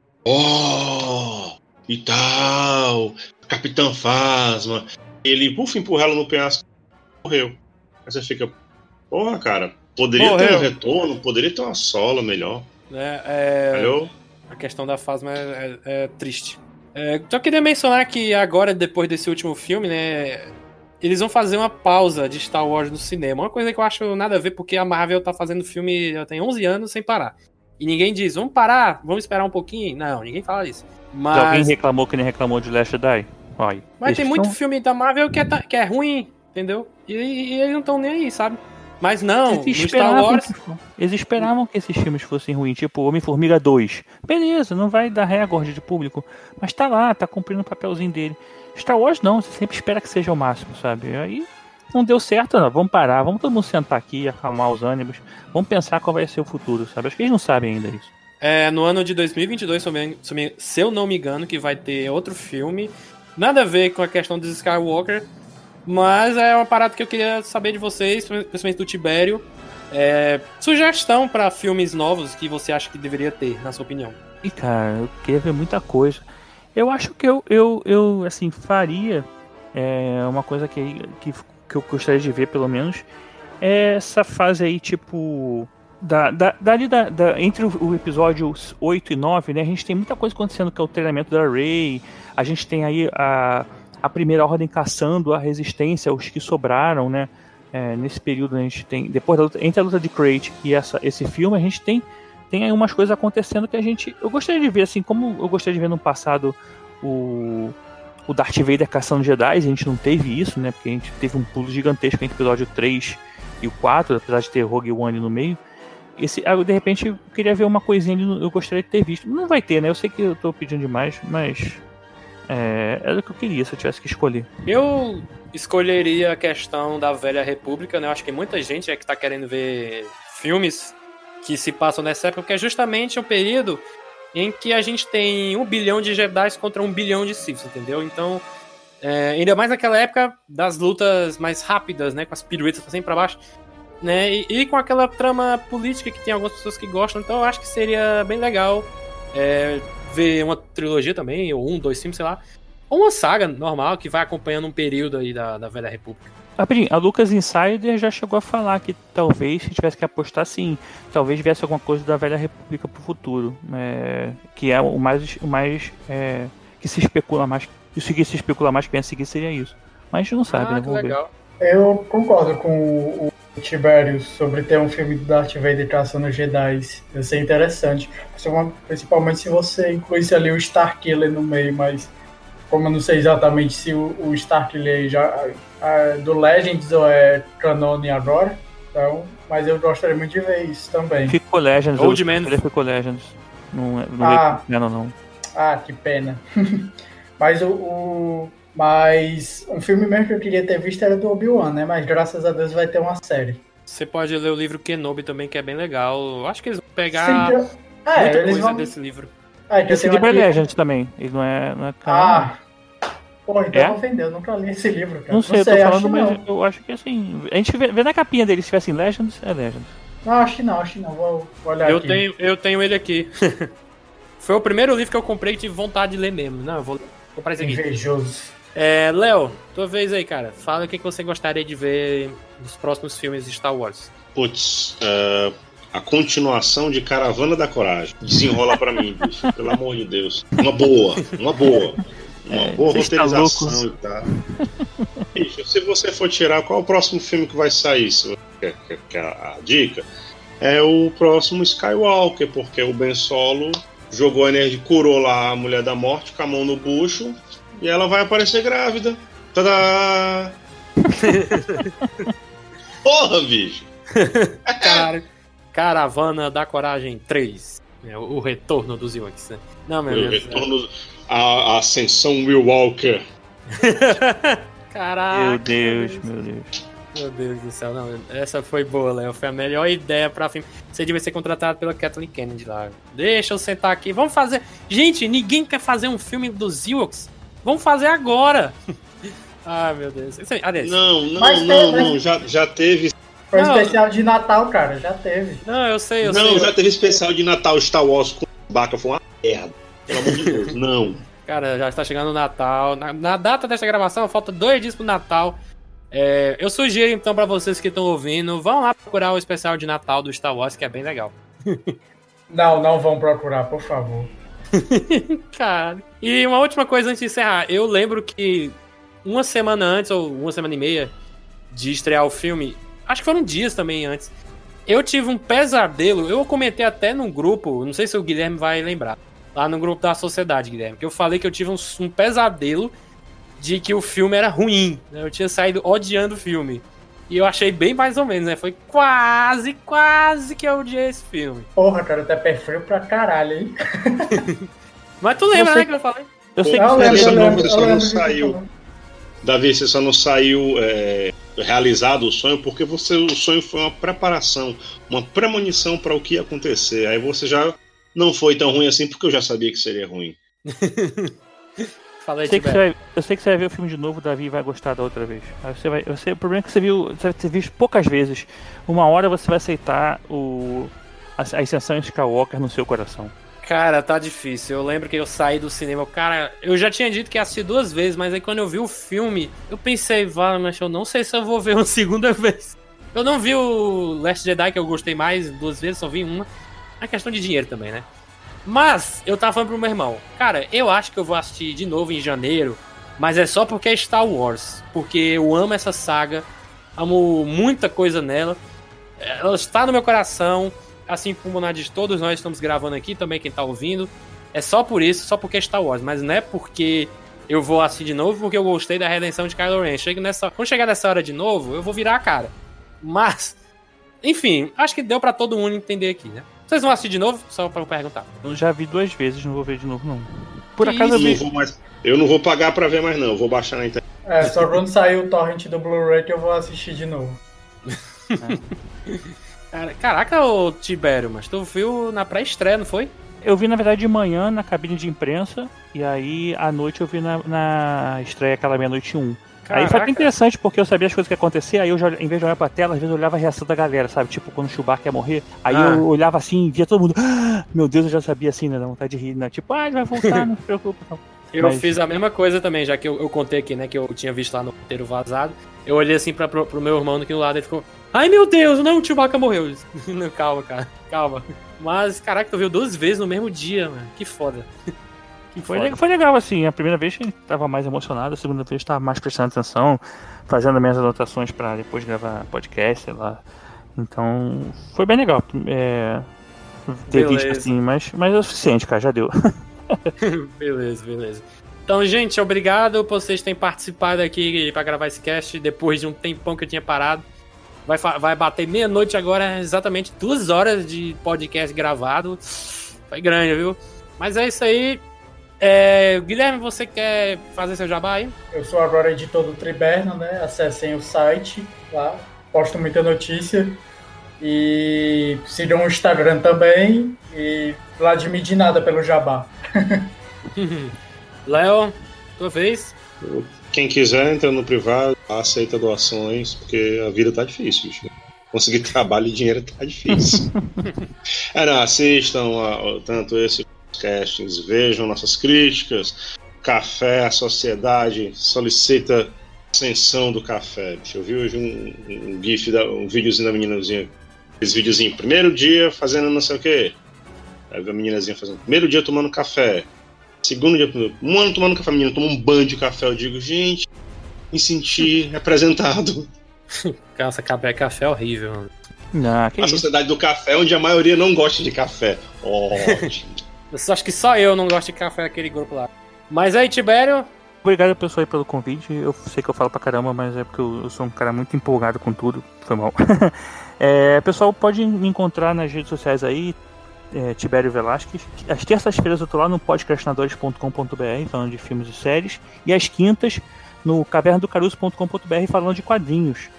Oh! E tal! Capitão Phasma! Ele, puf, empurra ela no penhasco e morreu. Aí você fica... Porra, cara, poderia Morreu. ter um retorno, poderia ter uma sola melhor. É, é, Valeu? a questão da Phasma é, é, é triste. É, só queria mencionar que agora, depois desse último filme, né, eles vão fazer uma pausa de Star Wars no cinema. Uma coisa que eu acho nada a ver, porque a Marvel tá fazendo filme já tem onze anos sem parar. E ninguém diz, vamos parar, vamos esperar um pouquinho. Não, ninguém fala isso. Mas, Alguém reclamou que nem reclamou de Last Jedi? Olha, mas tem eles muito tão- filme da Marvel que é, ta- que é ruim, entendeu? E, e eles não estão nem aí, sabe? Mas não, Eles no Star esperavam, Wars... que, eles esperavam que esses filmes fossem ruins, tipo Homem-Formiga dois. Beleza, não vai dar recorde de público, mas tá lá, tá cumprindo o papelzinho dele. Star Wars não, você sempre espera que seja o máximo, sabe? Aí não deu certo, não. Vamos parar, vamos todo mundo sentar aqui, acalmar os ânimos, vamos pensar qual vai ser o futuro, sabe? Acho que eles não sabem ainda isso. É, no ano de dois mil e vinte e dois, se eu me- se eu me- se eu não me engano, que vai ter outro filme. Nada a ver com a questão dos Skywalker, mas é uma parada que eu queria saber de vocês, principalmente do Tibério. É, sugestão pra filmes novos que você acha que deveria ter, na sua opinião. E cara, eu queria ver muita coisa. Eu acho que eu, eu, eu assim, faria é, uma coisa que, que, que eu gostaria de ver, pelo menos, é essa fase aí, tipo... Da, da, dali da, da, entre o, o episódio oito e nove, né, a gente tem muita coisa acontecendo, que é o treinamento da Rey, a gente tem aí a, a Primeira Ordem caçando a resistência, os que sobraram, né, é, nesse período a gente tem, depois da luta, entre a luta de Crate e essa, esse filme, a gente tem, tem aí umas coisas acontecendo que a gente, eu gostaria de ver, assim, como eu gostaria de ver no passado o, o Darth Vader caçando Jedi, a gente não teve isso, né, porque a gente teve um pulo gigantesco entre o episódio três e o quatro, apesar de ter Rogue One ali no meio. Esse, de repente eu queria ver uma coisinha ali, eu gostaria de ter visto. Não vai ter, né? Eu sei que eu tô pedindo demais, mas é, era o que eu queria se eu tivesse que escolher. Eu escolheria a questão da Velha República, né? Eu acho que muita gente é que tá querendo ver filmes que se passam nessa época, porque é justamente um período em que a gente tem um bilhão de Jedi contra um bilhão de Sith, entendeu? Então, é, ainda mais naquela época das lutas mais rápidas, né? Com as piruetas pra cima e pra baixo. Né, e, e com aquela trama política que tem algumas pessoas que gostam, então eu acho que seria bem legal é, ver uma trilogia também, ou um, dois filmes, sei lá, ou uma saga normal que vai acompanhando um período aí da, da Velha República. Rapidinho, a Lucas Insider já chegou a falar que talvez, se tivesse que apostar, sim, talvez viesse alguma coisa da Velha República pro futuro, é, que é o mais, o mais é, que se especula mais, isso que se especula mais que vem a seguir seria isso, mas a gente não sabe, Ah, né? que Vamos legal. ver. Eu concordo com o, o Tibério sobre ter um filme do Darth Vader caçando Jedi. Ia ser interessante. Principalmente se você incluísse ali o Starkiller no meio, mas como eu não sei exatamente se o, o Starkiller já é do Legends ou é canone agora, então, mas eu gostaria muito de ver isso também. Ficou Legends, Old eu- Man. ele ficou Legends. Não, não Ah. é não, não. Ah, que pena. Mas o, o- Mas um filme mesmo que eu queria ter visto era do Obi-Wan, né? Mas graças a Deus vai ter uma série. Você pode ler o livro Kenobi também, que é bem legal. Eu acho que eles vão pegar Sim, que... é, muita eles coisa vão... desse livro. Ah, então Esse livro é Legend também. Ele não é, não é Ah, pô, então É? ofendeu. Eu nunca li esse livro, cara. Não sei, eu tô falando, acho mas não. eu acho que assim. A gente vê, vê na capinha dele, se tiver assim, Legends, é Legends. Não, acho que não, acho que não. Vou, vou olhar Eu aqui. tenho, eu tenho ele aqui. Foi o primeiro livro que eu comprei e tive vontade de ler mesmo. Não, eu vou comprar esse aqui. Invejoso. É, Léo, tua vez aí, cara. Fala o que que você gostaria de ver nos próximos filmes de Star Wars. Putz, é, a continuação de Caravana da Coragem. Desenrola pra mim, bicho. Pelo amor de Deus. Uma boa, uma boa. Uma É, boa você está roteirização louco. e tal. Bicho, se você for tirar, qual é o próximo filme que vai sair? Se você quer, quer, quer a, a dica? É o próximo Skywalker, porque o Ben Solo jogou a energia, curou lá a Mulher da Morte com a mão no bucho e ela vai aparecer grávida. Tadá! Porra, bicho! Cara, Caravana da Coragem três. É, o retorno dos Ewoks, né? Não, meu O Deus. retorno, a, a ascensão Will Walker. Caraca. Meu Deus, meu Deus. Meu Deus do céu, não. Essa foi boa, Léo. Foi a melhor ideia pra filme. Você devia ser contratado pela Kathleen Kennedy lá. Deixa eu sentar aqui. Vamos fazer. Gente, ninguém quer fazer um filme dos Ewoks. Vamos fazer agora. Ai, meu Deus. Isso aí, Aliás, Não, não, Mas não, tem- não. Já, já teve. Foi Não. especial de Natal, cara. Já teve. não, eu sei, eu Não, sei. já teve especial de Natal Star Wars com Baca. Foi uma merda. Pelo amor de Deus, não. Cara, já está chegando o Natal. Na, na data dessa gravação, falta dois dias pro Natal. É, eu sugiro então pra vocês que estão ouvindo, vão lá procurar o especial de Natal do Star Wars, que é bem legal. Não, não vão procurar, por favor. Cara. E uma última coisa antes de encerrar. Eu lembro que uma semana antes, ou uma semana e meia, de estrear o filme, acho que foram dias também antes, eu tive um pesadelo. Eu comentei até num grupo, não sei se o Guilherme vai lembrar, lá no grupo da Sociedade, Guilherme, que eu falei que eu tive um, um pesadelo de que o filme era ruim, né? Eu tinha saído odiando o filme. E eu achei bem mais ou menos, né? Foi quase, quase que eu odiei esse filme. Porra, cara, tá pé frio pra caralho, hein? Mas tu lembra, Você- né, que eu falei? Eu sei que Eu você lembro, Você eu não- lembro, você eu só não lembro disso saiu. também. Davi, você só não saiu é, realizado o sonho porque você, o sonho foi uma preparação, uma premonição para o que ia acontecer. Aí você já não foi tão ruim assim porque eu já sabia que seria ruim. Falei, Eu sei, que você Tibério. vai, eu sei que você vai ver o filme de novo, o Davi vai gostar da outra vez. Aí você vai, você, o problema é que você viu, você vai ter visto poucas vezes. Uma hora você vai aceitar o, a, a ascensão Skywalker no seu coração. Cara, tá difícil. Eu lembro que eu saí do cinema. Cara, eu já tinha dito que ia assistir duas vezes, mas aí quando eu vi o filme, eu pensei, vá, mas eu não sei se eu vou ver uma segunda vez. Eu não vi o Last Jedi, que eu gostei mais, duas vezes, só vi uma. É questão de dinheiro também, né? Mas, eu tava falando pro meu irmão, cara, eu acho que eu vou assistir de novo em janeiro, mas é só porque é Star Wars. Porque eu amo essa saga, amo muita coisa nela. Ela está no meu coração, assim como na de todos nós estamos gravando aqui, também quem tá ouvindo. É só por isso, só porque é Star Wars, mas não é porque eu vou assistir de novo, porque eu gostei da redenção de Kylo Ren. Chego nessa, quando chegar nessa hora de novo, eu vou virar a cara. Mas, enfim, acho que deu pra todo mundo entender aqui, né? Vocês vão assistir de novo? Só pra eu perguntar. Eu já vi duas vezes, não vou ver de novo não. Por Que acaso eu Não vi. vou mais- eu não vou pagar pra ver mais não, eu vou baixar na internet. É, só quando sair o torrent do Blu-ray que eu vou assistir de novo. Cara, caraca, ô Tibério, mas tu viu na pré-estreia, não foi? Eu vi, na verdade, de manhã na cabine de imprensa, e aí à noite eu vi na, na estreia aquela meia-noite e um. Aí foi Caraca. até interessante, porque eu sabia as coisas que ia acontecer, aí eu já, em vez de olhar pra tela, às vezes eu olhava a reação da galera, sabe? Tipo, quando o Chewbacca ia morrer, aí Ah. eu olhava assim, via todo mundo, "Ah, meu Deus, eu já sabia assim, né? Dá vontade de rir, né? Tipo, ah, ele vai voltar, não se preocupa, não. Eu Mas- fiz a mesma coisa também, já que eu, eu contei aqui, né, que eu tinha visto lá no roteiro vazado. Eu olhei assim pra, pro, pro meu irmão aqui do lado, ele ficou, ai meu Deus, não, o Chewbacca morreu. Eu disse, não, calma, cara, calma. Mas, caraca, tu viu duas vezes no mesmo dia, mano, que foda. Que Foi, foda. le- foi legal, assim, a primeira vez eu tava mais emocionado, a segunda vez tava mais prestando atenção, fazendo as minhas anotações pra depois gravar podcast, sei lá. Então, foi bem legal é, ter Beleza. visto assim, mas, mas é o suficiente, cara, já deu. Beleza, beleza. Então, gente, obrigado por vocês terem participado aqui pra gravar esse cast depois de um tempão que eu tinha parado. Vai, fa- vai bater meia-noite agora, exatamente duas horas de podcast gravado. Foi grande, viu? Mas é isso aí. É, Guilherme, você quer fazer seu jabá aí? Eu sou agora editor do Triberno, né? Acessem o site lá, posto muita notícia. E sigam o Instagram também. E Vladimir de nada pelo jabá. Léo, tua vez. Quem quiser, entra no privado, aceita doações, porque a vida tá difícil, bicho. Conseguir trabalho e dinheiro tá difícil. é, não, assistam a, a, tanto esse castings, vejam nossas críticas. Café, a sociedade solicita ascensão do café. Bicho. Eu vi hoje um, um gif, da, um videozinho da meninazinha. Esse videozinho, primeiro dia fazendo não sei o quê. Aí a meninazinha fazendo, primeiro dia tomando café. Segundo dia, um ano tomando café, a menina toma um banho de café. Eu digo, gente, me senti representado. Nossa, café, café é horrível, mano. Não, que a isso? sociedade do café, onde a maioria não gosta de café. Oh, eu acho que só eu não gosto de café naquele grupo lá. Mas aí, Tibério? Obrigado, pessoal, aí, pelo convite. Eu sei que eu falo pra caramba, mas é porque eu, eu sou um cara muito empolgado com tudo. Foi mal. é, pessoal, pode me encontrar nas redes sociais aí. É, Tibério Velasquez. Às terças-feiras eu tô lá no podcastinadores ponto com ponto b r falando de filmes e séries. E às quintas no caverna do caruso ponto com ponto b r falando de quadrinhos.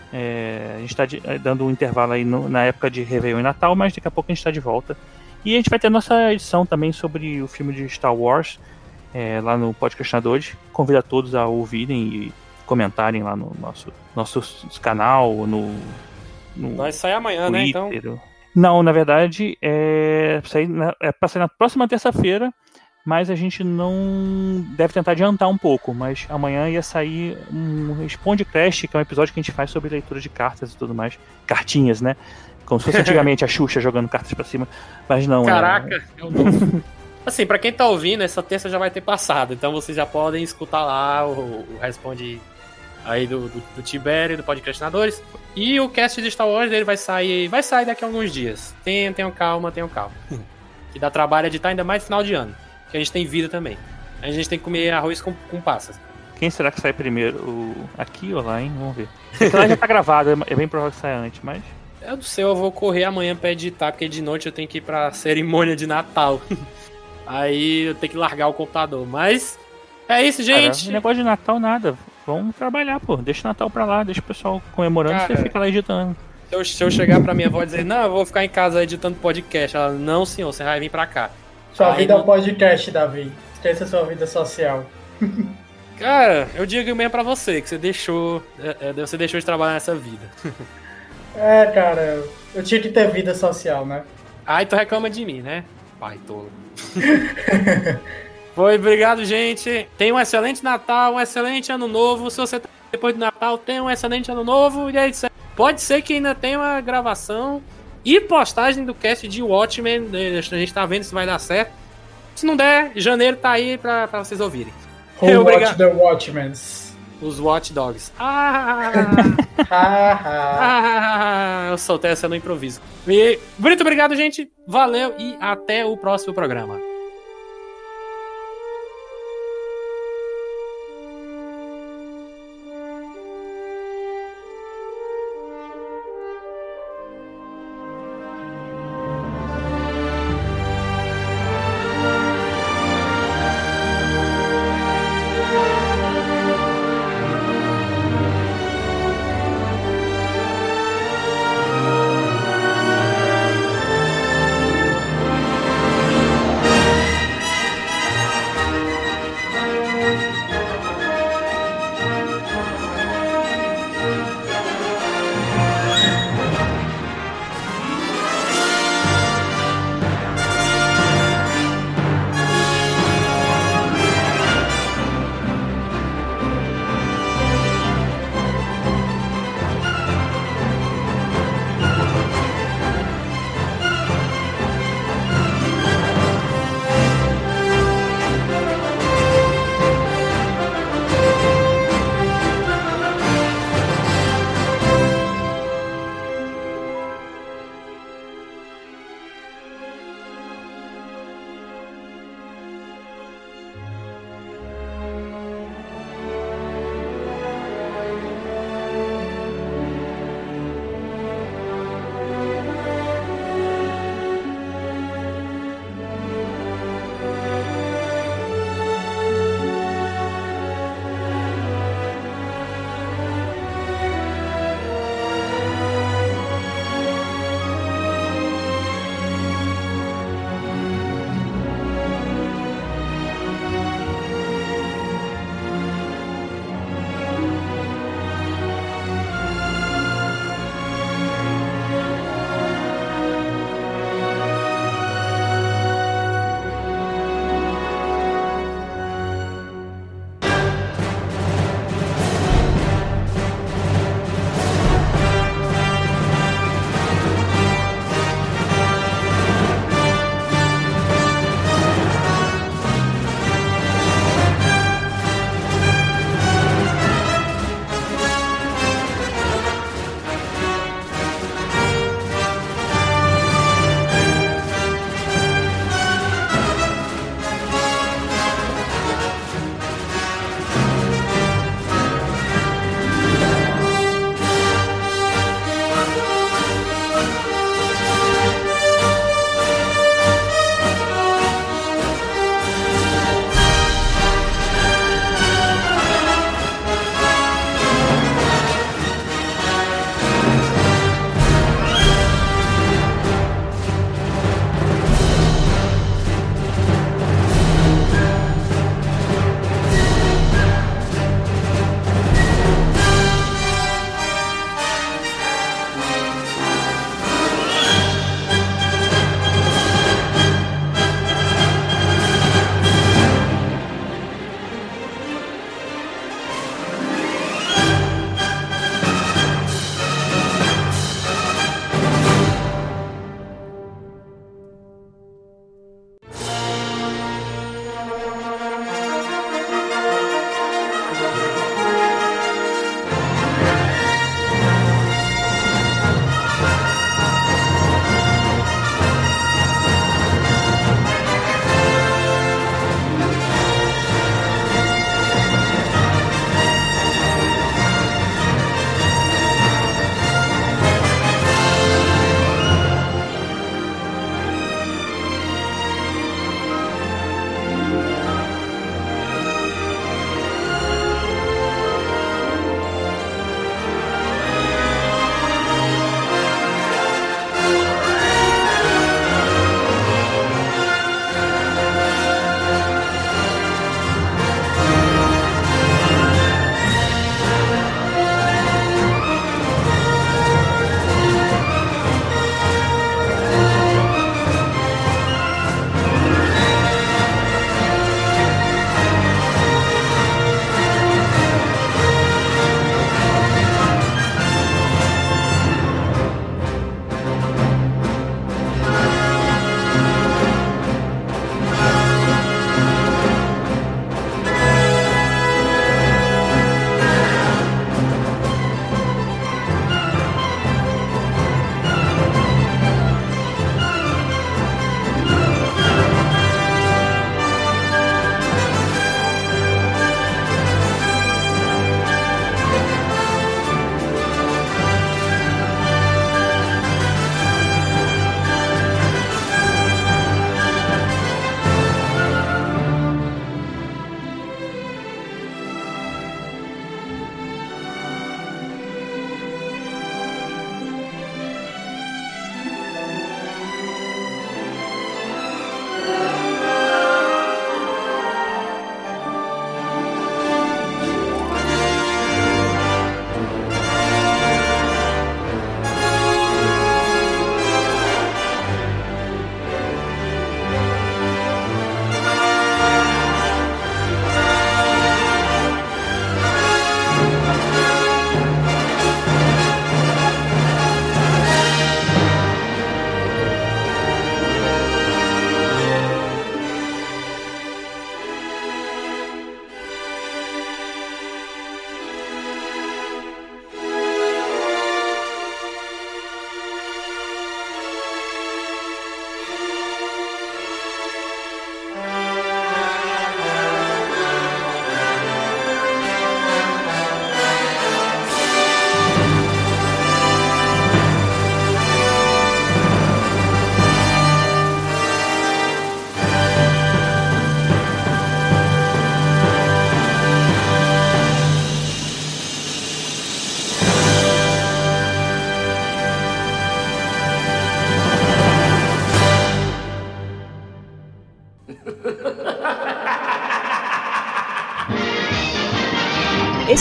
É, a gente tá de, dando um intervalo aí no, na época de Réveillon e Natal, mas daqui a pouco a gente tá de volta. E a gente vai ter nossa edição também sobre o filme de Star Wars é, lá no Podcastinadores. Convido a todos a ouvirem e comentarem lá no nosso, nosso canal, no, no Vai sair amanhã, Twitter. né? Então... Não, na verdade, é, sair na, é pra sair na próxima terça-feira, mas a gente não deve tentar adiantar um pouco, mas amanhã ia sair um Responde Crash, que é um episódio que a gente faz sobre leitura de cartas e tudo mais. Cartinhas, né? Como se fosse antigamente a Xuxa jogando cartas pra cima, mas não. Caraca, é... é o novo. Assim, pra quem tá ouvindo, essa terça já vai ter passado, então vocês já podem escutar lá o, o Responde aí do, do, do Tibério, do Podcastinadores. E o cast de Star Wars dele vai sair, vai sair daqui a alguns dias. Tenham, tenham calma, tenham calma. Que dá trabalho editar ainda mais no final de ano. Que a gente tem vida também. A gente tem que comer arroz com, com passas. Quem será que sai primeiro? O... Aqui ou lá, hein? Vamos ver. Porque lá já tá gravado, é bem provável que saia antes, mas... Eu não sei, eu vou correr amanhã pra editar, porque de noite eu tenho que ir pra cerimônia de Natal. Aí eu tenho que largar o computador. Mas é isso, gente. Cara, negócio de Natal nada. Vamos trabalhar, pô. Deixa o Natal pra lá, deixa o pessoal comemorando, cara, você fica lá editando. Se eu, se eu chegar pra minha avó e dizer, não, eu vou ficar em casa editando podcast. Ela, não, senhor, você vai vir pra cá. Sua aí vida é não... um podcast, Davi. Esqueça sua vida social. Cara, eu digo mesmo pra você, que você deixou. É, você deixou de trabalhar nessa vida. É, cara, eu tinha que ter vida social, né? Aí tu reclama de mim, né? Pai tolo. Foi, obrigado, gente. Tenha um excelente Natal, um excelente Ano Novo. Se você tá depois do Natal, tenha um excelente Ano Novo. E aí, pode ser que ainda tenha uma gravação e postagem do cast de Watchmen. A gente tá vendo se vai dar certo. Se não der, janeiro tá aí pra, pra vocês ouvirem. Who watch the Watchmen? Os Watch Dogs. Ah, ah, eu soltei essa no improviso. E, muito obrigado, gente. Valeu e até o próximo programa.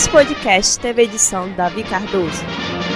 Podcast teve edição Davi Cardoso.